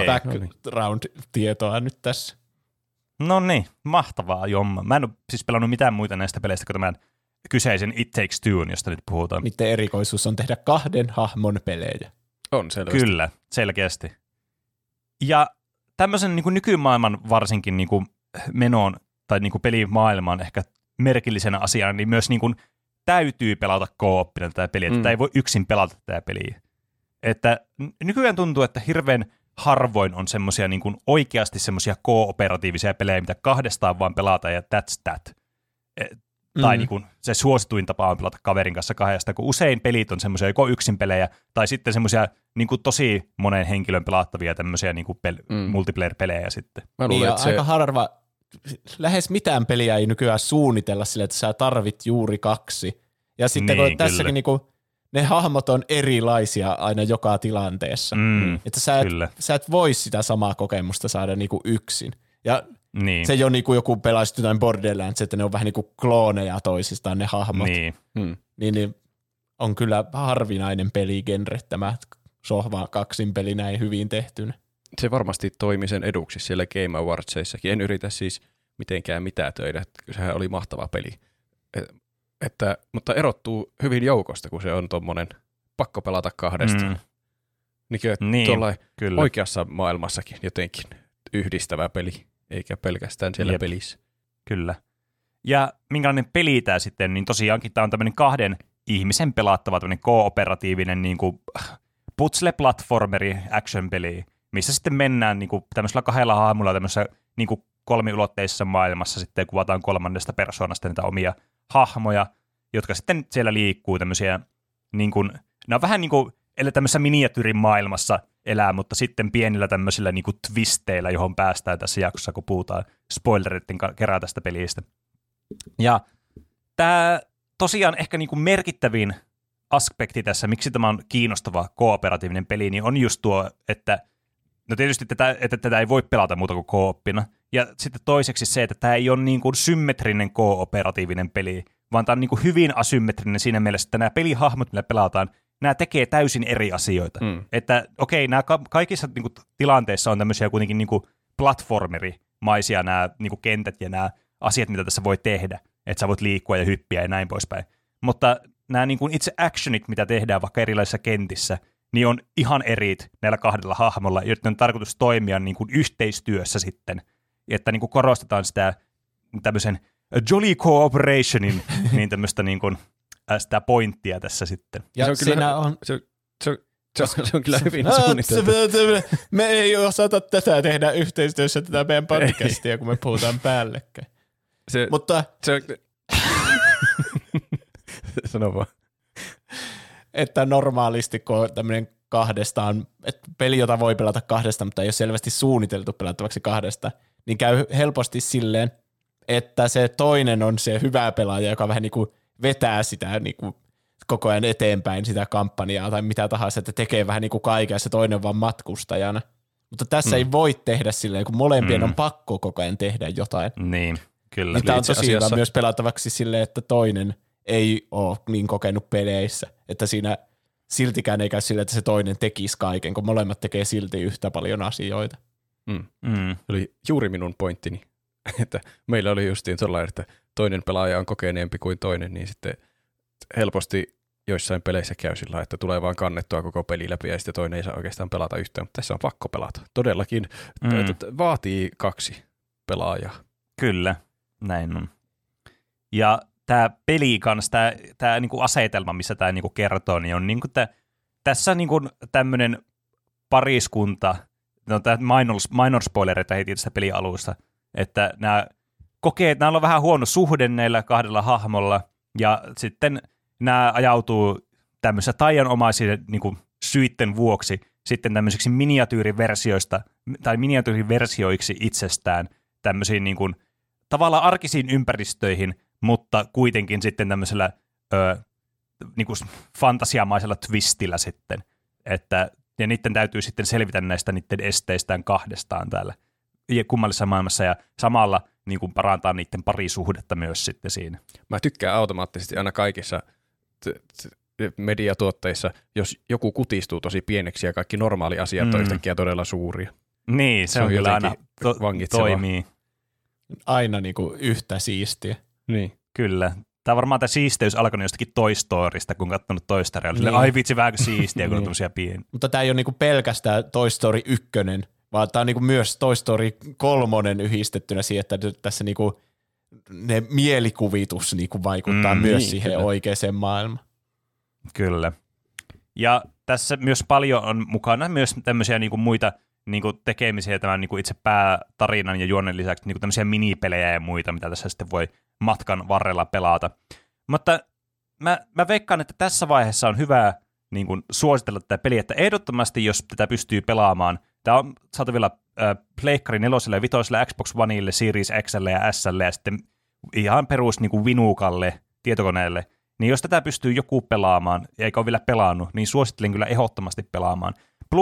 background-tietoa nyt tässä. No niin, mahtavaa jomma. Mä en ole siis pelannut mitään muita näistä peleistä kuin tämän kyseisen It Takes Two, josta nyt puhutaan. Niiden erikoisuus on tehdä 2 hahmon pelejä. On selvästi. Kyllä, selkeästi. Ja tämmöisen niin kuin nykymaailman varsinkin niin kuin menoon tai niin kuin pelimaailmaan ehkä merkillisenä asiana, niin myös niin kuin täytyy pelata co-oppina tätä peliä, että ei voi yksin pelata tätä peliä. Että nykyään tuntuu, että hirveän harvoin on semmoisia niin kuin oikeasti semmoisia kooperatiivisia pelejä, mitä 2 vaan pelata ja that's that. Tai niin kuin se suosituin tapa on pelata kaverin kanssa 2, kun usein pelit on semmoisia joko yksin pelejä tai sitten semmoisia niin kuin tosi monen henkilön pelattavia tämmöisiä niin kuin multiplayer-pelejä sitten. Mä luulen, Niin, että aika harva, lähes mitään peliä ei nykyään suunnitella sille, että sä tarvit juuri 2. Ja sitten niin, kun tässäkin niinku, ne hahmot on erilaisia aina joka tilanteessa. Että sä et voi sitä samaa kokemusta saada niinku yksin. Ja Niin. Se ei ole niinku joku pelaisi jotain Borderlands, että ne on vähän niin kuin klooneja toisistaan ne hahmot. Niin on kyllä harvinainen peligenre tämä sohva kaksin peli näin hyvin tehtynä. Se varmasti toimi sen eduksi siellä Game Awardsissakin. En yritä siis mitenkään mitätöidä, sehän oli mahtava peli. Mutta erottuu hyvin joukosta, kun se on tommonen pakko pelata kahdesta. Niin, kyllä. Oikeassa maailmassakin jotenkin yhdistävä peli, eikä pelkästään siellä pelissä. Kyllä. Ja minkälainen peli tämä sitten, niin tosiaankin tämä on tämmöinen 2 ihmisen pelattava tämmöinen kooperatiivinen niin kuin puzzle-platformeri action-peli, missä sitten mennään niin kuin tämmöisellä 2 hahmolla tämmöisessä niin kuin 3-ulotteisessa maailmassa sitten kuvataan 3. persoonasta niitä omia hahmoja, jotka sitten siellä liikkuu tämmöisiä, niin kuin, ne on vähän niin kuin, eli tämmöisessä miniatyyrin maailmassa elää, mutta sitten pienillä tämmöisillä niin kuin twisteillä, johon päästään tässä jaksossa, kun puhutaan spoileritten kerran tästä pelistä. Ja tämä tosiaan ehkä niin kuin merkittävin aspekti tässä, miksi tämä on kiinnostava kooperatiivinen peli, niin on just tuo, että no tietysti tätä ei voi pelata muuta kuin kooppina. Ja sitten toiseksi se, että tämä ei ole niin kuin symmetrinen kooperatiivinen peli, vaan tämä on niin kuin hyvin asymmetrinen siinä mielessä, että nämä pelihahmot, millä pelataan, nämä tekee täysin eri asioita. Että okei, nämä kaikissa niin kuin tilanteissa on tämmöisiä kuitenkin niin kuin platformerimaisia nämä niin kuin kentät ja nämä asiat, mitä tässä voi tehdä. Että sä voit liikkua ja hyppiä ja näin poispäin. Mutta nämä niin kuin itse actionit, mitä tehdään vaikka erilaisissa kentissä, niin on ihan erit näillä 2 hahmolla, joiden on tarkoitus toimia niin kuin yhteistyössä sitten. Että niin kuin korostetaan sitä tämmöisen jolly cooperationin niin tämmöistä niin kuin, sitä pointtia tässä sitten. Ja se on kyllä, siinä on... Se on kyllä hyvin suunniteltu. Me ei osata tätä tehdä yhteistyössä tätä meidän podcastia, kun me puhutaan päällekkäin. Mutta... Sano vaan. Että normaalisti, kun on tämmöinen 2, että peli, jota voi pelata 2, mutta ei ole selvästi suunniteltu pelattavaksi 2, niin käy helposti silleen, että se toinen on se hyvä pelaaja, joka vähän niin kuin vetää sitä niin kuin koko ajan eteenpäin sitä kampanjaa tai mitä tahansa, että tekee vähän niin kuin kaikkea, se toinen on vaan matkustajana. Mutta tässä ei voi tehdä silleen, kun molempien on pakko koko ajan tehdä jotain. Niin, kyllä. Tämä on tosi hyvä myös pelattavaksi silleen, että toinen ei ole niin kokenut peleissä, että siinä siltikään ei käy silleen, että se toinen tekisi kaiken, kun molemmat tekee silti yhtä paljon asioita. Oli juuri minun pointtini, että meillä oli justiin sellainen, että toinen pelaaja on kokeneempi kuin toinen, niin sitten helposti joissain peleissä käy sillä, että tulee vaan kannettua koko peli läpi ja sitten toinen ei saa oikeastaan pelata yhtään, mutta tässä on pakko pelata. Todellakin vaatii 2 pelaajaa. Kyllä, näin on. Ja tämä peli kanssa, tämä niinku asetelma, missä tämä niinku kertoo, niin on niinku tässä niinku tämmöinen pariskunta, no tämä minor spoilereita heti tästä pelin alusta, että nämä kokee, että näillä on vähän huono suhde näillä 2 hahmolla, ja sitten nämä ajautuu tämmöisissä taianomaisille niinku syitten vuoksi sitten tämmöisiksi miniatyyriversioiksi itsestään tämmöisiin niinku tavallaan arkisiin ympäristöihin, mutta kuitenkin sitten tämmöisellä niinku fantasiamaisella twistillä sitten, että ja niiden täytyy sitten selvitä näistä niiden esteistään 2 täällä kummallisessa maailmassa ja samalla niin kuin parantaa niiden parisuhdetta myös sitten siinä. Mä tykkään automaattisesti aina kaikissa mediatuotteissa, jos joku kutistuu tosi pieneksi ja kaikki normaali asiat on yhtäkkiä todella suuria. Niin, se on kyllä aina toimii. Aina niin kuin yhtä siistiä. Niin. Kyllä. Tämä varmaan tämä siisteys alkoi jostakin Toy Storysta, kun katsonut Toy Storya. Niin. Ai vitsi, vähän siistiä, kun on tämmöisiä pieniä. Mutta tämä ei ole niinku pelkästään Toy Story 1, vaan tämä on niinku myös Toy Story 3 yhdistettynä siihen, että tässä niinku ne mielikuvitus niinku vaikuttaa myös siihen kyllä. Oikeaan maailmaan. Kyllä. Ja tässä myös paljon on mukana myös tämmöisiä niinku muita niinku tekemisiä tämän niinku itse päätarinan ja juonen lisäksi niinku tämmöisiä minipelejä ja muita, mitä tässä sitten voi matkan varrella pelata. Mutta mä veikkaan, että tässä vaiheessa on hyvä niin kuin suositella tätä peliä, että ehdottomasti, jos tätä pystyy pelaamaan, tämä on saatavilla Pleikkari 4 ja 5, Xbox Oneille, Series X:lle ja S:lle ja sitten ihan perus niin kuin Vinukalle, tietokoneelle, niin jos tätä pystyy joku pelaamaan ja eikä ole vielä pelannut, niin suosittelen kyllä ehdottomasti pelaamaan. Plus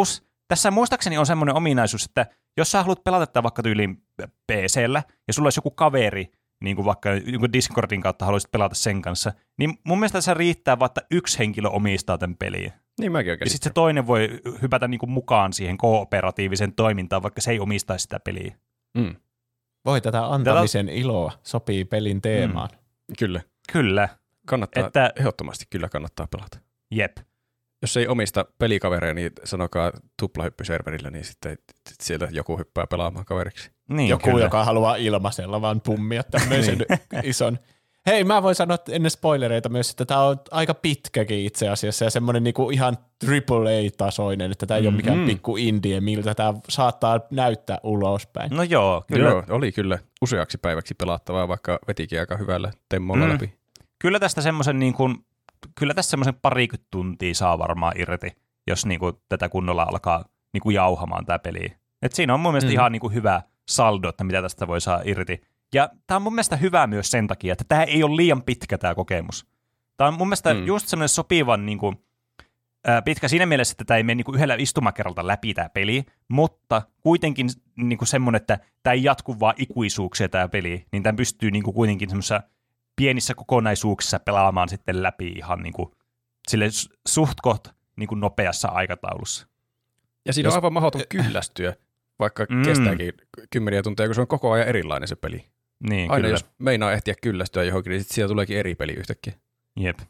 tässä muistaakseni on semmoinen ominaisuus, että jos sä haluat pelata tätä vaikka tyyliin PC:llä ja sulla olisi joku kaveri, niin kuin vaikka joku Discordin kautta haluaisit pelata sen kanssa, niin mun mielestä se riittää, vaan että yksi henkilö omistaa tämän peliin. Niin mäkin oikein. Ja sitten se toinen voi hypätä niin kuin mukaan siihen kooperatiiviseen toimintaan, vaikka se ei omistaisi sitä peliä. Mm. Voi tätä antamisen iloa, sopii pelin teemaan. Kyllä. Kyllä. Ehdottomasti kyllä kannattaa pelata. Jep. Jos ei omista pelikavereja, niin sanokaa tuplahyppyserverillä, niin sitten sieltä joku hyppää pelaamaan kaveriksi. Niin, joku, kyllä. joka haluaa ilmaisella vaan pummia tämmöisen ison. Hei, mä voin sanoa ennen spoilereita myös, että tämä on aika pitkäkin itse asiassa ja semmoinen niinku ihan AAA-tasoinen, että tämä ei ole mikään pikku indie, miltä tämä saattaa näyttää ulospäin. No joo, kyllä. Joo, oli kyllä useaksi päiväksi pelattavaa, vaikka vetikin aika hyvällä temmolla läpi. Kyllä tästä semmoisen niin kuin, kyllä tästä semmoisen parikymmentä tuntia saa varmaan irti, jos niin kuin tätä kunnolla alkaa niin kuin jauhamaan tämä peli. Et siinä on mun mielestä ihan niin kuin hyvä saldo, että mitä tästä voi saa irti. Ja tämä on mun mielestä hyvä myös sen takia, että tämä ei ole liian pitkä tämä kokemus. Tämä on mun mielestä just semmoinen sopivan niin kuin, pitkä siinä mielessä, että tämä ei mene niin kuin yhdellä istumakerralta läpi tämä peli, mutta kuitenkin niin kuin semmoinen, että tämä ei jatku vaan ikuisuuksia tämä peli, niin tämä pystyy niin kuin kuitenkin semmoisessa pienissä kokonaisuuksissa pelaamaan sitten läpi ihan niin kuin sille suht koht niin kuin nopeassa aikataulussa. Ja siinä on aivan mahdoton kyllästyä, vaikka kestääkin kymmeniä tunteja, kun se on koko ajan erilainen se peli. Niin, aina kyllä. jos meinaa ehtiä kyllästyä johonkin, niin sitten siellä tuleekin eri peli yhtäkkiä. Jep.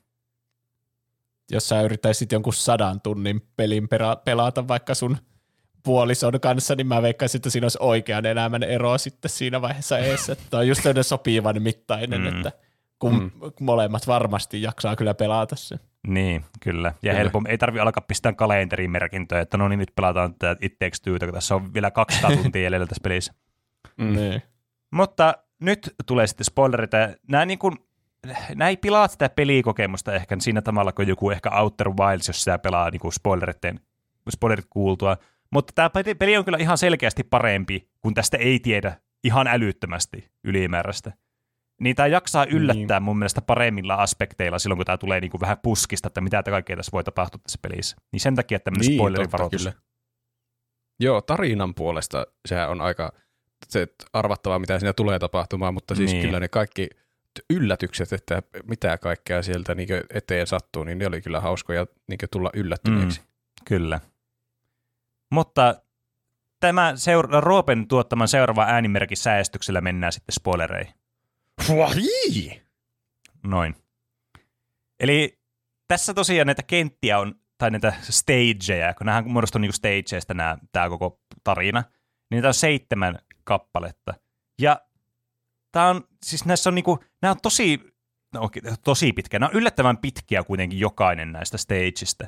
Jos sä yrittäisit jonkun 100 tunnin pelin pelata vaikka sun puolison kanssa, niin mä veikkaisin, että siinä olisi oikean elämän ero sitten siinä vaiheessa eessä. Tämä on just sellainen sopivan mittainen, että kun molemmat varmasti jaksaa kyllä pelata sen. Niin, kyllä. Ja helpommin ei tarvitse alkaa pistää kalenterimerkintöjä, että no niin, nyt pelataan tätä It Takes Two'ta, kun tässä on vielä 200 tuntia jäljellä tässä pelissä. Niin. Mutta nyt tulee sitten spoilerit. Nämä ei pilaa sitä pelikokemusta ehkä siinä tavalla kuin joku ehkä Outer Wilds, jos sitä pelaa niin kuin spoilerit kuultua. Mutta tämä peli on kyllä ihan selkeästi parempi, kun tästä ei tiedä ihan älyttömästi ylimääräistä. Niin tämä jaksaa yllättää mun mielestä paremmilla aspekteilla silloin, kun tämä tulee niin kuin vähän puskista, että mitä kaikkea tässä voi tapahtua tässä pelissä. Niin sen takia tämmöinen spoilerivaroitus. Kyllä. Joo, tarinan puolesta sehän on aika arvattavaa, mitä siinä tulee tapahtumaan, mutta siis kyllä ne kaikki yllätykset, että mitä kaikkea sieltä niin eteen sattuu, niin ne oli kyllä hauskoja niin tulla yllättyneeksi. Kyllä. Mutta tämä Roopen tuottaman seuraavan äänimerkin säästyksellä mennään sitten spoilereihin. Noin. Eli tässä tosiaan näitä kenttiä on, tai näitä stageja, kun nämähän muodostuu niinku stageista tämä koko tarina, niin niitä on 7 kappaletta. Ja tämä on, siis näissä on niinku, nämä on tosi pitkiä. Nämä on yllättävän pitkiä kuitenkin jokainen näistä stageista.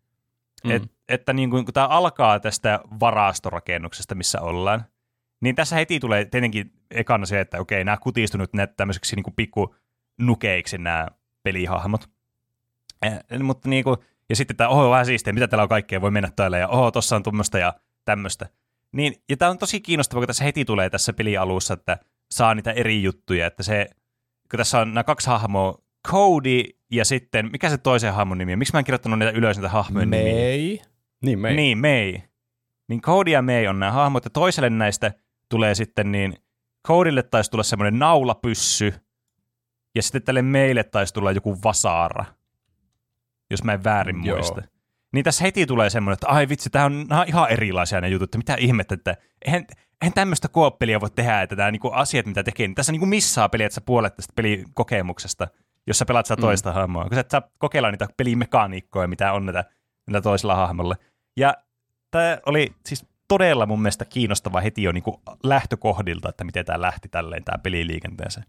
Että niin kun tämä alkaa tästä varastorakennuksesta, missä ollaan, niin tässä heti tulee tietenkin ekana se, että okei, nämä kutistunut tämmöiseksi niin pikku nukeiksi nämä pelihahmot. Mutta niin kuin, ja sitten tämä, vähän siistiä, mitä täällä on kaikkea, voi mennä täällä, ja tossa on tuommoista ja tämmöistä. Niin, ja tämä on tosi kiinnostavaa, kun tässä heti tulee tässä pelialussa, että saa niitä eri juttuja, että se, kun tässä on nämä 2 hahmoa, Cody ja sitten, mikä se toisen hahmon nimi on? Miksi mä en kirjoittanut niitä ylös, niitä hahmojen nimiä? May. Niin, May. Niin Cody ja May on nämä hahmot, ja toiselle näistä tulee sitten niin, Codylle taisi tulla semmoinen naulapyssy, ja sitten tälle Maylle taisi tulla joku vasara, jos mä en väärin muista. Niin tässä heti tulee semmoinen, että ai vitsi, nämä on ihan erilaisia ne jutut, että mitä ihmettä, että eihän tämmöistä kooppelia voi tehdä, että tämä niinku asiat, mitä tekee, niin tässä niinku missaa periaatteessa puolet tästä pelikokemuksesta, jos sä pelaat sitä toista hahmoa, kun sä et saa kokeilla niitä pelimekaniikkoja, mitä on näitä toisella hahmolla. Ja tämä oli siis todella mun mielestä kiinnostava heti jo niinku lähtökohdilta, että miten tämä lähti tälleen tämä peliliikenteeseen.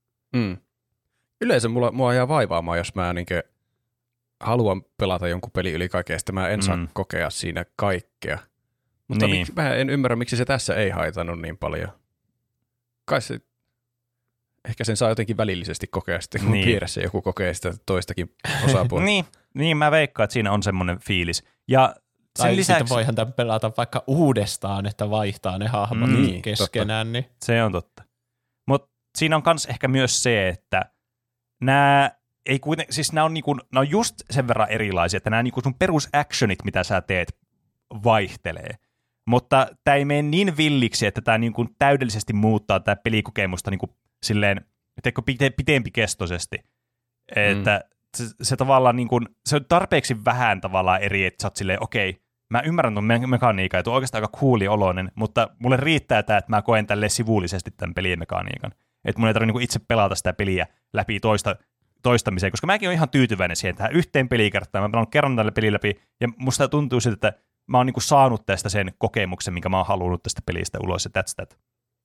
Yleensä mua jää vaivaamaan, jos mä niinkö haluan pelata jonkun peli yli kaikkea, ja sitten mä en saa kokea siinä kaikkea. Mutta mä en ymmärrä, miksi se tässä ei haitannut niin paljon. Kai se, ehkä sen saa jotenkin välillisesti kokea sitten, kun vieressä joku kokee sitä toistakin osapuolta. niin, mä veikkaan, että siinä on semmoinen fiilis. Ja tai lisäksi sitten voihan tämän pelata vaikka uudestaan, että vaihtaa ne hahmot keskenään. Niin. Se on totta. Mutta siinä on kans ehkä myös se, että nämä ei siis nämä on just sen verran erilaisia, että nämä niinku sun perusactionit, mitä sä teet vaihtelee. Mutta tämä ei mene niin villiksi, että tämä niin kuin täydellisesti muuttaa tämä pelikokemusta niin kuin silleen, pitempikestoisesti. Että se tavallaan niin kuin, se on tarpeeksi vähän tavallaan eri, että sä oot silleen, okei, mä ymmärrän tuon mekaniikan, ja tuo on oikeastaan aika cooli oloinen, mutta mulle riittää tämä, että mä koen tälleen sivullisesti tämän pelin mekaniikan. Että mun ei tarvitse niin itse pelata sitä peliä läpi toistamiseen, koska mäkin olen ihan tyytyväinen siihen tähän yhteen pelikertaan. Mä oon pelannut kerran tälle pelin läpi, ja musta tuntuu siltä, että mä oon niin kuin saanut tästä sen kokemuksen, minkä mä oon halunnut tästä pelistä ulos, ja that's that.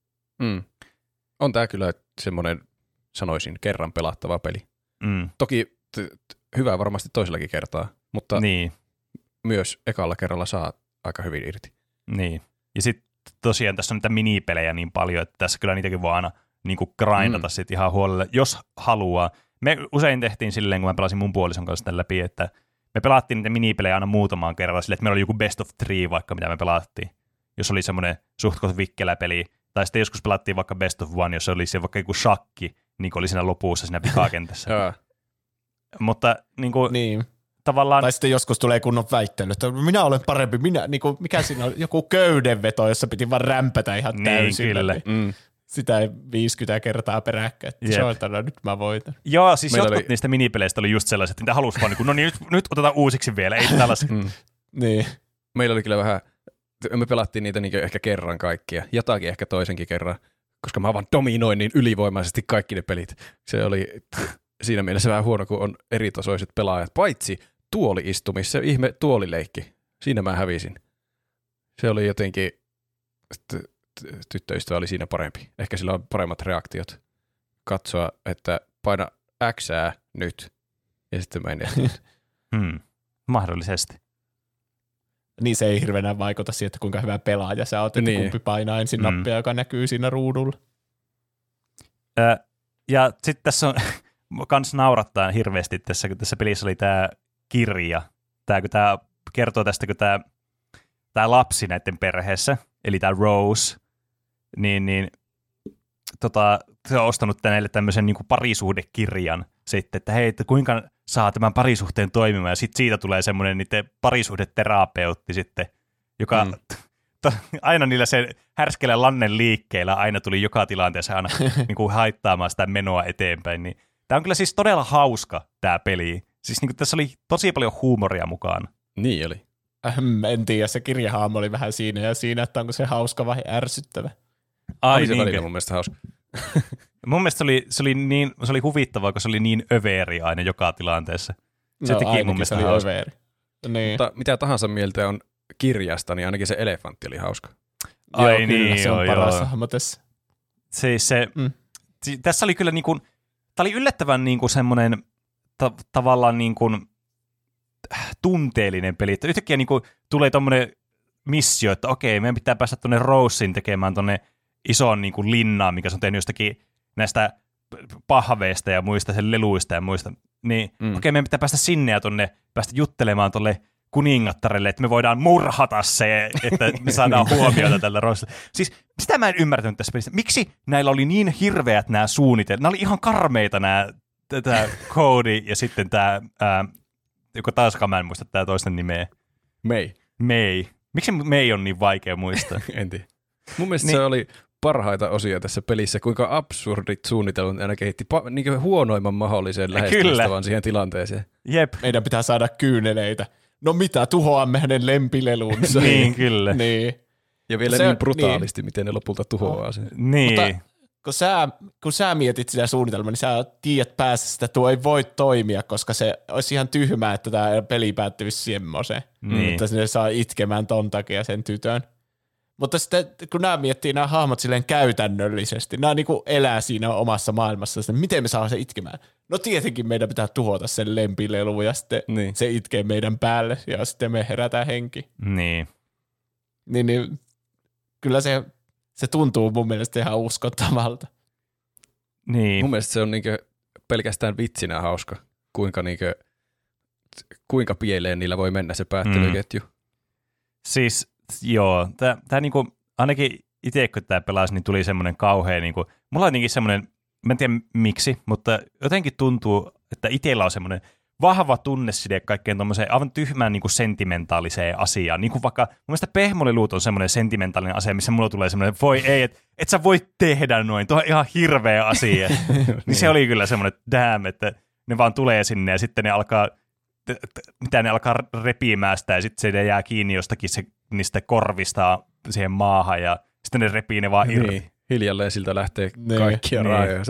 On tää kyllä semmoinen, sanoisin, kerran pelattava peli. Toki hyvä varmasti toisellakin kertaa, mutta myös ekalla kerralla saa aika hyvin irti. Niin. Ja sitten tosiaan tässä on niitä minipelejä niin paljon, että tässä kyllä niitäkin voi aina niin kuin grindata sitten ihan huolella, jos haluaa. Me usein tehtiin silleen, kun mä pelasin mun puolison kanssa tämän läpi, että me pelattiin niitä minipelejä aina muutamaan kerralla silleen, että meillä oli joku best of 3 vaikka, mitä me pelattiin. Jos oli semmoinen suht vikkelä peli, tai sitten joskus pelattiin vaikka best of 1, jos oli se vaikka joku shakki, niin kuin oli siinä lopussa siinä pikakentässä. Mutta niin. Tavallaan... Tai sitten joskus tulee kunnon väittely, että minä olen parempi, mikä siinä on, joku köydenveto, jossa piti vaan rämpätä ihan täysin. Kyllä. Sitä ei 50 kertaa peräkkäin, että se on, että nyt mä voitan. Joo, siis jotkut niistä minipeleistä oli just sellaiset, että niitä halusi vaan, no niin, nyt otetaan uusiksi vielä, ei tällaisia. Niin. Meillä oli kyllä vähän, me pelattiin niitä niin ehkä kerran kaikkia, jotakin ehkä toisenkin kerran, koska mä vaan dominoin niin ylivoimaisesti kaikki ne pelit. Se oli siinä mielessä vähän huono, kun on eritasoiset pelaajat, paitsi tuoli-istumis, se ihme tuolileikki. Siinä mä hävisin. Se oli jotenkin, tyttöystävä oli siinä parempi. Ehkä sillä on paremmat reaktiot. Katsoa, että paina Xää nyt, ja sitten mä en ehtinyt. Mahdollisesti. Niin se ei hirveänä vaikuta siihen, että kuinka hyvä pelaaja sä oot, että kumpi painaa ensin nappia, joka näkyy siinä ruudulla. Ja sitten tässä on kans naurattaa hirveästi tässä, kun tässä pelissä oli tämä kirja. Kun tämä kertoo tästä, kun tämä lapsi näiden perheessä, eli tämä Rose, niin se on ostanut näille tämmöisen niin kuin parisuhdekirjan sitten, että hei, että kuinka saa tämän parisuhteen toimimaan, ja sitten siitä tulee semmoinen niiden parisuhdeterapeutti sitten, joka aina niillä se härskellä lannen liikkeellä aina tuli joka tilanteessa aina niin kuin haittaamaan sitä menoa eteenpäin, niin tämä on kyllä siis todella hauska tämä peli. Siis niin kuin tässä oli tosi paljon huumoria mukaan. Niin oli. En tiedä, se kirjahaamo oli vähän siinä ja siinä, että onko se hauska vai ärsyttävä. Oli se välillä mun mielestä hauska. Mun mielestä se oli huvittavaa, kun se oli niin överi aina joka tilanteessa. Se teki mun mielestä hauska. Niin. Mutta mitä tahansa mieltä on kirjasta, niin ainakin se elefantti oli hauska. Ai joo, niin, kyllä, se on paras hahmo tässä. Tässä oli kyllä niinku, tää oli yllättävän niinku semmoinen tavallaan niinku tunteellinen peli. Että yhtäkkiä niinku tulee tommonen missio, että okei, meidän pitää päästä tuonne Rosein tekemään tuonne ison niinku linnaan, mikä se on tehnyt jostakin näistä pahveista ja muista, sen leluista ja muista. Niin okei, meidän pitää päästä sinne ja päästä juttelemaan tuolle kuningattarelle, että me voidaan murhata se, että me saadaan huomiota tällä Roselle. Siis sitä mä en ymmärtänyt tässä pelissä. Miksi näillä oli niin hirveät nämä suunnitelmat? Nämä oli ihan karmeita tämä Cody ja sitten tämä, joka taaskaan mä en muista tämä toisten nimeä. May. Miksi May on niin vaikea muistaa? En tiedä. Mun mielestä se oli parhaita osia tässä pelissä, kuinka absurdit suunnitelmat aina kehitti niin huonoimman mahdollisen lähestymistavan siihen tilanteeseen. Jep. Meidän pitää saada kyyneleitä. No mitä, tuhoamme hänen lempilelunsa. Niin, kyllä. Niin. Ja vielä niin brutaalisti, miten ne lopulta tuhoaa sen. Niin. Mutta kun sä mietit sitä suunnitelmaa, niin sä tiedät päässä, että tuo ei voi toimia, koska se olisi ihan tyhmää, että tämä peli päättyisi semmoiseen. Niin. Että sinne saa itkemään ton takia sen tytön. Mutta sitten kun nämä miettii nämä hahmot silleen käytännöllisesti, nämä niinku elää siinä omassa maailmassa, että miten me saa se itkemään. No tietenkin meidän pitää tuhota sen lempilelu ja sitten se itkee meidän päälle ja sitten me herätään henki. Niin. Niin kyllä se tuntuu mun mielestä ihan uskottavalta. Niin. Mun mielestä se on niinku pelkästään vitsinä hauska, kuinka pieleen niillä voi mennä se päättelyketju. Siis joo, tää niinku, ainakin itse kun tää pelasi, niin tuli semmoinen kauhea, niinku, mulla on jotenkin semmoinen, mä en tiedä miksi, mutta jotenkin tuntuu, että itsellä on semmoinen vahva tunneside kaikkeen tuommoiseen aivan tyhmään niin kuin sentimentaaliseen asiaan. Niin kuin vaikka, mun mielestä pehmoliluut on semmoinen sentimentaalinen asia, missä mulla tulee semmoinen, voi ei, että et sä voi tehdä noin, tuo on ihan hirveä asia. Niin se oli kyllä semmoinen, damn, että ne vaan tulee sinne ja sitten ne alkaa, mitä ne alkaa repimään sitä ja sitten se jää kiinni jostakin niistä korvista siihen maahan ja sitten ne repii ne vaan irti. Niin, hiljalleen siltä lähtee kaikkia raajoja.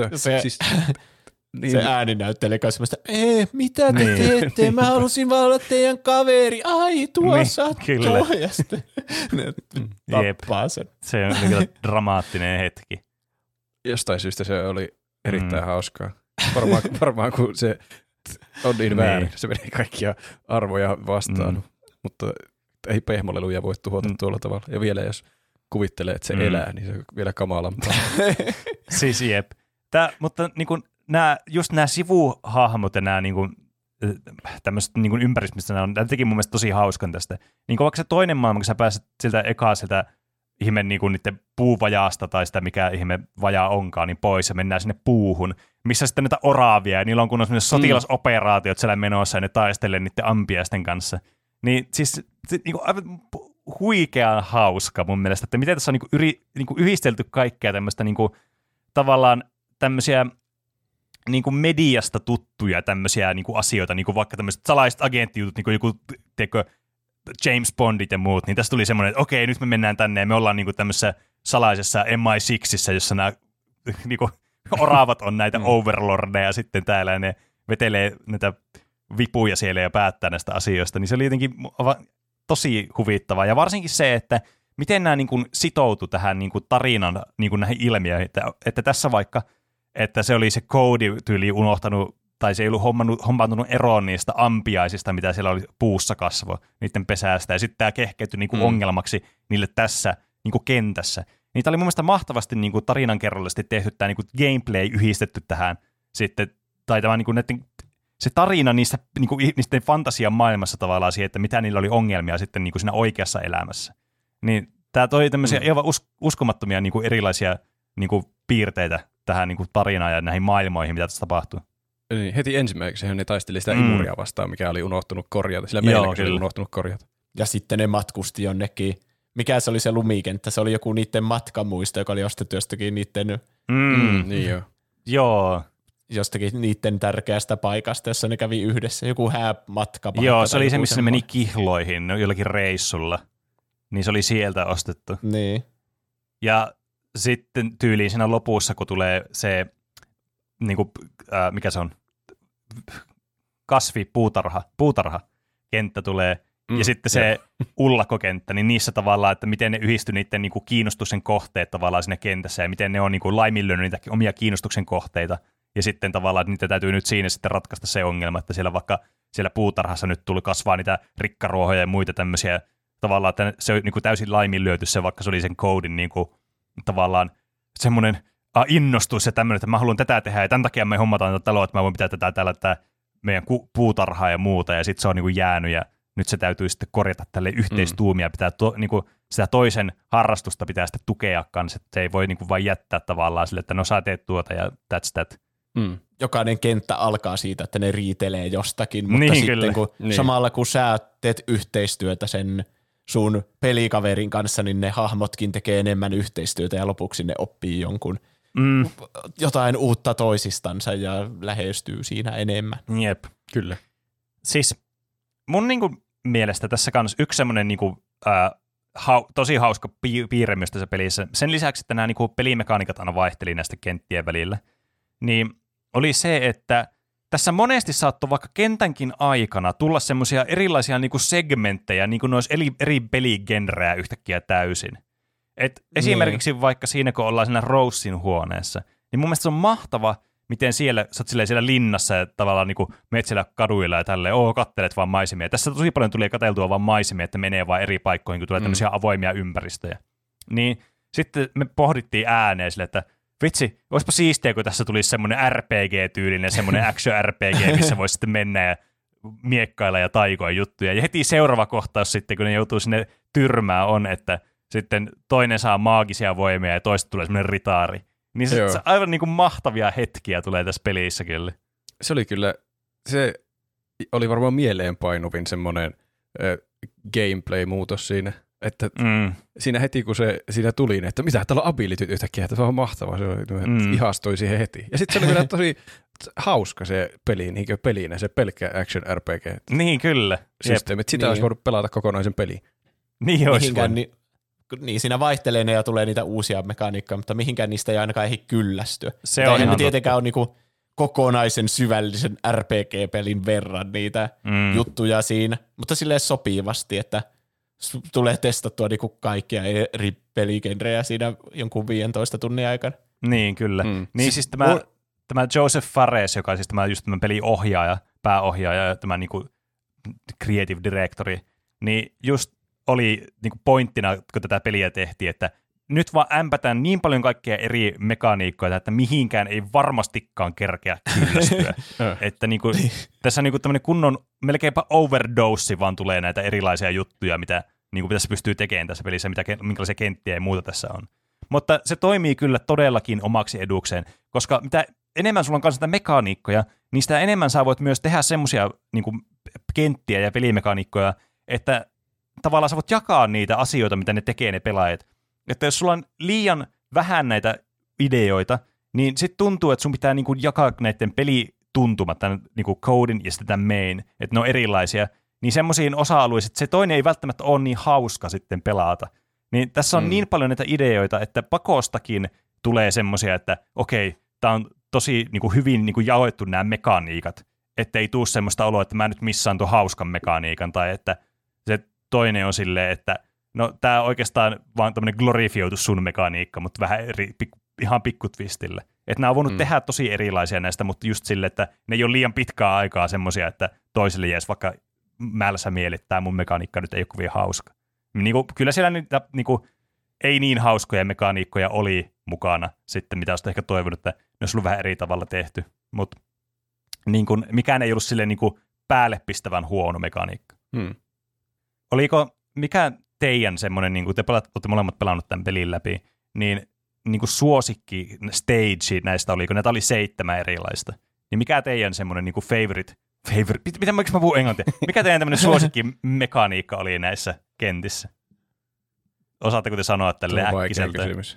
Se ääni näyttelee kai semmoista, mitä te teette? Mä halusin vaan olla teidän kaveri. Ai, tuo sattuu. Ja sitten ne tappaa sen. Se on kyllä dramaattinen hetki. Jostain syystä se oli erittäin hauskaa. Varmaan kun se on niin väärin, se menee kaikkia arvoja vastaan. Mutta ei pehmoleluja voi tuhota tuolla tavalla. Ja vielä jos kuvittelee, että se elää, niin se on vielä kamalampaa. Siis jep. Mutta niin kuin just nämä sivuhahmot ja nämä niinku, tämmöiset niinku ympäristöt, mistä nämä teki mun mielestä tosi hauskan tästä. Niin vaikka se toinen maailma, kun sä pääset siltä ihme niinku niiden puuvajaasta tai sitä mikä ihme vajaa onkaan, niin pois ja mennään sinne puuhun, missä sitten näitä oraavia ja niillä on kunnon sotilasoperaatiot siellä menossa ja ne taistelee niiden ampiaisten kanssa. Niin siis niinku aivan huikean hauska mun mielestä, että miten tässä on niinku yhdistelty kaikkea tämmöistä niinku, tavallaan tämmöisiä niin kuin mediasta tuttuja tämmöisiä niin kuin asioita, niin kuin vaikka tämmöiset salaiset agenttijutut, niin kuin joku James Bondit ja muut, niin tässä tuli semmoinen, että okei, nyt me mennään tänne ja me ollaan niin kuin tämmöisessä salaisessa MI6, jossa nämä niin kuin, oraavat on näitä overlordeja sitten täällä ja ne vetelee näitä vipuja siellä ja päättää näistä asioista, niin se oli jotenkin tosi huvittavaa ja varsinkin se, että miten nämä niin kuin sitoutui tähän niin kuin tarinan niin kuin näihin ilmiöihin, että tässä vaikka että se oli se Cody-tyyli unohtanut, tai se ei ollut hommannut eroon niistä ampiaisista, mitä siellä oli puussa kasvo, niiden pesästä, ja sitten tämä kehkeytyi niinku ongelmaksi niille tässä niinku kentässä. Niitä oli mun mielestä mahtavasti niinku tarinankerrallisesti tehty tämä niinku gameplay yhdistetty tähän sitten, tai tämä niinku se tarina niistä fantasian maailmassa tavallaan siihen, että mitä niillä oli ongelmia sitten niinku siinä oikeassa elämässä. Niin tämä toi tämmöisiä aivan uskomattomia niinku erilaisia niinku piirteitä tähän niin kuin tarinaan ja näihin maailmoihin, mitä tässä tapahtuu. Niin, heti ensimmäiseksi ne taisteli sitä imuria vastaan, mikä oli unohtunut korjata. Sillä meilläkin oli unohtunut korjata. Ja sitten ne matkusti jonnekin. Mikä se oli se lumikenttä? Se oli joku niiden matkamuisto, joka oli ostettu jostakin niiden... niin joo. Joo. Jostakin niiden tärkeästä paikasta, jossa ne kävi yhdessä. Joku häämatka. Joo, se oli se, missä ne meni kihloihin jollakin reissulla. Niin se oli sieltä ostettu. Niin. Ja sitten tyyliin siinä lopussa, kun tulee se, niinku, mikä se on, puutarha kenttä tulee, ja sitten se ullakokenttä, niin niissä tavallaan, että miten ne yhdistyi niiden niinku kiinnostuksen kohteet tavallaan siinä kentässä, ja miten ne on niinku laiminlyönyt niitä omia kiinnostuksen kohteita, ja sitten tavallaan, että niitä täytyy nyt siinä sitten ratkaista se ongelma, että siellä vaikka siellä puutarhassa nyt tuli kasvaa niitä rikkaruohoja ja muita tämmöisiä, tavallaan, että se on niinku täysin laiminlyöty se, vaikka se oli sen koodin niinku tavallaan semmoinen innostus ja tämmöinen, että mä haluan tätä tehdä ja tämän takia me hommataan tätä taloa, että mä voin pitää tätä täällä meidän puutarhaa ja muuta ja sitten se on niinku jäänyt ja nyt se täytyy sitten korjata tälle yhteistuumia, pitää niinku sitä toisen harrastusta pitää sitten tukea kanssa, että se ei voi niinku vain jättää tavallaan sille, että no sä teet tuota ja that's that. Jokainen kenttä alkaa siitä, että ne riitelee jostakin, mutta niin, sitten kun samalla kun sä teet yhteistyötä sen sun pelikaverin kanssa, niin ne hahmotkin tekee enemmän yhteistyötä ja lopuksi ne oppii jonkun jotain uutta toisistansa ja lähestyy siinä enemmän. Jep. Kyllä. Siis mun niinku mielestä tässä kanssa yksi semmoinen niinku, tosi hauska piirre myös tässä pelissä, sen lisäksi, että nämä niinku pelimekaniikat aina vaihteli näistä kenttien välillä, niin oli se, että tässä monesti saattoi vaikka kentänkin aikana tulla semmoisia erilaisia niinku segmenttejä, niin kuin ne olisi eri peligenrejä yhtäkkiä täysin. Esimerkiksi vaikka siinä, kun ollaan siinä Rosein huoneessa, niin mun mielestä se on mahtava, miten sä oot siellä linnassa ja tavallaan niinku meet siellä kaduilla ja tälleen, kattelet vaan maisemia. Tässä tosi paljon tulee katseltua vaan maisemia, että menee vaan eri paikkoihin, kun tulee tämmöisiä avoimia ympäristöjä. Niin sitten me pohdittiin ääneen sille, että vitsi, olisipa siistiä, kun tässä tulisi semmoinen RPG-tyylinen, semmoinen action-RPG, missä voisi sitten mennä ja miekkailla ja taikoa juttuja. Ja heti seuraava kohtaus sitten, kun ne joutuu sinne tyrmään, on, että sitten toinen saa maagisia voimia ja toista tulee semmoinen ritaari. Niin se aivan niin kuin mahtavia hetkiä tulee tässä pelissä kyllä. Se oli kyllä, oli varmaan mieleenpainuvin semmoinen gameplay-muutos siinä. Että siinä heti kun se siinä tuli, niin että mitä täällä on abilityt yhtäkkiä, että se on mahtavaa, se ihastui siihen heti. Ja sitten se oli vielä tosi hauska se peli, niin kuin pelinä, se pelkkä action RPG. Niin, kyllä. Systeemit, sitä olisi voinut pelata kokonaisen peliin. Niin olisi niin, siinä vaihtelee ne ja tulee niitä uusia mekaniikkoja, mutta mihinkään niistä ei ainakaan ehdi kyllästyä. Se on ihan ihan tietenkään on niinku kokonaisen syvällisen RPG-pelin verran niitä juttuja siinä, mutta silleen sopivasti, että tulee testattua niinku kaikkia eri peligenrejä siinä jonkun 15 tunnin aikana. Niin, kyllä. Niin siis tämä Joseph Fares, joka on siis tämän pelin ohjaaja, pääohjaaja ja tämä niinku creative directori, niin just oli niinku pointtina, kun tätä peliä tehtiin, että nyt vaan ämpätään niin paljon kaikkia eri mekaniikkoja, että mihinkään ei varmastikaan kerkeä kyllästyä. Että niinku, tässä niinku tämmöinen kunnon melkeinpä overdose vaan tulee näitä erilaisia juttuja, mitä niinku tässä pystyy tekemään tässä pelissä, minkälaisia kenttiä ja muuta tässä on. Mutta se toimii kyllä todellakin omaksi edukseen, koska mitä enemmän sulla on kanssa näitä mekaniikkoja, niin sitä enemmän sä voit myös tehdä semmoisia niinku kenttiä ja pelimekaniikkoja, että tavallaan sä voit jakaa niitä asioita, mitä ne tekee ne pelaajat. Että jos sulla on liian vähän näitä ideoita, niin sitten tuntuu, että sun pitää niinku jakaa näiden pelituntumat, tämän niinku codin ja sitten tämän main, että ne on erilaisia, niin semmoisiin osa-alueisiin, että se toinen ei välttämättä ole niin hauska sitten pelata. Niin tässä on niin paljon näitä ideoita, että pakostakin tulee semmoisia, että okei, tää on tosi niinku hyvin niinku jaoittu nämä mekaniikat, että ei tule semmoista oloa, että mä nyt missaan tuon hauskan mekaniikan, tai että se toinen on silleen, että no tää on oikeastaan vaan tämmöinen glorifioitu sun mekaniikka, mutta vähän ihan pikkutvistille. Että nämä on voinut tehdä tosi erilaisia näistä, mutta just sille, että ne ei ole liian pitkää aikaa semmoisia, että toiselle jäisi vaikka määlässä mieli, että tämä mun mekaniikka nyt ei ole kovin hauska. Niinku, kyllä siellä niitä niinku, ei niin hauskoja mekaniikkoja oli mukana sitten, mitä olisit ehkä toivonut, että ne olisi ollut vähän eri tavalla tehty. Mutta niin mikään ei ollut silleen niin päälle pistävän huono mekaniikka. Oliko mikä teidän semmoinen, niin kuin te olette molemmat pelannut tämän pelin läpi, niin kuin suosikki stage näistä oliko? Näitä oli 7 erilaista. Niin mikä teidän semmoinen niin kuin favorite, miksi mä puhun englantia? Mikä teidän tämmöinen suosikki mekaniikka oli näissä kentissä? Osaatteko te sanoa tälle äkkiseltä?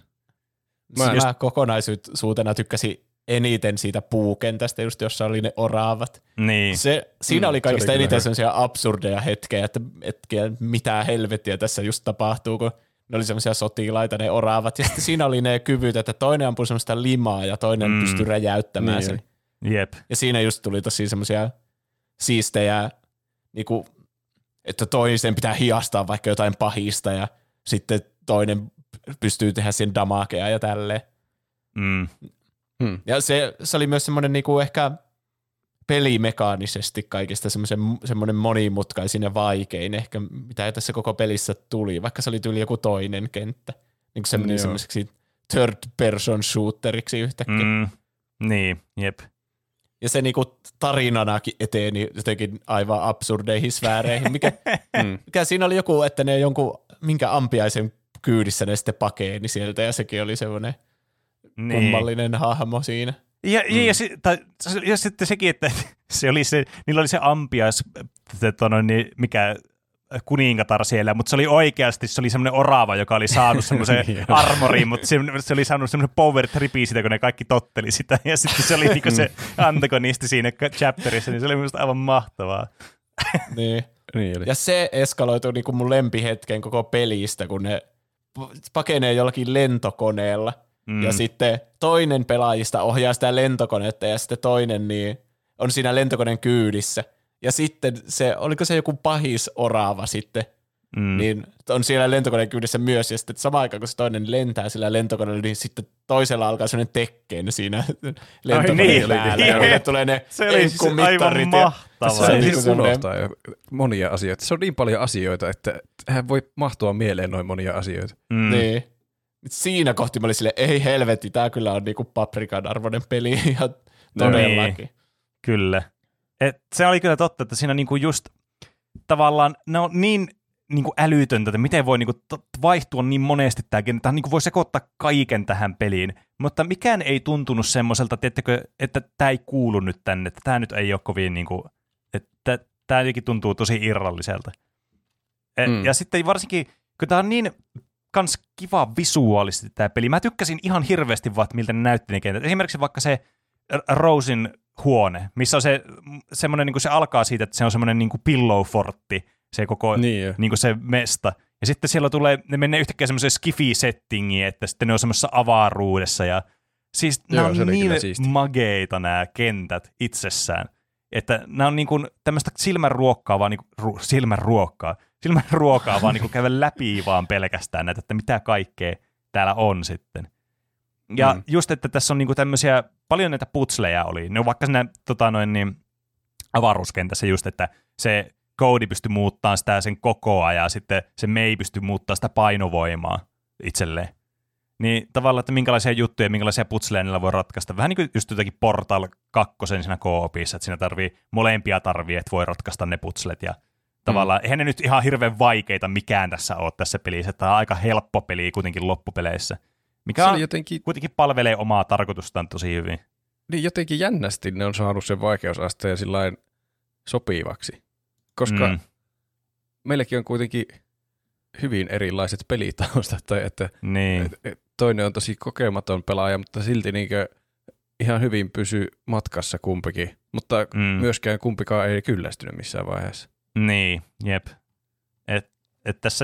Mä kokonaisuutena tykkäsin eniten siitä puukentästä, just jossa oli ne oraavat. Niin. Siinä oli kaikista eniten sellaisia absurdeja hetkiä, että mitä helvettiä tässä just tapahtuu, kun ne oli semmoisia sotilaita, ne oraavat. Ja sitten siinä oli ne kyvyt, että toinen ampui semmoista limaa ja toinen pystyi räjäyttämään sen. Jep. Ja siinä just tuli tosi semmoisia siistejä, niinku, että toisen pitää hiastaa vaikka jotain pahista ja sitten toinen pystyy tehdä sen damakea ja tälleen. Ja se oli myös semmoinen niinku ehkä pelimekaanisesti kaikista semmoinen monimutkaisin ja vaikein ehkä, mitä tässä koko pelissä tuli, vaikka se oli tyyli joku toinen kenttä. Niin kuin se meni semmoiseksi third person shooteriksi yhtäkkiä. Niin, jep. Ja se niinku tarinanakin eteni jotenkin aivan absurdeihin sfääreihin. Mikä siinä oli joku, että ne jonkun, minkä ampiaisen kyydissä ne sitten pakeeni sieltä, ja sekin oli semmoinen kummallinen hahmo siinä. Ja sitten sekin, että niillä oli se ampiais, mikä kuningatar siellä, mutta se oli oikeasti, se oli semmoinen orava, joka oli saanut semmoisen armoriin, mutta se oli saanut semmoisen power tripi siitä, kun ne kaikki totteli sitä, ja sitten se oli niinku se antagonisti siinä chapterissa, niin se oli minusta aivan mahtavaa. Niin ja se eskaloitui niinku mun lempihetken koko pelistä, kun ne pakenee jollakin lentokoneella, ja sitten toinen pelaajista ohjaa sitä lentokonetta, ja sitten toinen niin on siinä lentokoneen kyydissä. Ja sitten oliko se joku pahis orava sitten, niin on siellä lentokoneen kyydissä myös, ja sitten samaan aikaan, kun se toinen lentää sillä lentokoneella, niin sitten toisella alkaa sellainen tekken siinä lentokoneen päällä, ja tulee ne enkkumittarit. Se oli siis Se unohtaa monia asioita. Se on niin paljon asioita, että hän voi mahtua mieleen noin monia asioita. Niin. Siinä kohti mä olin silleen, ei helvetti, tää kyllä on niinku paprikan arvoinen peli, ja todellakin. Niin, kyllä. Se oli kyllä totta, että siinä niinku just tavallaan ne on niin niinku älytöntä, että miten voi niinku vaihtua niin monesti tämäkin. Tämä niinku voi sekoittaa kaiken tähän peliin, mutta mikään ei tuntunut semmoiselta, että tämä ei kuulu nyt tänne, että tämä nyt ei ole kovin niinku, että tämä jotenkin tuntuu tosi irralliselta. Ja sitten varsinkin, kun tämä on niin kans kiva visuaalisesti tämä peli. Mä tykkäsin ihan hirveästi vaan, miltä ne näytti ne kentät. Esimerkiksi vaikka se Rosen huone, missä on se semmoinen, niin kuin se alkaa siitä, että se on semmoinen niin kuin pillow-fortti, se koko niin kuin se mesta. Ja sitten siellä ne menee yhtäkkiä semmoiseen skifi-settingiin, että sitten ne on semmoisessa avaruudessa. Ja siis nämä on niin mageita nämä kentät itsessään, että nämä on niin kuin tämmöistä silmänruokkaavaa, niin kuin, silmänruokaavaa niin kuin käydä läpi vaan pelkästään näitä, että mitä kaikkea täällä on sitten. Ja just, että tässä on niinku tämmöisiä, paljon näitä putsleja oli. Ne on vaikka siinä avaruuskentässä just, että se Cody pystyy muuttamaan sitä sen kokoa ja sitten se May pystyy muuttamaan sitä painovoimaa itselleen. Niin tavallaan, että minkälaisia juttuja, minkälaisia putsleja niillä voi ratkaista. Vähän niin kuin just jotenkin Portal 2 siinä co-opissa, että siinä molempia tarvii, että voi ratkaista ne putslet. Ja tavallaan, eihän ne nyt ihan hirveän vaikeita mikään tässä ole tässä pelissä. Tämä on aika helppo peli kuitenkin loppupeleissä. Mikä on kuitenkin palvelee omaa tarkoitustaan tosi hyvin. Niin jotenkin jännästi ne on saanut sen vaikeusasteen sillain sopivaksi. Koska meilläkin on kuitenkin hyvin erilaiset pelitaustat. Että toinen on tosi kokematon pelaaja, mutta silti niinkö ihan hyvin pysyy matkassa kumpikin. Mutta myöskään kumpikaan ei kyllästynyt missään vaiheessa. Niin, jep. Et tässä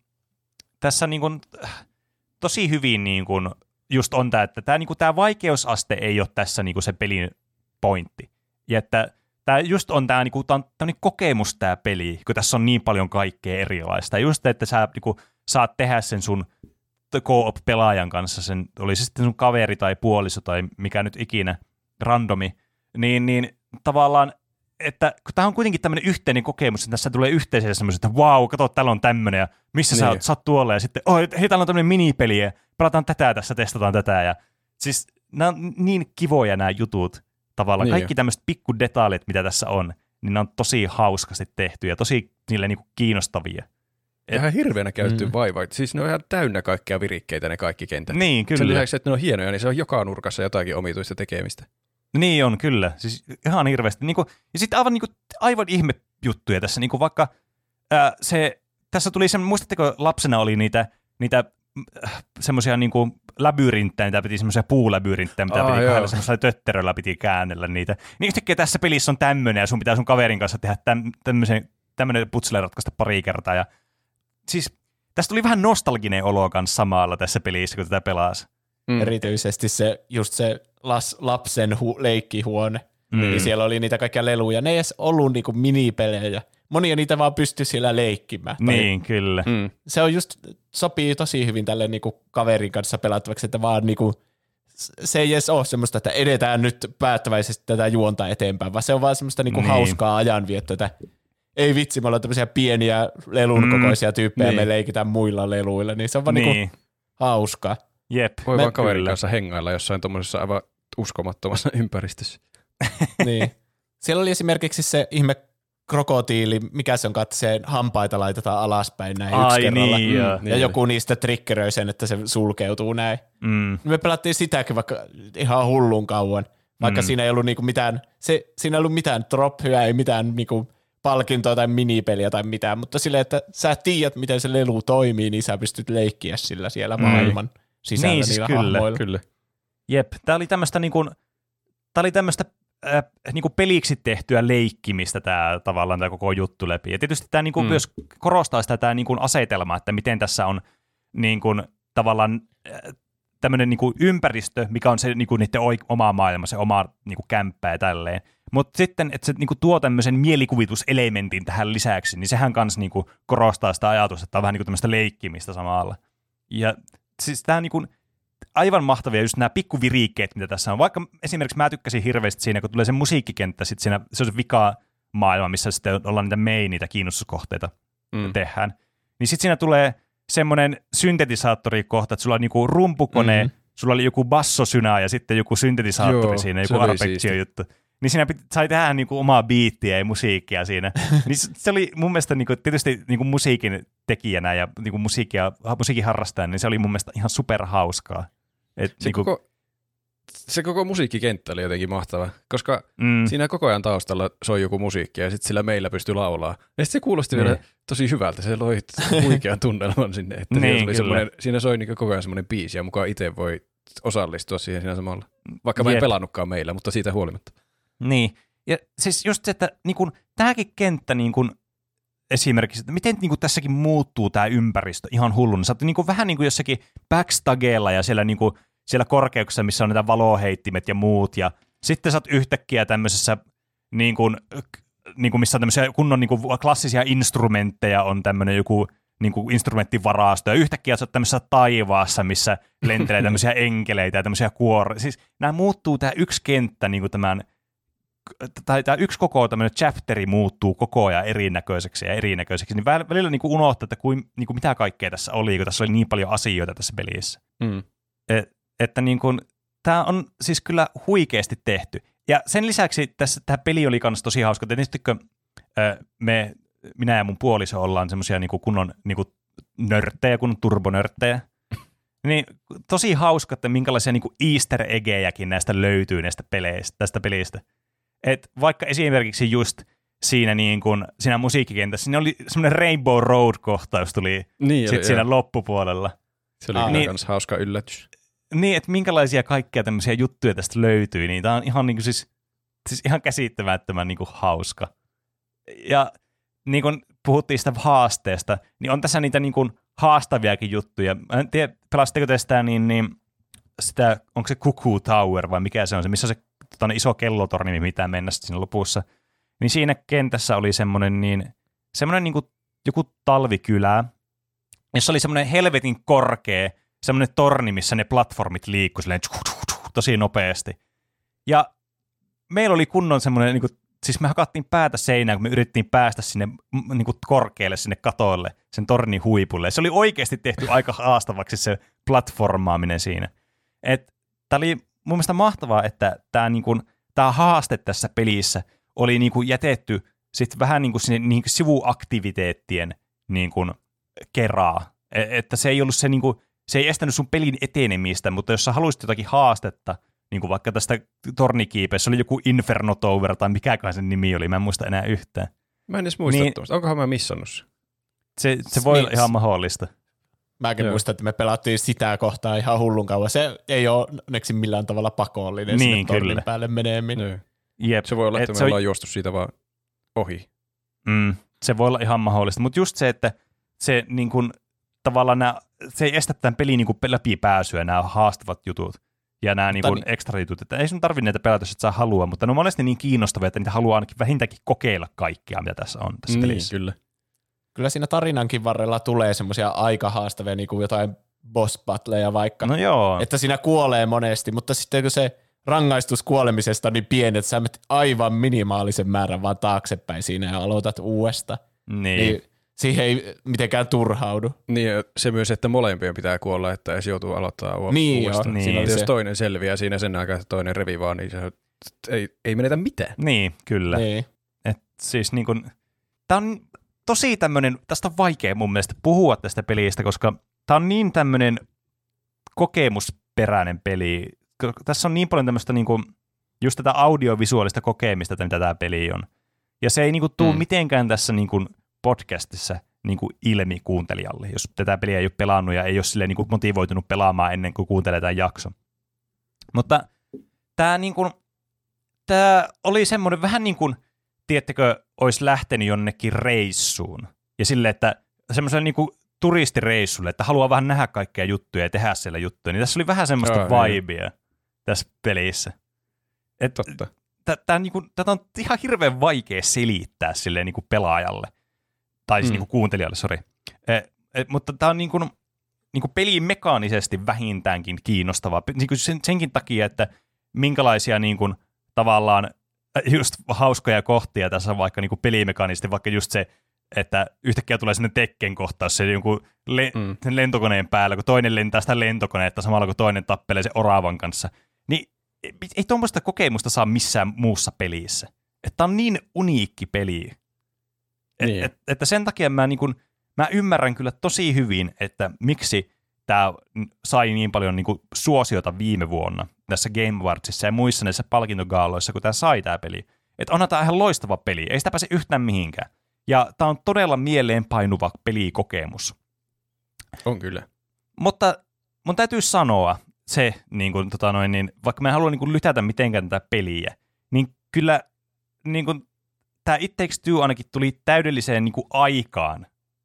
niin kuin tosi hyvin niin kuin just on tämä, että tämä vaikeusaste ei ole tässä niin kuin se pelin pointti. Ja että tämä just on tämä on tämmöinen kokemus tämä peli, kun tässä on niin paljon kaikkea erilaista. Ja just, että sä niin kuin saat tehdä sen sun co-op-pelaajan kanssa, sen, oli se sitten sun kaveri tai puoliso tai mikä nyt ikinä, randomi, niin tavallaan, että kun tämä on kuitenkin tämmöinen yhteinen kokemus, että tässä tulee yhteisöllä semmoiset, että vau, kato, täällä on tämmöinen, ja missä sä oot tuolla, ja sitten, hei, täällä on tämmöinen minipeli, ja pelataan tätä tässä, testataan tätä, ja siis nämä on niin kivoja nämä jutut, tavallaan, kaikki tämmöiset pikkudetailit, mitä tässä on, niin ne on tosi hauskasti tehty, ja tosi niille niinku kiinnostavia. Ihan hirveänä käytetty vaiva. Siis ne on ihan täynnä kaikkea virikkeitä ne kaikki kentät. Niin, kyllä. Sen lisäksi, että ne on hienoja, niin se on joka nurkassa jotakin omituista tekemistä. Niin on, kyllä. Siis ihan hirveästi. Ja sitten aivan ihme juttuja tässä. Vaikka tässä tuli muistatteko lapsena oli niitä semmoisia labyrinttejä, mitä piti semmoisia puulabyrinttejä, mitä piti kahdella semmoisella tötteröllä piti käännellä niitä. Niin yhtäkkiä tässä pelissä on tämmöinen, ja sun pitää sun kaverin kanssa tehdä tämmöinen putsle ratkaista pari kertaa. Ja siis tästä tuli vähän nostalginen olo kanssa samalla tässä pelissä, kun tätä pelasi. Erityisesti se lapsen leikkihuone. Niin siellä oli niitä kaikkia leluja. Ne ei edes ollut niinku minipelejä. Monia niitä vaan pystyi siellä leikkimään. Niin, kyllä. Se on just, sopii tosi hyvin tälle niinku kaverin kanssa pelattavaksi, että vaan niinku, se ei edes ole semmoista, että edetään nyt päättäväisesti tätä juonta eteenpäin, vaan se on vaan semmoista niinku hauskaa ajanviettoa, että ei vitsi, me ollaan tämmöisiä pieniä lelun kokoisia tyyppejä, me leikitään muilla leluilla, niin se on vaan niinku hauskaa. Jep. Voi vaan kaverin kanssa hengailla jossain tuommoisessa aivan uskomattomassa ympäristössä. Niin. Siellä oli esimerkiksi se ihme krokotiili, mikä se on, että se hampaita laitetaan alaspäin näin yksi kerralla. Ja joku niistä triggeröi sen, että se sulkeutuu näin. Me pelattiin sitäkin vaikka ihan hullun kauan, vaikka siinä ei ollut niinku mitään, siinä ei ollut mitään drophyä, ei mitään niinku palkintoa tai minipeliä tai mitään, mutta silleen, että sä tiedät, miten se lelu toimii, niin sä pystyt leikkiä sillä siellä maailman sisällä niin, siis niillä hahmoilla. Kyllä. Jep, tää oli tämmöistä niinku peliksi tehtyä leikkimistä tämä tavallaan tämä koko juttu läpi. Ja tietysti tämä niinku myös korostaa sitä tämä niinku asetelmaa, että miten tässä on niinku tavallaan tämmöinen niinku ympäristö, mikä on se niinku niiden oma maailma, se oma niinku kämppä ja tälleen. Mutta sitten, että se niinku tuo tämmöisen mielikuvituselementin tähän lisäksi, niin sehän kanssa niinku korostaa sitä ajatusta, että tämä on vähän niinku tämmöistä leikkimistä samalla. Ja siis tämä niinku aivan mahtavia just nämä pikkuvirikkeet, mitä tässä on. Vaikka esimerkiksi mä tykkäsin hirveästi siinä, kun tulee se musiikkikenttä, sitten siinä se on se vika-maailma, missä sitten ollaan niitä kiinnostuskohteita tehdään. Niin sitten siinä tulee semmoinen syntetisaattorikohta, että sulla on niinku rumpukone, sulla oli joku bassosynä ja sitten joku syntetisaattori siinä, joku arpeggio-juttu. Niin siinä sai tehdä niinku omaa biittiä ja musiikkia siinä. Niin se oli mun mielestä niinku, tietysti niinku musiikin tekijänä ja niinku musiikin harrastajana, niin se oli mun mielestä ihan superhauskaa. Se koko se koko musiikkikenttä oli jotenkin mahtava, koska siinä koko ajan taustalla soi joku musiikki ja sitten sillä meillä pystyi laulaa. Ja sitten se kuulosti vielä tosi hyvältä, se loi huikean tunnelman sinne, että siinä soi niin koko ajan semmoinen biisi ja mukaan itse voi osallistua siihen siinä samalla. Vaikka mä en pelannutkaan meillä, mutta siitä huolimatta. Niin, ja siis just se, että niin kun, tämäkin kenttä niin kun, esimerkiksi, että miten niin kun, tässäkin muuttuu tämä ympäristö ihan hullun. Sä oot niin kun, vähän niin kuin jossakin backstageella ja siellä, niin kun, siellä korkeuksessa, missä on näitä valoheittimet ja muut, ja sitten sä oot yhtäkkiä tämmöisessä, niin kun, missä on tämmöisiä kunnon niin kun, klassisia instrumentteja, on tämmöinen joku niin kuin instrumenttivarasto, ja yhtäkkiä sä oot tämmöisessä taivaassa, missä lentelee tämmöisiä enkeleitä ja tämmöisiä kuoria. Siis nämä muuttuu, tämä yksi kenttä, niin kuin tämä yksi koko tämmöinen chapteri muuttuu koko ajan erinäköiseksi, niin välillä niin kuin unohtaa, että niin kuin mitä kaikkea tässä oli, kun tässä oli niin paljon asioita tässä pelissä. Että niin kuin, tämä on siis kyllä huikeasti tehty. Ja sen lisäksi tämä peli oli myös tosi hauska. Tietysti minä ja mun puoliso ollaan semmoisia niinku kunnon niinku nörttejä, kunnon turbonörttejä. Niin tosi hauska, että minkälaisia niinku easter eggejäkin näistä löytyy tästä pelistä. Et vaikka esimerkiksi just siinä musiikkikentässä, siinä oli semmoinen Rainbow Road-kohtaus tuli siinä loppupuolella. Se oli myös hauska yllätys. Niin, että minkälaisia kaikkia tämmöisiä juttuja tästä löytyy, niin tää on ihan niinku siis ihan käsittämättömän niinku hauska. Ja niin kuin puhuttiin sitä haasteesta, niin on tässä niitä niin kuin haastaviakin juttuja. Mä en tiedä, pelasitteko te sitä, sitä, onko se Cuckoo Tower vai mikä se on, missä on se iso kellotorni, mitä mennä siinä lopussa. Niin siinä kentässä oli semmoinen niin kuin joku talvikylä, jossa oli semmoinen helvetin korkea, semmoinen torni, missä ne platformit liikkui silleen tosi nopeasti. Ja meillä oli kunnon semmoinen niin kuin siis me hakattiin päätä seinään, kun me yritettiin päästä sinne niin kuin korkealle, sinne katolle, sen tornin huipulle. Se oli oikeasti tehty aika haastavaksi se platformaaminen siinä. Tämä oli mun mielestä mahtavaa, että tämä haaste tässä pelissä oli niin kuin jätetty sit vähän niin kuin sinne niin kuin sivuaktiviteettien niin kuin keraa. Että se ei ollut se, niin kuin, se ei estänyt sun pelin etenemistä, mutta jos sä haluaisit jotakin haastetta, niin kuin vaikka tästä tornikiipeessä oli joku Inferno Tower tai mikäkään sen nimi oli, mä en muista enää yhtään. Mä en edes muista tuosta. Onkohan mä missannut se voi olla ihan mahdollista. Mäkin muistan, että me pelattiin sitä kohtaa ihan hullun kauan. Se ei ole onneksi millään tavalla pakollinen sinne tornin päälle meneminen. Jep. Se voi olla, että me ollaan juostu siitä vaan ohi. Se voi olla ihan mahdollista, mutta just se, että se, niin kun, tavallaan se ei estä tämän pelin niin läpipääsyä, nämä haastavat jutut. Ja nämä niin ekstra jutut, että ei sun tarvitse näitä pelata, jos et saa halua, mutta ne on monesti niin kiinnostavia, että niitä haluaa ainakin vähintäänkin kokeilla kaikkia, mitä tässä on tässä pelissä. Kyllä. Kyllä siinä tarinankin varrella tulee semmoisia aika haastavia, niin kuin jotain boss battleja vaikka. No joo. Että siinä kuolee monesti, mutta sitten kun se rangaistus kuolemisesta on niin pieni, että sä menet aivan minimaalisen määrän vaan taaksepäin siinä ja aloitat uudesta. Niin siihen ei mitenkään turhaudu. Niin, se myös, että molempien pitää kuolla, että edes joutuu aloittaa uudestaan. Niin. Jos toinen selviää siinä sen aikaa, että toinen revi vaan, niin se ei menetä mitään. Niin, kyllä. Niin. Et siis niin kun, tää on tosi tämmönen, tästä on vaikea mun mielestä puhua tästä pelistä, koska tää on niin tämmönen kokemusperäinen peli. Tässä on niin paljon tämmöistä niinku, just tätä audiovisuaalista kokemista, mitä tää peli on. Ja se ei niinku tuu mitenkään tässä niinku podcastissa niinku ilmi kuuntelijalle, jos tätä peliä ei ole pelannut ja ei ole silleen niinku motivoitunut pelaamaan ennen kuin kuuntelee tämän jakson. Mutta tämä niinku, oli semmoinen vähän niin kuin, tiedättekö, olisi lähtenyt jonnekin reissuun. Ja silleen, että semmoiselle niinku turistireissulle, että haluaa vähän nähdä kaikkia juttuja ja tehdä siellä juttuja. Niin tässä oli vähän semmoista vibea tässä pelissä. Totta. Tätä on ihan hirveän vaikea selittää silleen niinku pelaajalle. Tai siis niinku kuuntelijalle, sori. Mutta tämä on niinku peliin mekaanisesti vähintäänkin kiinnostavaa. Niinku senkin takia, että minkälaisia niinku, tavallaan just hauskoja kohtia tässä on vaikka niinku pelimekaanisesti, vaikka just se, että yhtäkkiä tulee sinne Tekken kohtaus se jonkun sen lentokoneen päällä, kun toinen lentää sitä lentokoneetta samalla kun toinen tappelee sen oravan kanssa. Niin ei tuommoista kokemusta saa missään muussa pelissä. Että on niin uniikki peli. Että sen takia mä ymmärrän kyllä tosi hyvin, että miksi tämä sai niin paljon niin kuin suosiota viime vuonna tässä Game Awardsissa ja muissa näissä palkintogaaloissa, kun tämä sai tämä peli. Että onhan tämä ihan loistava peli, ei sitä pääse yhtään mihinkään. Ja tämä on todella mieleenpainuva pelikokemus. On kyllä. Mutta mun täytyy sanoa se, niin kuin, vaikka mä en halua niin kuin lytätä mitenkään tätä peliä, niin kyllä niin kuin, tämä It Takes Two ainakin tuli täydelliseen niin kuin aikaan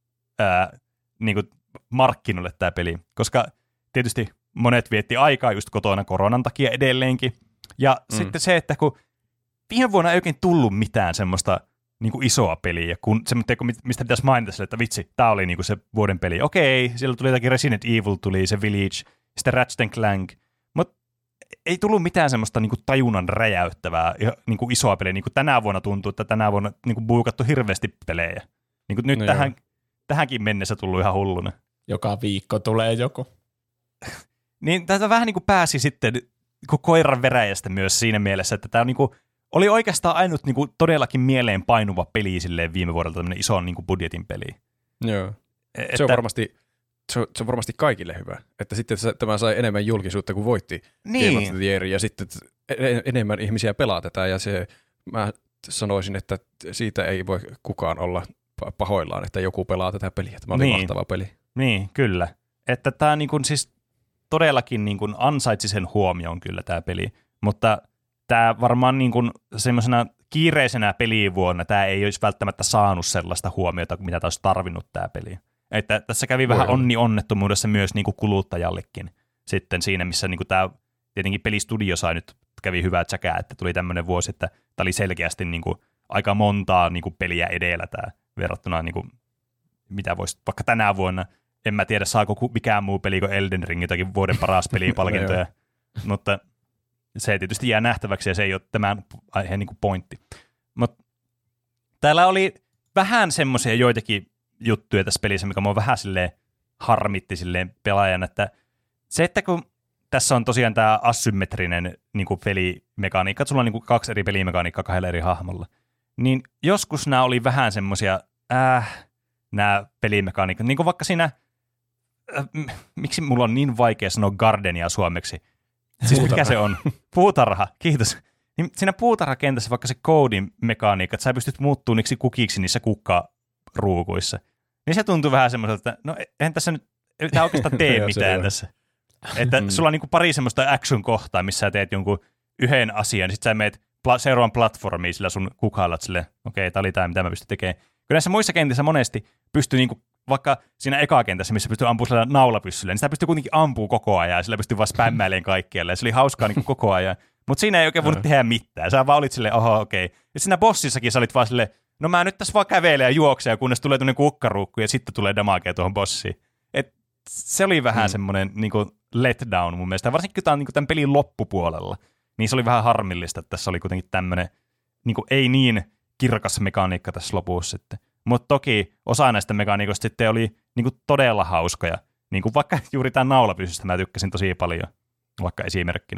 niin kuin markkinoille tämä peli, koska tietysti monet vietti aikaa just kotona koronan takia edelleenkin. Ja sitten se, että kun viime vuonna ei oikein tullut mitään semmoista niin kuin isoa peliä, kun se, mistä pitäisi mainita sille, että vitsi, tämä oli niin kuin se vuoden peli. Okei, siellä tuli jotakin Resident Evil, tuli se Village, sitten Ratchet & Clank, mutta ei tullut mitään semmoista niin kuin tajunnan räjäyttävää niin kuin isoa peliä. Niin kuin tänä vuonna tuntuu, että tänä vuonna niin kuin buukattu hirveästi pelejä. Niin kuin nyt tähänkin mennessä tullut ihan hulluna. Joka viikko tulee joku. Niin tätä vähän niin kuin pääsi sitten niin koiran veräjästä myös siinä mielessä, että tämä niin kuin oli oikeastaan ainut niin kuin todellakin mieleen painuva peli silleen viime vuodelta, tämmöinen ison niin kuin budjetin peli. Joo. Se on varmasti kaikille hyvä. Että sitten tämä sai enemmän julkisuutta kuin voitti Game of the Year, ja sitten enemmän ihmisiä pelaa tätä, ja mä sanoisin, että siitä ei voi kukaan olla pahoillaan, että joku pelaa tätä peliä. Tämä oli mahtava peli. Niin, kyllä. Että tämä niin kuin siis todellakin niin kuin ansaitsi sen huomioon kyllä tämä peli, mutta tämä varmaan niin kuin semmoisena kiireisenä pelivuonna tämä ei olisi välttämättä saanut sellaista huomiota, mitä tämä olisi tarvinnut tämä peli. Että tässä kävi vähän onnettomuudessa myös niin kuin kuluttajallekin sitten siinä, missä niin kuin tämä tietenkin pelistudio sai nyt, kävi hyvää tsäkää, että tuli tämmöinen vuosi, että tämä oli selkeästi niin kuin aika montaa niin kuin peliä edellä tämä verrattuna, niin kuin, mitä voisi vaikka tänä vuonna, en mä tiedä saako mikään muu peli kuin Elden Ring jotakin vuoden paras pelipalkintoja, mutta se tietysti jää nähtäväksi ja se ei ole tämän aiheen niin kuin pointti. Mutta täällä oli vähän semmoisia joitakin juttuja tässä pelissä, mikä mua vähän silleen harmitti silleen pelaajan, että se, että kun tässä on tosiaan tämä asymmetrinen niin kuin pelimekaniikka, että sulla on niin kuin 2 eri pelimekaniikkaa 2 eri hahmolla, niin joskus nämä oli vähän semmoisia, nämä pelimekaniikat, niin kuin vaikka siinä, miksi mulla on niin vaikea sanoa gardenia suomeksi, siis mikä se on? Puutarha, kiitos. Niin siinä puutarhakentässä vaikka se koodin mekaniikka, että sä pystyt muuttumaan niiksi kukiksi niissä kukkaruukuissa, niin se tuntuu vähän semmoiselta, että no eihän tässä nyt, ei tämä oikeastaan tee mitään tässä. Että sulla on niin kuin pari semmoista action-kohtaa, missä sä teet jonkun yhden asian, niin sit sä meet seuraavan platformiin sillä sun kukalla, että silleen, okei, tää oli tää, mitä mä pystyn tekemään. Kyllä näissä muissa kentissä monesti pystyy niinku, vaikka siinä eka-kentässä, missä pystyy ampumaan sillä naulapyssyllä, niin sitä pystyy kuitenkin ampumaan koko ajan, ja sillä pystyy vaan spämmäilemään kaikkialle, ja se oli hauskaa niinku koko ajan. Mutta siinä ei oikein voinut tehdä mitään. Sä vaan olit silleen, oho, okei. Ja siinä bossissakin sä olit vaan silleen, no mä nyt tässä vaan kävelen ja juoksen, kunnes tulee tuonne kukkaruukku, ja sitten tulee damagea tuohon bossiin. Et se oli vähän semmoinen niinku letdown mun mielestä, varsinkin kun tää on niinku tämän pelin loppupuolella. Niin se oli vähän harmillista, että tässä oli kuitenkin tämmöinen niinku ei niin kirkas mekaniikka tässä lopussa sitten. Mutta toki osa näistä mekaniikoista sitten oli niinku todella hauskoja. Niinku vaikka juuri tämän naulapyssystä mä tykkäsin tosi paljon, vaikka esimerkkinä.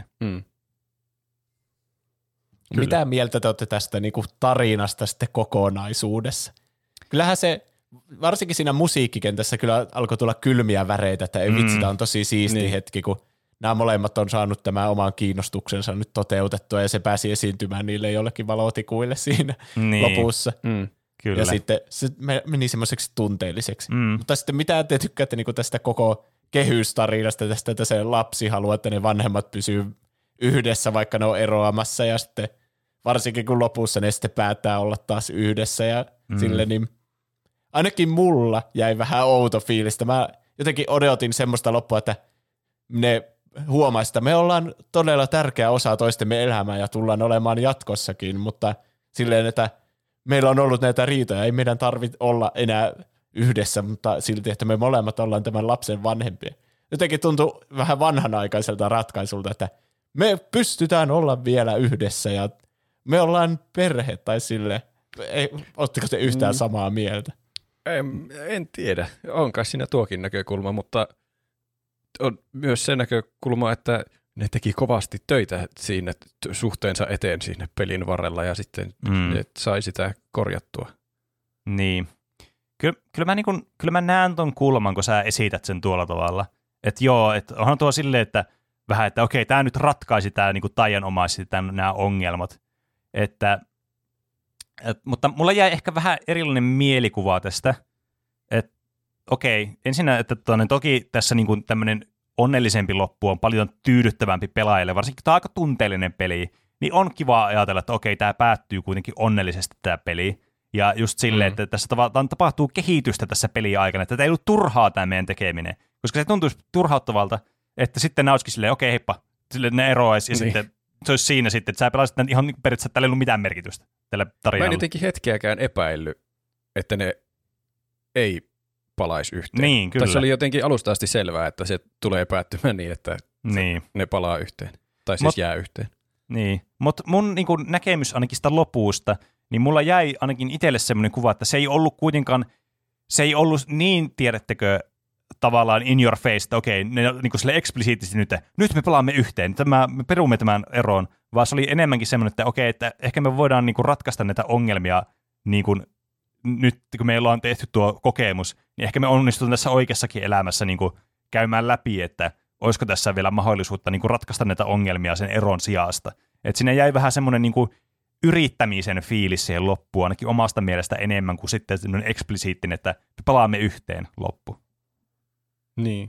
Mitä mieltä te olette tästä niinku tarinasta sitten kokonaisuudessa? Kyllähän se, varsinkin siinä musiikkikentässä kyllä alkoi tulla kylmiä väreitä, että ei vitsi, tämä on tosi siisti hetki, kun nämä molemmat on saanut tämän oman kiinnostuksensa nyt toteutettua ja se pääsi esiintymään niille jollekin valotikuille siinä lopussa. Kyllä. Ja sitten se meni semmoiseksi tunteelliseksi. Mutta sitten mitä te tykkäätte niinku tästä koko kehystarinasta, tästä, että se lapsi haluaa, että ne vanhemmat pysyy yhdessä, vaikka ne on eroamassa ja sitten varsinkin kun lopussa ne sitten päättää olla taas yhdessä ja sille, niin ainakin mulla jäi vähän outo fiilistä. Mä jotenkin odotin semmoista loppua, että ne huomaisi, että me ollaan todella tärkeä osa toistemme elämää ja tullaan olemaan jatkossakin, mutta silleen, että meillä on ollut näitä riitoja, ei meidän tarvitse olla enää yhdessä, mutta silti, että me molemmat ollaan tämän lapsen vanhempia. Jotenkin tuntui vähän vanhanaikaiselta ratkaisulta, että me pystytään olla vielä yhdessä ja me ollaan perhe tai silleen. Oletteko te yhtään samaa mieltä? En tiedä. On kai siinä tuokin näkökulma, mutta on myös se näkökulma, että ne teki kovasti töitä siinä suhteensa eteen siinä pelin varrella ja sitten ne sai sitä korjattua. Niin. Kyllä mä näen ton kulman, kun sä esität sen tuolla tavalla, Että joo, että onhan tuo silleen, että vähän, että okei, tämä nyt ratkaisi tämä niin taianomaisesti nämä ongelmat. Mutta mulla jäi ehkä vähän erilainen mielikuva tästä. Että okei, ensinnä, että toki tässä niin tämmöinen onnellisempi loppu on paljon tyydyttävämpi pelaajalle, varsinkin tämä aika tunteellinen peli, niin on kiva ajatella, että okei, tämä päättyy kuitenkin onnellisesti tämä peli. Ja just silleen, että tässä tapahtuu kehitystä tässä pelin aikana, että tämä ei ollut turhaa tämä meidän tekeminen. Koska se tuntuisi turhauttavalta, että sitten nämä olisikin silleen, okei, heippa, silleen ne eroaisi ja sitten se olisi siinä sitten, että sä pelasit ihan periaatteessa, että tällä ei ollut mitään merkitystä tällä tarinalla. Mä en jotenkin hetkeäkään epäillyt, että ne ei palaisi yhteen. Niin, kyllä. Tässä oli jotenkin alusta asti selvää, että se tulee päättymään niin, että ne palaa yhteen. Tai siis jää yhteen. Niin, mutta mun niin kun näkemys ainakin sitä lopusta, niin mulla jäi ainakin itselle semmoinen kuva, että se ei ollut kuitenkaan, se ei ollut niin, tiedättekö, tavallaan in your face, että okei, ne niin kuin sille eksplisiittisesti nyt me pelaamme yhteen, me perumme tämän eron, vaan se oli enemmänkin semmoinen, että okei, että ehkä me voidaan niin kuin ratkaista näitä ongelmia niin kuin nyt, kun meillä on tehty tuo kokemus, niin ehkä me onnistutaan tässä oikeassakin elämässä niin kuin käymään läpi, että olisiko tässä vielä mahdollisuutta niin kuin ratkaista näitä ongelmia sen eron sijasta. Että sinne jäi vähän semmoinen niin kuin yrittämisen fiilis siihen loppuun, ainakin omasta mielestä enemmän kuin sitten eksplisiittinen, että me palaamme yhteen loppu. Niin.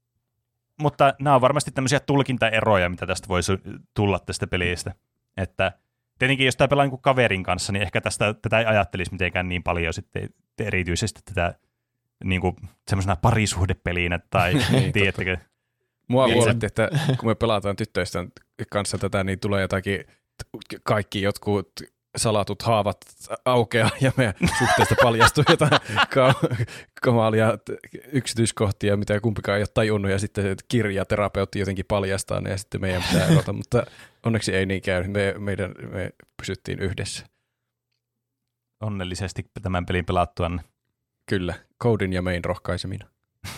Mutta nämä on varmasti tämmöisiä tulkintaeroja, mitä tästä voisi tulla tästä pelistä. Että tietenkin, jos tämä pelaa niin kaverin kanssa, niin ehkä tätä ei ajattelisi mitenkään niin paljon sitten erityisesti tätä niin kuin semmoisena parisuhdepelinä tai tiedättekö. Mua huoletti, että kun me pelataan tyttöistä kanssa tätä, niin tulee jotakin, kaikki jotkut salatut haavat aukeaa ja meidän suhteesta paljastuu jotain kamalia yksityiskohtia, mitä kumpikaan ei ole tajunnut, ja sitten kirjaterapeutti jotenkin paljastaa ne, ja sitten meidän pitää erota, mutta onneksi ei niin käynyt. Me pysyttiin yhdessä. Onnellisesti tämän pelin pelattuanne. Kyllä, Coden ja Main rohkaisemina.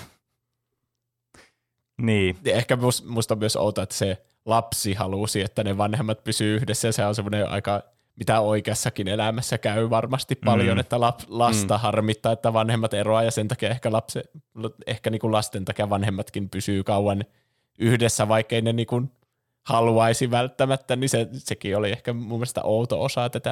Niin. Ehkä musta on myös outoa, että se lapsi halusi, että ne vanhemmat pysyy yhdessä, ja se on semmoinen aika, mitä oikeassakin elämässä käy varmasti paljon, että lasta harmittaa, että vanhemmat eroaa, ja sen takia ehkä niin kuin lasten takia vanhemmatkin pysyy kauan yhdessä, vaikkei ne niin kuin haluaisi välttämättä, niin sekin oli ehkä mun mielestä outo osa tätä,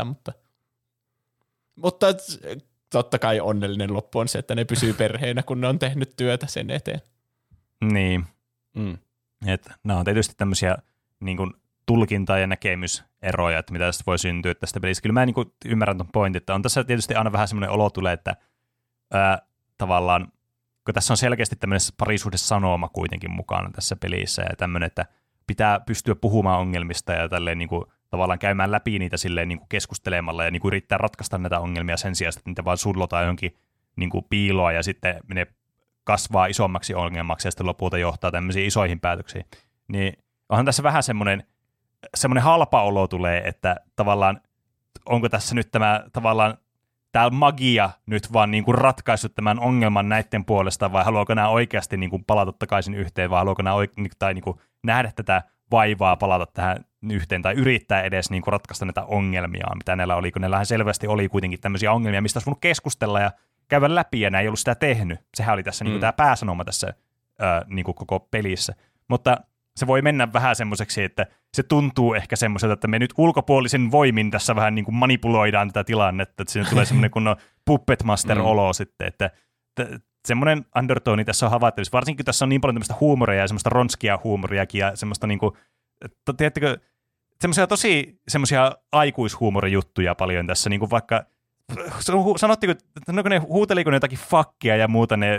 mutta totta kai onnellinen loppu on se, että ne pysyy perheenä, kun ne on tehnyt työtä sen eteen. Niin. Että nämä on tietysti tämmöisiä niin kuin tulkinta- ja näkemyseroja, että mitä tästä voi syntyä tästä pelistä. Kyllä mä niin kuin ymmärrän ton pointin, että on tässä tietysti aina vähän semmoinen olo tulee, että tavallaan, kun tässä on selkeästi tämmöinen parisuhdesanoma kuitenkin mukana tässä pelissä ja tämmöinen, että pitää pystyä puhumaan ongelmista ja tälleen niin kuin tavallaan käymään läpi niitä silleen niin kuin keskustelemalla ja niin kuin yrittää ratkaista näitä ongelmia sen sijaan, että niitä vaan sullotaan johonkin niin kuin piiloa ja sitten ne kasvaa isommaksi ongelmaksi ja sitten lopulta johtaa tämmöisiin isoihin päätöksiin. Niin onhan tässä vähän semmoinen halpa olo tulee, että tavallaan onko tässä nyt tämä magia nyt vaan niin kuin ratkaissut tämän ongelman näiden puolesta, vai haluaako nämä oikeasti niin kuin palata takaisin yhteen, vai haluaako nämä niin kuin nähdä tätä vaivaa palata tähän yhteen, tai yrittää edes niin kuin ratkaista näitä ongelmia, mitä näillä oli, kun näillähän selvästi oli kuitenkin tämmöisiä ongelmia, mistä olisi voinut keskustella ja käydä läpi, ja nämä ei ollut sitä tehnyt. Sehän oli tässä niin kuin tämä pääsanoma tässä niin kuin koko pelissä. Mutta se voi mennä vähän semmoiseksi, että se tuntuu ehkä semmoiselta, että me nyt ulkopuolisen voimin tässä vähän niin kuin manipuloidaan tätä tilannetta, että siinä tulee semmoinen kunnon puppet master-olo sitten, että semmoinen undertone tässä on havaittavissa, varsinkin kun tässä on niin paljon tämmöistä huumoria ja semmoista ronskia huumoriakin ja semmoista niin kuin, tiedättekö, semmoisia aikuishuumorijuttuja paljon tässä, niin kuin vaikka sanottiko, että ne huuteliko ne jotakin fuckia ja muuta ne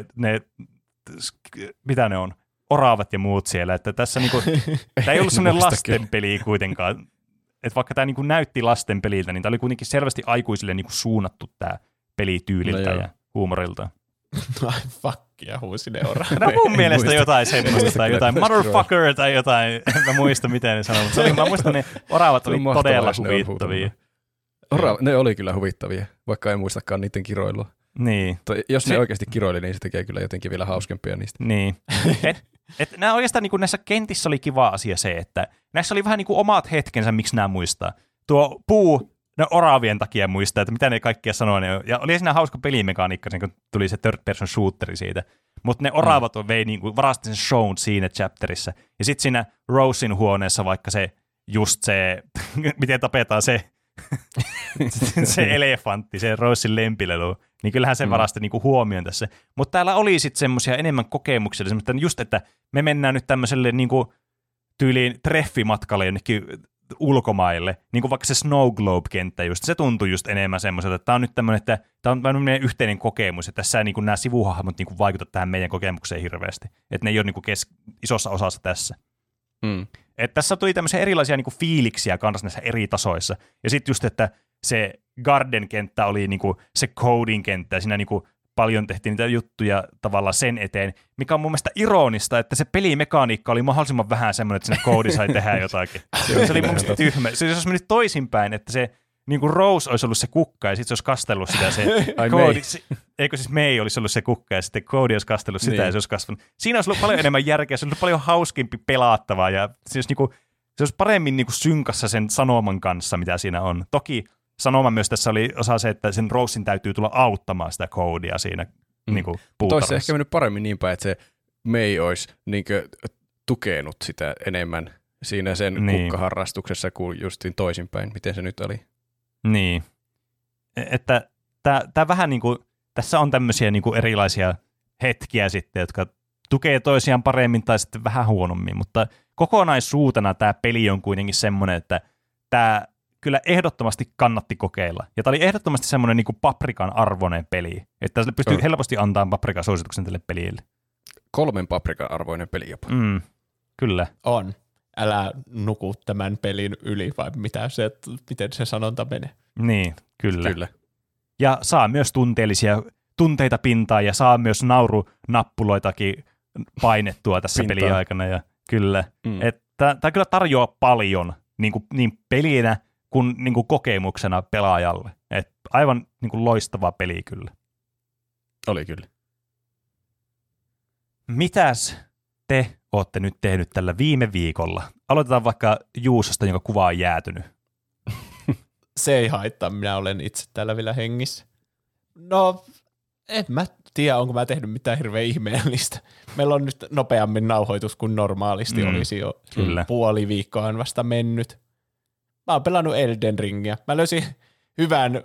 mitä ne on, oraavat ja muut siellä, että tässä niinku, tämä ei ollut semmoinen lastenpeli kuitenkaan, että vaikka tämä niinku näytti lastenpeliltä, niin tämä oli kuitenkin selvästi aikuisille niinku suunnattu tämä pelityyliltä ja huumorilta. Fuckia huusi ne oraavat. No mun mielestä jotain semmoista tai jotain motherfucker tai jotain, en mä muista miten ne sanoo, mutta mä muistan ne oraavat oli todella huvittavia. Ne oli kyllä huvittavia, vaikka en muistakaan niiden kiroilua. Niin. Jos ne oikeasti kiroili, niin se tekee kyllä jotenkin vielä hauskempia niistä. Niin. Nämä oikeastaan niin kuin näissä kentissä oli kiva asia se, että näissä oli vähän niin kuin omat hetkensä, miksi nämä muistaa. Tuo puu oravien takia muistaa, että mitä ne kaikkia sanoo. Ja oli siinä hauska pelimekaniikka, kun tuli se third person shooteri siitä. Mutta ne oravat vei niinku, varasti sen shown siinä chapterissa. Ja sitten siinä Rosen huoneessa vaikka just se, miten tapetaan se elefantti, se Rosen lempilelu, niin kyllähän se varasti niinku huomioon tässä. Mutta täällä oli sitten semmoisia enemmän kokemuksia, just että me mennään nyt tämmöiselle niinku tyyliin treffimatkalle jonnekin ulkomaille, niin kuin vaikka se Snow Globe-kenttä just, se tuntui just enemmän semmoiselta, että tämä on nyt tämmöinen, että tämä on meidän yhteinen kokemus, että tässä niin kuin nämä sivuhahmot niin kuin vaikuta tähän meidän kokemukseen hirveästi, että ne ei ole niin kuin isossa osassa tässä. Että tässä tuli tämmöisiä erilaisia niin kuin fiiliksiä kanssa näissä eri tasoissa, ja sitten just, että se Garden-kenttä oli niin kuin se Coding-kenttä, ja siinä niin kuin paljon tehtiin niitä juttuja tavallaan sen eteen, mikä on mun mielestä ironista, että se pelimekaniikka oli mahdollisimman vähän semmoinen, että sinne koodi sai tehdä jotakin. Se oli mun mielestä tyhmä. Se olisi mennyt toisinpäin, että se niin kuin Rose olisi ollut se kukka ja sitten se olisi kastellut sitä se koodi. Eikö siis May olisi ollut se kukka ja sitten koodi olisi kastellut sitä ja se olisi kasvanut. Siinä olisi ollut paljon enemmän järkeä, se olisi ollut paljon hauskimpi pelaattavaa ja se olisi paremmin niin kuin synkassa sen sanoman kanssa, mitä siinä on. Toki sanoma myös tässä oli osa se, että sen Rosen täytyy tulla auttamaan sitä koodia siinä niin kuin puutarhassa. Toisi ehkä mennyt paremmin niin päin, että se May olisi niin kuin tukenut sitä enemmän siinä sen kukkaharrastuksessa kuin justiin toisinpäin. Miten se nyt oli? Niin. Että tämä vähän niin kuin, tässä on tämmöisiä niin kuin erilaisia hetkiä sitten, jotka tukee toisiaan paremmin tai sitten vähän huonommin, mutta kokonaisuutena tämä peli on kuitenkin semmoinen, että tämä kyllä ehdottomasti kannatti kokeilla. Ja tämä oli ehdottomasti semmoinen niin kuin paprikan arvoinen peli, että se pystyy helposti antamaan paprikasuosituksen tälle pelille. 3 paprikan arvoinen peli jopa. Kyllä. On. Älä nuku tämän pelin yli, vai miten se sanonta menee. Niin, kyllä. Ja saa myös tunteita pintaan ja saa myös naurunappuloitakin painettua tässä peliaikana. Ja kyllä. Tämä kyllä tarjoaa paljon niin pelinä kuin, kokemuksena pelaajalle. Et aivan loistava peli kyllä. Oli kyllä. Mitäs te olette nyt tehnyt tällä viime viikolla? Aloitetaan vaikka Juusosta, jonka kuva on jäätynyt. Se ei haittaa, minä olen itse täällä vielä hengissä. No, en mä tiedä, onko mä tehnyt mitään hirveän ihmeellistä. Meillä on nyt nopeammin nauhoitus kuin normaalisti olisi jo. Kyllä. Puoli viikkoa on vasta mennyt. Mä oon pelannut Elden Ringia. Mä löysin hyvän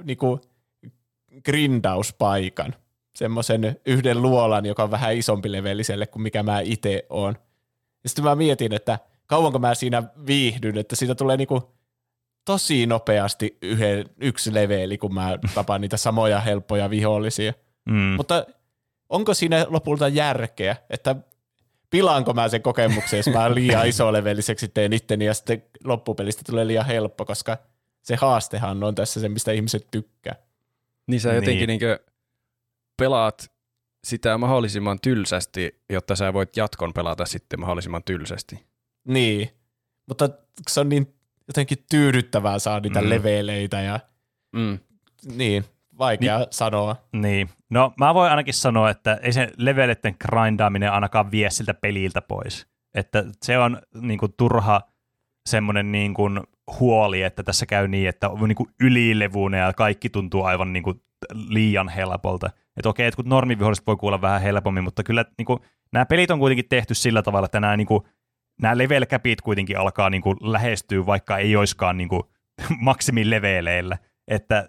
grindauspaikan. Semmoisen yhden luolan, joka on vähän isompi leveliselle kuin mikä mä itse oon. Ja sitten mä mietin, että kauanko mä siinä viihdyn, että siitä tulee tosi nopeasti yksi leveli, kun mä tapaan niitä samoja helppoja vihollisia. Mutta onko siinä lopulta järkeä, että pilaanko mä sen kokemuksen, jos mä liian isoleveliseksi teen itteni ja sitten loppupelistä tulee liian helppo, koska se haastehan on tässä se, mistä ihmiset tykkää. Niin sä jotenkin pelaat sitä mahdollisimman tylsästi, jotta sä voit jatkon pelata sitten mahdollisimman tylsästi. Niin, mutta se on niin jotenkin tyydyttävää saada niitä leveleitä ja niin, vaikea sanoa. Niin, no mä voin ainakin sanoa, että ei se leveleiden grindaaminen ainakaan vie siltä peliltä pois. Että se on turha semmoinen huoli, että tässä käy niin, että on ylilevuinen ja kaikki tuntuu aivan liian helpolta. Että okei, että kun normiviholliset voi kuulla vähän helpommin, mutta kyllä nämä pelit on kuitenkin tehty sillä tavalla, että nämä level capit kuitenkin alkaa lähestyä, vaikka ei olisikaan maksimileveleillä. Että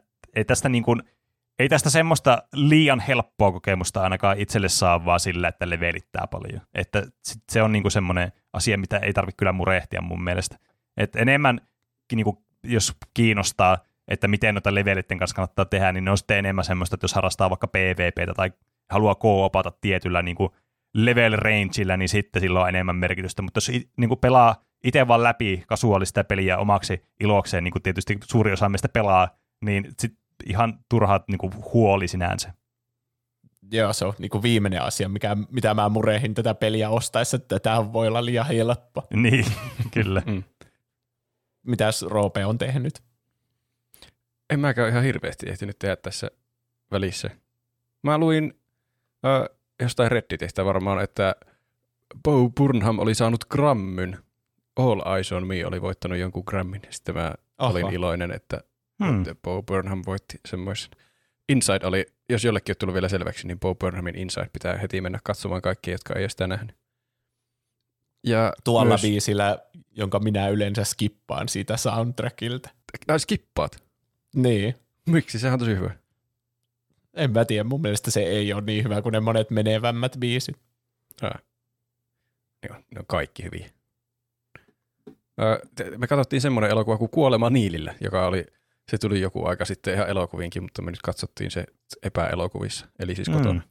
ei tästä semmoista liian helppoa kokemusta ainakaan itselle saa vaan sillä, että levelittää paljon. Että se on semmoinen asia, mitä ei tarvitse kyllä murehtia mun mielestä. Että enemmän, jos kiinnostaa, että miten noita leveleiden kanssa kannattaa tehdä, niin ne on sitten enemmän semmoista, että jos harrastaa vaikka PvPtä tai haluaa co-opata tietyllä level rangeillä, niin sitten sillä on enemmän merkitystä. Mutta jos pelaa itse vaan läpi kasuaalista peliä omaksi ilokseen, niin kuin tietysti suuri osa meistä pelaa, niin sitten ihan turhaa huoli sinänsä. Joo, se on viimeinen asia, mitä mä murehin tätä peliä ostaessa, että tämä voi olla liian helppo. Niin, kyllä. Mitäs Roope on tehnyt? En mäkään ihan hirveästi ehtinyt tehdä tässä välissä. Mä luin jostain Redditistä varmaan, että Bo Burnham oli saanut Grammyn. All Eyes on Me oli voittanut jonkun Grammin. Sitten mä olin iloinen, että Bo Burnham voitti semmoisen. Inside oli, jos jollekin on tullut vielä selväksi, niin Bo Burnhamin Inside pitää heti mennä katsomaan kaikkia, jotka ei ole sitä nähnyt. Ja tuolla myös biisillä, jonka minä yleensä skippaan siitä soundtrackilta. Ai skippaat? Niin. Miksi? Sehän on tosi hyvä. En mä tiedä, mun mielestä se ei ole niin hyvä kuin ne monet menevämmät biisit. Ne on kaikki hyviä. Me katsottiin semmoinen elokuva kuin Kuolema Niilillä, se tuli joku aika sitten ihan elokuviinkin, mutta me nyt katsottiin se epäelokuvissa, eli siis kotona.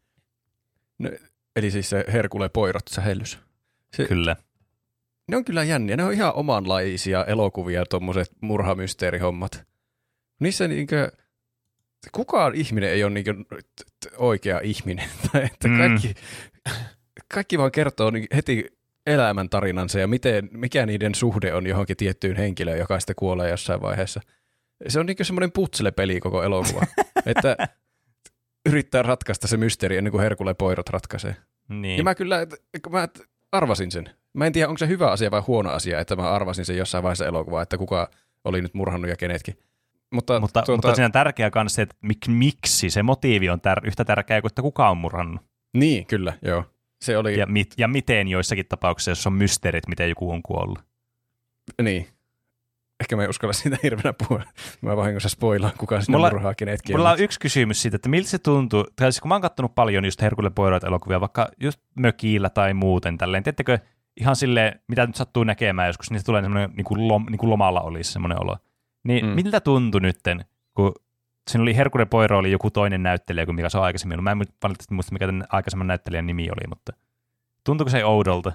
Eli siis se Hercule Poirot sähellys. Kyllä. Ne on kyllä jänniä, ne on ihan omanlaisia elokuvia, tommoset murhamysteerihommat. Niissä niinkö kukaan ihminen ei ole niinkö oikea ihminen, tai että kaikki vaan kertoo heti elämäntarinansa ja mikä niiden suhde on johonkin tiettyyn henkilöön, joka sitten kuolee jossain vaiheessa. Se on niinkö semmoinen putslepeli koko elokuva, että yrittää ratkaista se mysteeri ennen kuin Hercule Poirot ratkaisee. Niin. Ja mä arvasin sen. Mä en tiedä, onko se hyvä asia vai huono asia, että mä arvasin sen jossain vaiheessa elokuvaa, että kuka oli nyt murhannut ja kenetkin. Mutta siinä on tärkeää myös se, että miksi se motiivi on yhtä tärkeää kuin, että kuka on murhannut. Niin, kyllä, joo. Se oli. Ja miten joissakin tapauksissa, jos on mysteerit, miten joku on kuollut. Niin. Ehkä mä en uskalla siitä hirveänä puhua. Mä vahingossa spoilaan, kuka sinne murhaa kenetkin. Mulla on yksi kysymys siitä, että miltä se tuntuu, tai siis kun mä oon kattonut paljon just Hercule Poirot-elokuvia, vaikka just mökillä tai muuten tälleen, tiedättekö ihan silleen, mitä nyt sattuu näkemään joskus, niin se tulee semmoinen, niin kuin lomalla olisi semmoinen olo. Niin miltä tuntui nytten, kun siinä oli Hercule Poirot oli joku toinen näyttelijä kuin mikä se on aikaisemmin ollut. Mä en valitettavasti muista, mikä tämän aikaisemman näyttelijän nimi oli, mutta tuntuuko se oudolta?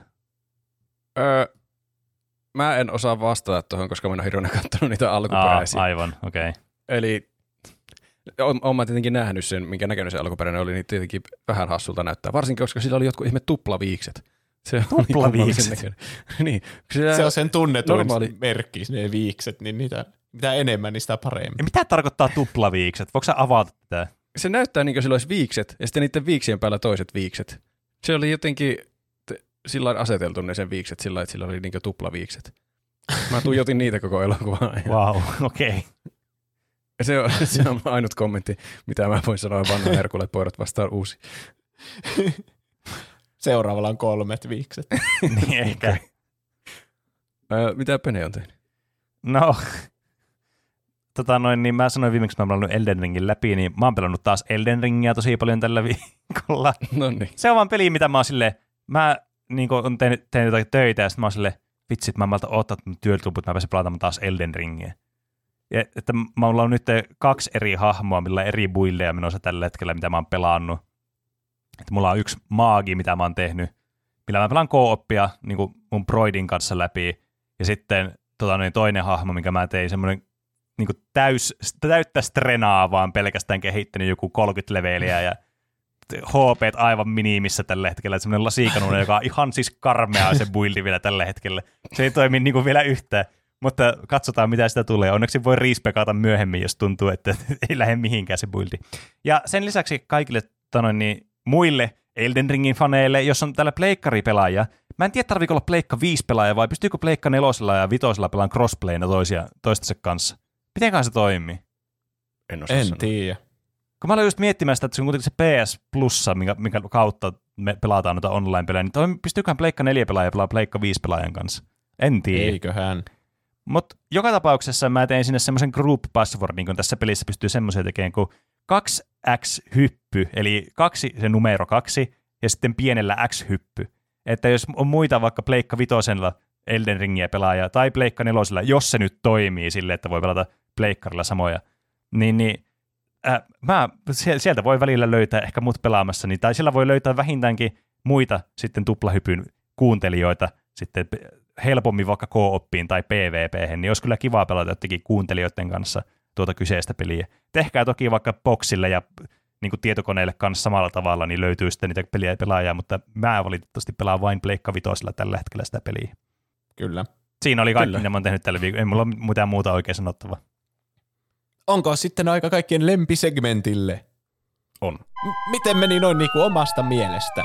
Mä en osaa vastata tuohon, koska mä en ole hirveänä katsonut niitä alkuperäisiä. Aivan, okei. Okay. Eli olen mä tietenkin nähnyt sen, minkä näköinen se alkuperäinen oli, niin tietenkin vähän hassulta näyttää. Varsinkin, koska sillä oli jotkut ihme tuplaviikset. Se tuplaviikset? Niin. Se on sen tunnetuin merkki, ne viikset, niin mitä enemmän, niin sitä paremmin. Ja mitä tarkoittaa tuplaviikset? Voiko sä avata tätä? Se näyttää niin kuin sillä olisi viikset, ja sitten niiden viiksien päällä toiset viikset. Se oli jotenkin sillä aseteltu ne sen viikset sillä että sillä oli niin kuin tuplaviikset. Mä tuijotin niitä koko elokuvaa. Wow, okei. Okay. Se on ainut kommentti, mitä mä voin sanoa vanha Hercule Poirot vastaan uusi. Seuraavalla on 3 viikset. Niin ehkä. Mitä Pene on tehnyt? No, niin mä sanoin viimeksi, että mä oon pelannut Elden Ringin läpi, niin mä oon pelannut taas Elden Ringia tosi paljon tällä viikolla. Noniin. Se on vaan peli, mitä mä oon silleen, mä niin on tehnyt jotain töitä, ja sitten mä oon silleen, vitsi, että mä malta odottaa työt loput, mä pääsen pelaamaan taas Elden Ringiä. Ja että mä oon nyt 2 eri hahmoa, millä on eri builleja menossa tällä hetkellä, mitä mä oon pelannut. Että mulla on yksi maagi, mitä mä oon tehnyt, millä mä pelaan co-oppia niin mun broidin kanssa läpi, ja sitten toinen hahmo, minkä mä tein, semmoinen niin täyttä strenaa, vaan pelkästään kehittänyt joku 30 leveliä, ja HP:t aivan minimissä tällä hetkellä, semmoinen lasikanuuna, joka on ihan siis karmea se buildi vielä tällä hetkellä. Se ei toimi niin kuin vielä yhtään, mutta katsotaan mitä sitä tulee. Onneksi voi respekata myöhemmin, jos tuntuu, että ei lähde mihinkään se buildi. Ja sen lisäksi kaikille muille Elden Ringin faneille, jos on täällä pleikkaripelaajia, mä en tiedä tarviiko olla pleikka 5 pelaaja vai pystyykö pleikka 4 ja 5 pelaan crossplayna toistensa kanssa. Mitenköhän se toimii? En tiedä. Kun mä olin just miettimään sitä, että se on kuitenkin se PS Plussa, minkä kautta me pelataan noita online-pelejä, niin pystyyköhän pleikka 4 pelaaja pelaa pleikka 5 pelaajan kanssa? En tiedä. Eiköhän. Mutta joka tapauksessa mä tein sinne semmoisen group passwordin, kun tässä pelissä pystyy semmoisia tekemään kuin 2x-hyppy, eli 2 se numero 2, ja sitten pienellä x-hyppy. Että jos on muita vaikka pleikka 5 Elden Ringiä pelaajaa, tai pleikka 4, jos se nyt toimii silleen, että voi pelata pleikkarilla samoja, niin sieltä voi välillä löytää ehkä muut pelaamassa, tai siellä voi löytää vähintäänkin muita sitten tuplahypyn kuuntelijoita sitten helpommin vaikka co-oppiin tai PvP:hen, niin olisi kyllä kiva pelata jotenkin kuuntelijoiden kanssa tuota kyseistä peliä. Tehkää toki vaikka boxille ja niin kuin tietokoneelle kanssa samalla tavalla, niin löytyy sitten niitä pelaajia, mutta mä valitettavasti pelaan vain pleikka 5 tällä hetkellä sitä peliä. Kyllä. Siinä oli kaikki, mitä mä oon tehnyt tällä viikolla. Ei mulla ole mitään muuta oikein sanottavaa. Onko sitten aika kaikkien lempisegmentille? On. Miten meni noin niin kuin omasta mielestä?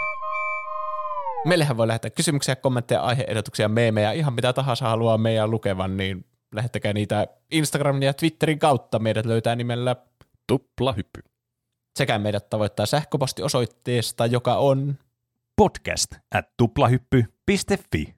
Meillähän voi lähettää kysymyksiä, kommentteja, aihe-ehdotuksia, meemejä, ihan mitä tahansa haluaa meidän lukevan, niin lähettäkää niitä Instagramin ja Twitterin kautta. Meidät löytää nimellä Tuplahyppy. sekä meidät tavoittaa sähköpostiosoitteesta, joka on... podcast@tuplahyppy.fi.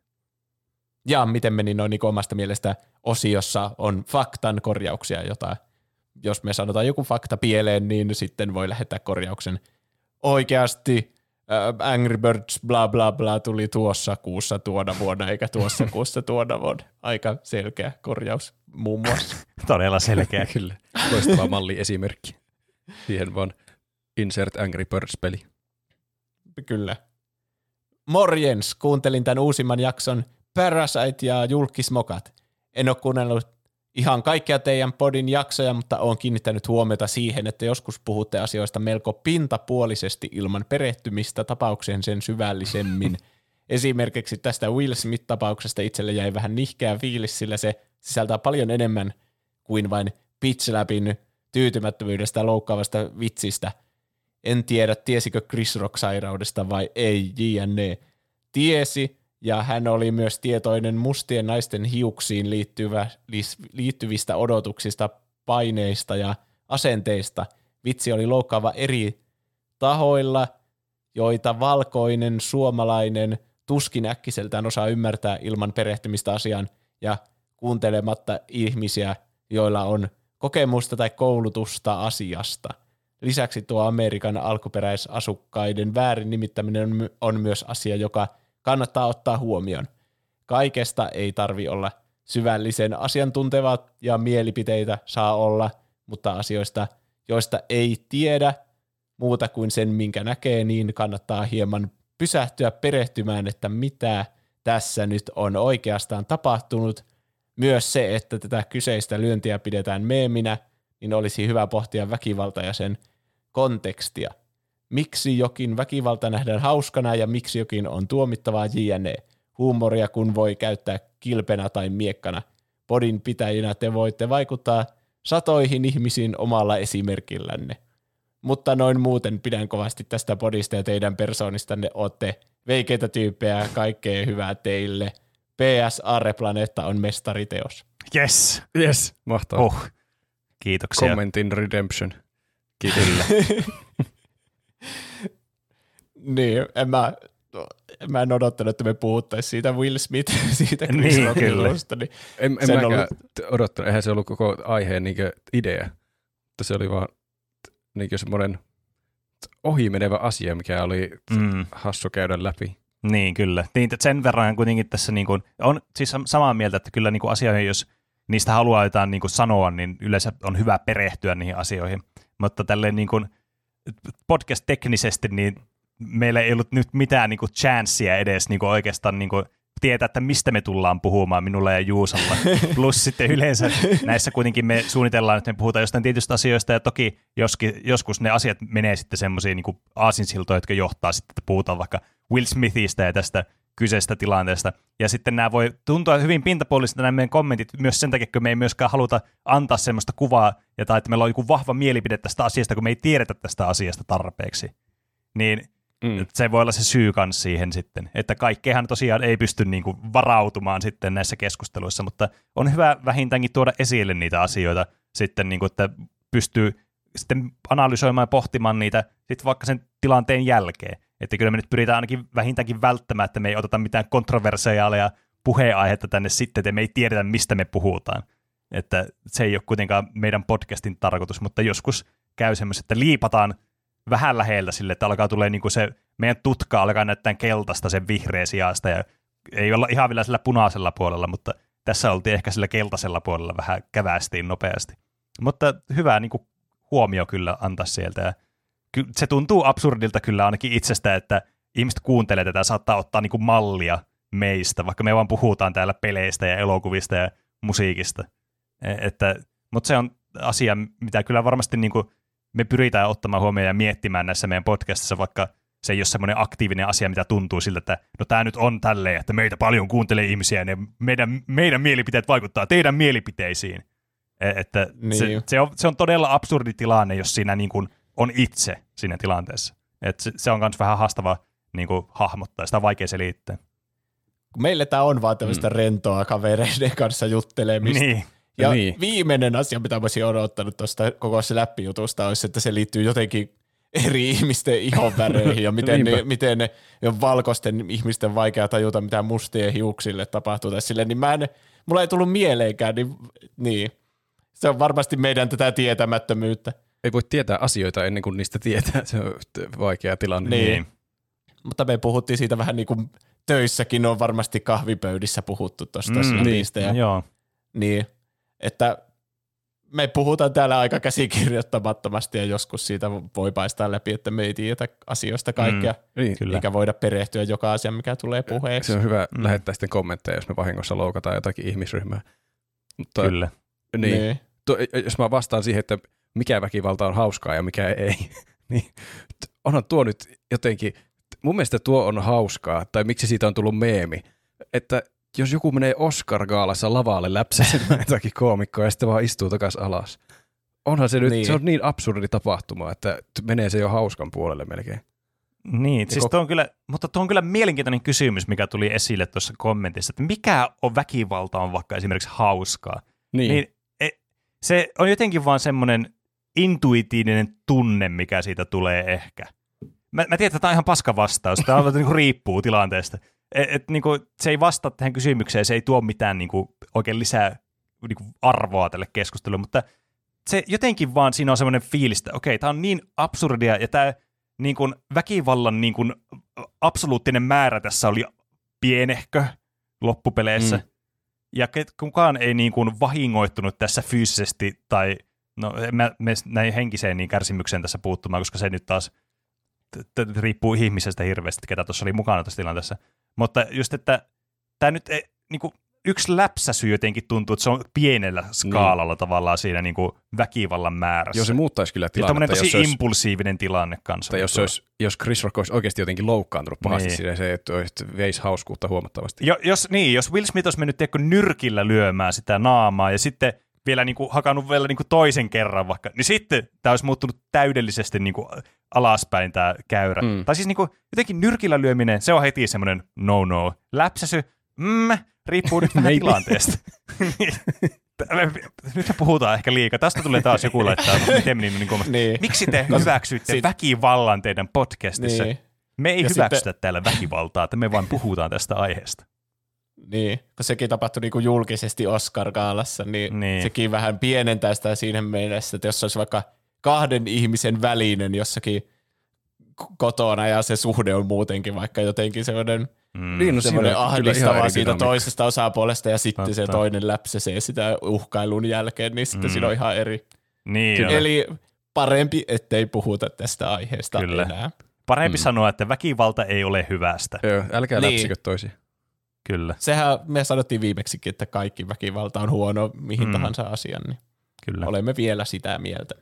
Ja miten meni noin niin omasta mielestä osiossa on faktan korjauksia, jota jos me sanotaan joku fakta pieleen, niin sitten voi lähettää korjauksen. Oikeasti Angry Birds bla bla bla tuli tuossa kuussa tuona vuonna, eikä tuossa kuussa tuona vuonna. Aika selkeä korjaus muun muassa. Todella selkeä. Kyllä. Loistava malliesimerkki. Siihen vaan insert Angry Birds-peli. Kyllä. Morjens, kuuntelin tämän uusimman jakson Parasite ja Julkismokat. En ole kuunnellut ihan kaikkia teidän podin jaksoja, mutta olen kiinnittänyt huomiota siihen, että joskus puhutte asioista melko pintapuolisesti ilman perehtymistä tapaukseen sen syvällisemmin. Esimerkiksi tästä Will Smith-tapauksesta itselle jäi vähän nihkeä fiilis, sillä se sisältää paljon enemmän kuin vain Pitch Labin tyytymättömyydestä loukkaavasta vitsistä. En tiedä, tiesikö Chris Rock sairaudesta vai ei, JNE. Tiesi, ja hän oli myös tietoinen mustien naisten hiuksiin liittyvistä odotuksista, paineista ja asenteista. Vitsi oli loukkaava eri tahoilla, joita valkoinen suomalainen tuskin äkkiseltään osaa ymmärtää ilman perehtymistä asiaan ja kuuntelematta ihmisiä, joilla on kokemusta tai koulutusta asiasta. Lisäksi tuo Amerikan alkuperäisasukkaiden väärin nimittäminen on myös asia, joka kannattaa ottaa huomioon. Kaikesta ei tarvi olla syvällisen asiantuntevaa ja mielipiteitä saa olla, mutta asioista, joista ei tiedä muuta kuin sen, minkä näkee, niin kannattaa hieman pysähtyä perehtymään, että mitä tässä nyt on oikeastaan tapahtunut. Myös se, että tätä kyseistä lyöntiä pidetään meeminä, niin olisi hyvä pohtia väkivalta ja sen kontekstia. Miksi jokin väkivalta nähdään hauskana ja miksi jokin on tuomittavaa JNE. Huumoria kun voi käyttää kilpenä tai miekkana. Podin pitäjinä te voitte vaikuttaa satoihin ihmisiin omalla esimerkillänne. Mutta noin muuten pidän kovasti tästä podista ja teidän persoonistanne. Ootte veikeitä tyyppejä, kaikkea hyvää teille. PS Aarreplaneetta on mestariteos. Yes, mahtavaa. Kiitoksia. Commentin redemption. Kiitos. Niin, mä en odottanut, että me puhuttaisiin siitä Will Smith, siitä Chris Rockista. Niin en mäkään odottanut, eihän se ollut koko aiheen idea, mutta se oli vaan semmoinen ohimenevä asia, mikä oli hassu käydä läpi. Niin, kyllä. Niin, sen verran kuitenkin tässä on siis samaa mieltä, että kyllä asioihin, jos niistä haluaa jotain sanoa, niin yleensä on hyvä perehtyä niihin asioihin. Mutta tälleen podcast-teknisesti, niin meillä ei ollut nyt mitään chanssia edes oikeastaan tietää, että mistä me tullaan puhumaan minulla ja Juusalla. Plus sitten yleensä näissä kuitenkin me suunnitellaan, että me puhutaan jostain tietystä asioista, ja toki joskus ne asiat menee sitten semmoisiin aasinsiltoja, jotka johtaa sitten, että puhutaan vaikka Will Smithistä ja tästä kyseisestä tilanteesta. Ja sitten nämä voi tuntua hyvin pintapuolisilta nämä meidän kommentit myös sen takia, kun me ei myöskään haluta antaa semmoista kuvaa, tai että meillä on joku vahva mielipide tästä asiasta, kun me ei tiedetä tästä asiasta tarpeeksi. Niin se voi olla se syy kanssa siihen sitten, että kaikkeahan tosiaan ei pysty varautumaan sitten näissä keskusteluissa, mutta on hyvä vähintäänkin tuoda esille niitä asioita sitten, että pystyy sitten analysoimaan ja pohtimaan niitä sitten vaikka sen tilanteen jälkeen. Että kyllä me nyt pyritään ainakin vähintäänkin välttämään, että me ei oteta mitään kontroversiaalia puheenaihetta tänne sitten, että me ei tiedetä, mistä me puhutaan. Että se ei ole kuitenkaan meidän podcastin tarkoitus, mutta joskus käy semmoista, että liipataan vähän läheltä sille, että alkaa tulee se meidän tutka alkaa näyttää keltaista sen vihreä sijasta ja ei olla ihan vielä sillä punaisella puolella, mutta tässä oltiin ehkä sillä keltaisella puolella vähän kävästiin nopeasti. Mutta hyvä huomio kyllä antaa sieltä ja se tuntuu absurdilta kyllä ainakin itsestä, että ihmiset kuuntelee tätä, saattaa ottaa mallia meistä, vaikka me vaan puhutaan täällä peleistä ja elokuvista ja musiikista. Mutta se on asia, mitä kyllä varmasti me pyritään ottamaan huomioon ja miettimään näissä meidän podcastissa, vaikka se ei ole semmoinen aktiivinen asia, mitä tuntuu siltä, että no tämä nyt on tälleen, että meitä paljon kuuntelee ihmisiä ja meidän mielipiteet vaikuttaa teidän mielipiteisiin. Että niin. se on todella absurdi tilanne, jos siinä on itse siinä tilanteessa. Et se on myös vähän haastava hahmottaa, sitä on vaikea selittää. kun meille tämä on vaan tämmöistä rentoa kavereiden kanssa juttelemista. Niin. Ja Niin. viimeinen asia, mitä mä olisin odottanut tuosta koko se läppijutusta, olisi, että se liittyy jotenkin eri ihmisten ihonväreihin ja miten ne valkoisten ihmisten vaikea tajuta, mitä mustien hiuksille tapahtuu tai silleen, niin mulla ei tullut mieleenkään, niin se on varmasti meidän tätä tietämättömyyttä. Ei voi tietää asioita ennen kuin niistä tietää, se on vaikea tilanne. Niin. Mutta me puhuttiin siitä vähän niin kuin töissäkin on varmasti kahvipöydissä puhuttu tuosta läpistä. Niin. Joo. Niin, että me puhutaan täällä aika käsikirjoittamattomasti ja joskus siitä voi paistaa läpi, että me ei tiedä asioista kaikkea, Niin. eikä voida perehtyä joka asia, mikä tulee puheeksi. Se on hyvä lähettää sitten kommentteja, jos me vahingossa loukataan jotakin ihmisryhmää. Mutta, Kyllä. Niin. Jos mä vastaan siihen, että mikä väkivalta on hauskaa ja mikä ei, niin onhan tuo nyt jotenkin, mun mielestä tuo on hauskaa, tai miksi siitä on tullut meemi, että jos joku menee Oscar-gaalassa lavalle läpsäsemään jotakin koomikkoa ja sitten vaan istuu takas alas. Onhan se nyt, se on niin absurdi tapahtuma, että menee se jo hauskan puolelle melkein. Niin, siis mutta tuo on kyllä mielenkiintoinen kysymys, mikä tuli esille tuossa kommentissa, että mikä on väkivalta on vaikka esimerkiksi hauskaa. Niin se on jotenkin vaan semmoinen intuitiivinen tunne, mikä siitä tulee ehkä. Mä tiedän, että tämä on ihan paska vastaus, tämä on, niin kuin riippuu tilanteesta. Niin kuin, se ei vastaa tähän kysymykseen, se ei tuo mitään niin kuin, oikein lisää niin kuin, arvoa tälle keskustelulle, mutta se jotenkin vaan siinä on semmoinen fiilis, että okei, tämä on niin absurdia ja tämä niin kuin, väkivallan niin kuin, absoluuttinen määrä tässä oli pienehkö loppupeleissä. Ja kukaan ei niin kuin vahingoittunut tässä fyysisesti tai me näin henkiseen niin kärsimykseen tässä puuttumaan, koska se nyt taas riippuu ihmisestä hirveästi, ketä tuossa oli mukana tässä tilanteessa. Mutta just, että tämä nyt ei, niin kuin yksi läpsäsy jotenkin tuntuu, että se on pienellä skaalalla tavallaan siinä niin kuin väkivallan määrässä. Joo, se muuttaisi kyllä tilannetta. Ja tosi impulsiivinen tilanne kanssa. Tai jos Chris Rock olisi oikeasti jotenkin loukkaantunut pahasti siinä, se veisi hauskuutta huomattavasti. Jos Will Smith olisi mennyt nyrkillä lyömään sitä naamaa ja sitten vielä niin kuin hakannut vielä niin kuin toisen kerran vaikka, niin sitten tämä olisi muuttunut täydellisesti niin kuin alaspäin tämä käyrä. Tai siis niin kuin, jotenkin nyrkillä lyöminen, se on heti semmoinen no. Läpsäsy, riippuu nyt vähän tilanteesta. Nyt me puhutaan ehkä liikaa. Tästä tulee taas joku laittaa, niin. Miksi te hyväksyitte väkivallan teidän podcastissa? Niin. Me ei hyväksytä täällä väkivaltaa, että me vaan puhutaan tästä aiheesta. Niin, kun sekin tapahtui niinku julkisesti Oscar-gaalassa, niin sekin vähän pienentää sitä siinä mielessä, että jos olisi vaikka 2 ihmisen välinen jossakin kotona ja se suhde on muutenkin vaikka jotenkin semmoinen ahdistava siitä toisesta osapuolesta ja sitten se toinen läpsäsee sitä uhkailun jälkeen, niin sitten siinä on ihan eri. Niin, eli parempi, ettei puhuta tästä aiheesta enää. Parempi sanoa, että väkivalta ei ole hyvästä. Joo, älkää läpsikö toisia. Kyllä. Sehän me sanottiin viimeksikin, että kaikki väkivalta on huono mihin tahansa asian, niin kyllä. Olemme vielä sitä mieltä.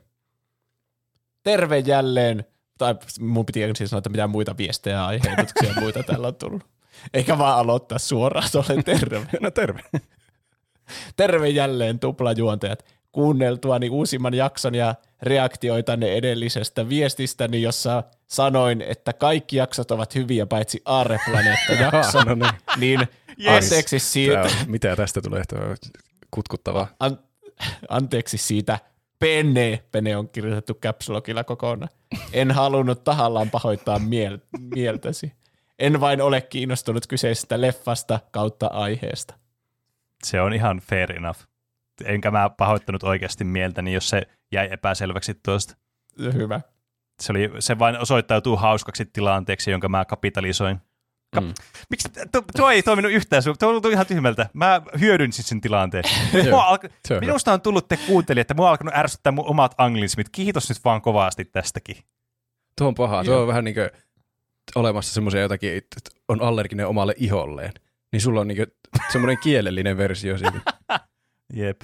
Terve jälleen, tai mun piti ensin sanoa, että mitä muita viestejä ja aiheutuksia ja muita täällä on tullut. Eikä vaan aloittaa suoraan, olen terve. No terve. Terve jälleen tuplajuontajat. Kuunneltuani uusimman jakson ja reaktioitanne edellisestä viestistäni, jossa sanoin, että kaikki jaksot ovat hyviä paitsi Aarreplaneetta-jakso, niin anteeksi siitä. Mitä tästä tulee? Kutkuttavaa. Anteeksi siitä. Pene on kirjoitettu caps lockilla kokonaan. En halunnut tahallaan pahoittaa mieltäsi. En vain ole kiinnostunut kyseisestä leffasta kautta aiheesta. Se on ihan fair enough. Enkä mä pahoittanut oikeasti mieltäni, jos se jäi epäselväksi tuosta. Hyvä. Se vain osoittautuu hauskaksi tilanteeksi, jonka mä kapitalisoin. Miksi? Tuo ei toiminut yhtään. Tuo on ihan tyhmältä. Mä hyödynsin sen tilanteen. Minusta on tullut te kuuntelijat, että mua on alkanut ärsyttää mun omat anglismit. Kiitos nyt vaan kovasti tästäkin. Tuo on paha. Tuo on vähän niin kuin olemassa semmoisia jotakin, että on allerginen omalle iholleen. Niin sulla on niin kuin semmoinen kielellinen versio siitä. Jep.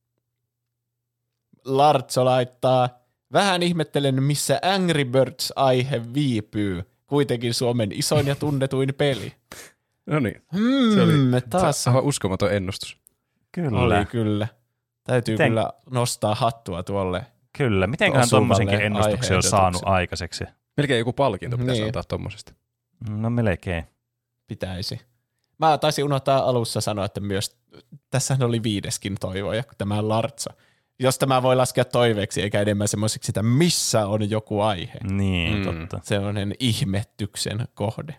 Lartso laittaa, vähän ihmettelen, missä Angry Birds-aihe viipyy. Kuitenkin Suomen isoin ja tunnetuin peli. No niin. Se oli taas aivan uskomaton ennustus. Kyllä. Oli kyllä. Täytyy kyllä nostaa hattua tuolle. Kyllä. Mitenköhän tommosenkin ennustuksen on saanut aikaiseksi? Melkein joku palkinto pitäisi antaa tommosesta. No melkein. Pitäisi. Mä taisin unohtaa alussa sanoa, että myös tässähän oli 5. toivoja, tämä Lartsa. Jos tämä voi laskea toiveeksi, eikä enemmän semmoiseksi, että missä on joku aihe. Niin, totta. Sellainen ihmettyksen kohde.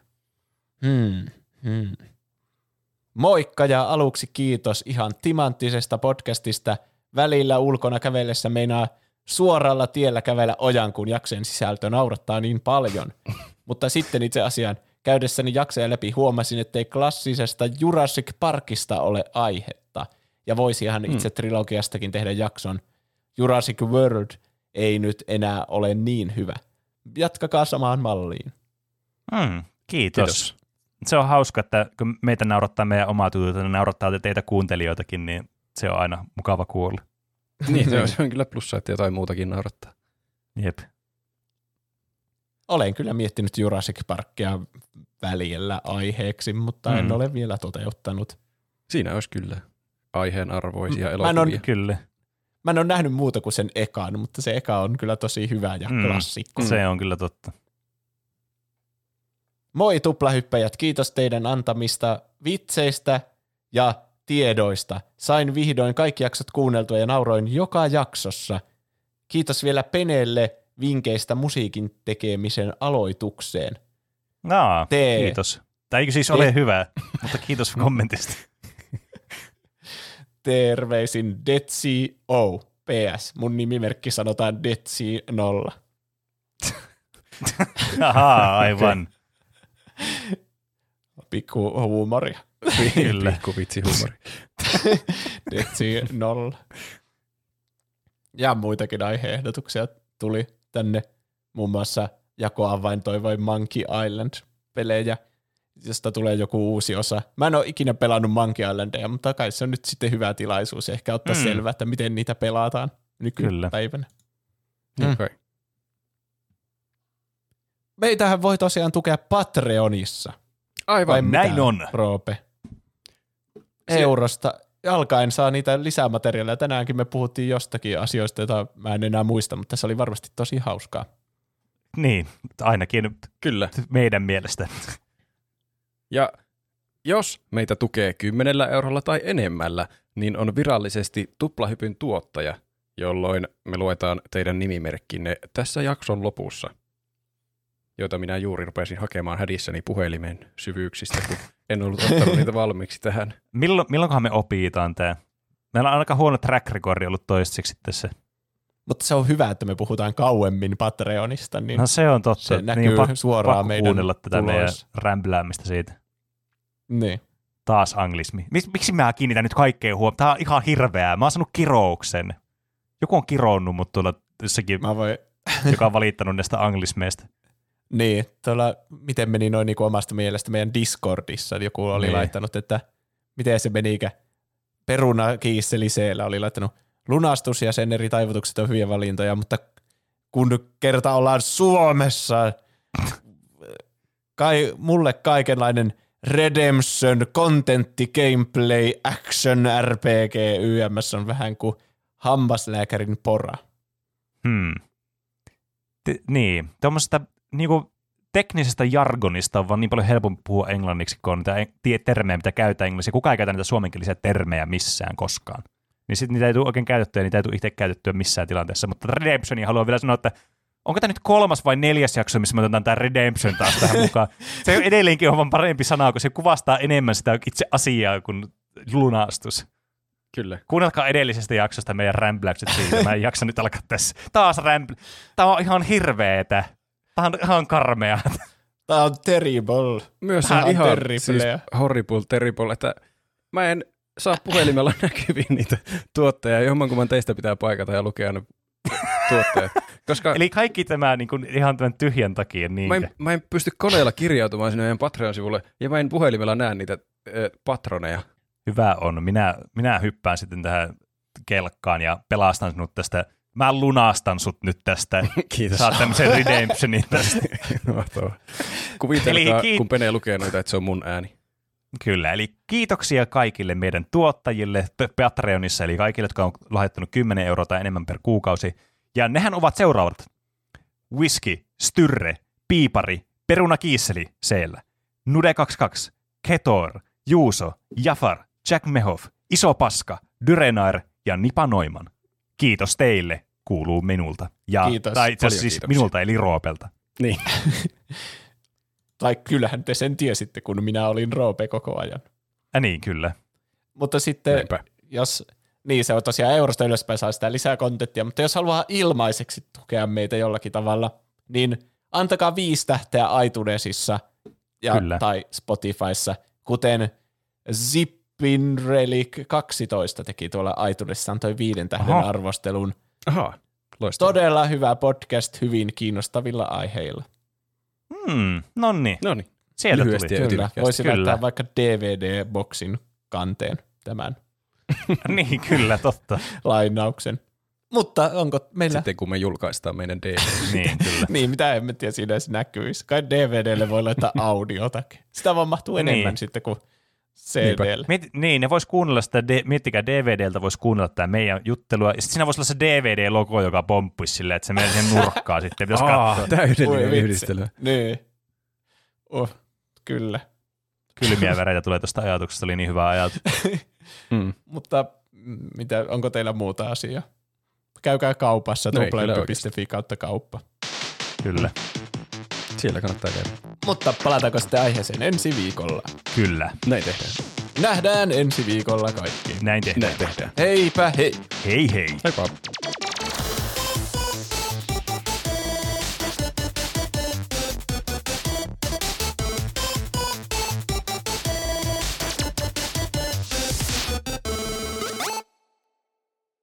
Moikka ja aluksi kiitos ihan timanttisesta podcastista. Välillä ulkona kävellessä meinaa suoralla tiellä kävellä ojan, kun jaksojen sisältö naurattaa niin paljon. Mutta sitten itse asiaan käydessäni jaksoja läpi huomasin, ettei klassisesta Jurassic Parkista ole aihetta. Ja voisihan itse trilogiastakin tehdä jakson. Jurassic World ei nyt enää ole niin hyvä. Jatkakaa samaan malliin. Kiitos. Se on hauska, että kun meitä naurattaa meidän omaa tutulta, ne naurattaa teitä kuuntelijoitakin, niin se on aina mukava kuulla. Niin, se on kyllä plussa, että jotain muutakin naurattaa. Jep. Olen kyllä miettinyt Jurassic Parkia välillä aiheeksi, mutta en ole vielä toteuttanut. Siinä olisi kyllä aiheen arvoisia elokuvia. Kyllä. Mä en ole nähnyt muuta kuin sen ekan, mutta se eka on kyllä tosi hyvä ja klassikko. Se on kyllä totta. Moi tuplahyppäjät, kiitos teidän antamista vitseistä ja tiedoista. Sain vihdoin kaikki jaksot kuunneltua ja nauroin joka jaksossa. Kiitos vielä Penelle vinkkeistä musiikin tekemisen aloitukseen. Kiitos. Tämä ei siis ole hyvä, mutta kiitos kommentista. Terveisin Detsi O. PS. Mun nimimerkki sanotaan Detsi 0. Ahaa, aivan. Pikku huumoria. Kyllä. Pikku vitsihuumori. Detsi 0. Ja muitakin aihe-ehdotuksia tuli tänne. Muun muassa jakoavain toivoi Monkey Island-pelejä, josta tulee joku uusi osa. Mä en ole ikinä pelannut Monkey Islandia, mutta kai se on nyt sitten hyvä tilaisuus ehkä ottaa selvää, että miten niitä pelataan nykypäivänä. Okay. Meitähän voi tosiaan tukea Patreonissa. Aivan. Näin on. Roope. Eurosta alkaen saa niitä lisämateriaaleja. Tänäänkin me puhuttiin jostakin asioista, joita mä en enää muista, mutta se oli varmasti tosi hauskaa. Niin, ainakin Kyllä. meidän mielestä. Ja jos meitä tukee 10 eurolla tai enemmällä, niin on virallisesti Tuplahypyn tuottaja, jolloin me luetaan teidän nimimerkkinne tässä jakson lopussa, joita minä juuri rupesin hakemaan hädissäni puhelimen syvyyksistä, kun en ollut ottanut niitä valmiiksi tähän. Milloinkohan me opitaan tämä? Meillä on aika huono track record ollut toistaiseksi tässä. Mutta se on hyvä, että me puhutaan kauemmin Patreonista. Niin no se on totta. se näkyy suoraan meidän kuunnella tätä tuloissa. meidän rämpläämistä siitä. Niin. Taas anglismi. Miksi mä kiinnitän nyt kaikkeen huomioon? Tämä on ihan hirveää. Mä oon saanut kirouksen. Joku on kiroonnut mut tuolla jossakin, joka on valittanut näistä anglismeista. Niin, tuolla, miten meni noin niin kuin omasta mielestä meidän Discordissa, joku oli laittanut, että miten se menikö. Peruna kiisseli siellä oli laittanut lunastus ja sen eri taivutukset on hyviä valintoja, mutta kun kerta ollaan Suomessa, mulle kaikenlainen redemption, contentti, gameplay, action, RPG, YMS on vähän kuin hammaslääkärin pora. Niin, tuommoisesta niinku teknisestä jargonista on vaan niin paljon helpompi puhua englanniksi, kun on niitä termejä, mitä käytetään englanniksi. Kukaan ei käytä niitä suomenkielisiä termejä missään koskaan. Niin sitten niitä ei tule oikein käytettyä ja niitä ei tule itse käytettyä missään tilanteessa. Mutta Redemptionia haluan vielä sanoa, että onko tämä nyt 3. vai 4. jakso, missä me otetaan tämä Redemption taas tähän mukaan. Se edelleenkin on vaan parempi sana, kun se kuvastaa enemmän sitä itse asiaa kuin lunastus. Kyllä. Kuunnelkaa edellisestä jaksosta meidän rämpläykset siitä. Mä en jaksa nyt alkaa tässä. Taas Tämä on ihan hirveetä. Tämä on ihan karmea. Tämä on terrible. Myös on ihan siis terrible, että mä en saa puhelimella näkyviin niitä tuotteja, jommankumman teistä pitää paikata ja lukea ne tuotteet. Koska eli kaikki tämä niin kuin, ihan tämän tyhjän takia. Mä en pysty koneella kirjautumaan sinne meidän Patreon-sivulle, ja mä en puhelimella näe niitä patroneja. Hyvä on. Minä hyppään sitten tähän kelkkaan ja pelastan sinut tästä. Mä lunastan sut nyt tästä. Kiitos. Saat tämmöisen redemptionin tästä. Kuvitelkaa, kun Pene lukee noita, että se on mun ääni. Kyllä, eli kiitoksia kaikille meidän tuottajille Patreonissa, eli kaikille, jotka on lahjoittanut 10 euroa tai enemmän per kuukausi. Ja nehän ovat seuraavat. Whisky, Styrre, Piipari, Peruna Kiisseli, Seellä, Nude22, Ketor, Juuso, Jafar, Jack Mehoff, Iso Paska, Dyrenair ja Nipa Noiman. Kiitos teille, kuuluu minulta. Ja, Kiitos. tai itse asiassa siis Kiitoksia. minulta eli Roopelta. Niin. Tai kyllähän te sen tiesitte, kun minä olin Roope koko ajan. Niin, kyllä. Mutta sitten, Näinpä. jos, niin se on tosiaan eurosta ylöspäin saa sitä lisää kontenttia, mutta jos haluaa ilmaiseksi tukea meitä jollakin tavalla, niin antakaa 5 tähteä iTunesissa ja, Kyllä. tai Spotifyssa, kuten Zippin Relic 12 teki tuolla iTunesissa, antoi 5 tähden Aha. arvostelun. Ahaa, loistavaa. Todella hyvä podcast hyvin kiinnostavilla aiheilla. Nonni, No niin. sieltä lyhyesti tuli. ja Kyllä, ytimekkäästi. voisi Kyllä. laittaa vaikka DVD-boksin kanteen tämän Niin, kyllä, totta. lainauksen. Mutta onko meillä... Sitten kun me julkaistaan meidän DVD. Niin, kyllä. Niin, mitä en tiedä siinä edes näkyisi. Kai DVDlle voi laittaa audiotakin. Sitä vaan mahtuu enemmän Niin. sitten kuin CDlle. Niin, ne vois kuunnella sitä, miettikää DVDltä voisi kuunnella tämä meidän juttelua, ja sitten siinä voisi olla se DVD-logo, joka pomppuisi silleen, että se menee siihen nurkkaan sitten, pitäisi katsoa. Täydellinen vitsi. yhdistely. Niin. Kyllä. Kylmiä väreitä tulee tuosta ajatuksesta, oli niin hyvä ajatus. Mutta onko teillä muuta asiaa? Käykää kaupassa, No ei kyllä tuplahyppy.fi kautta kauppa. Kyllä, Siellä kannattaa käydä. Mutta palataanko sitten aiheeseen ensi viikolla? kyllä. Näin tehdään. Nähdään ensi viikolla kaikki. Näin tehdään. Näin tehdään. Heipä hei! Hei hei. Heippa.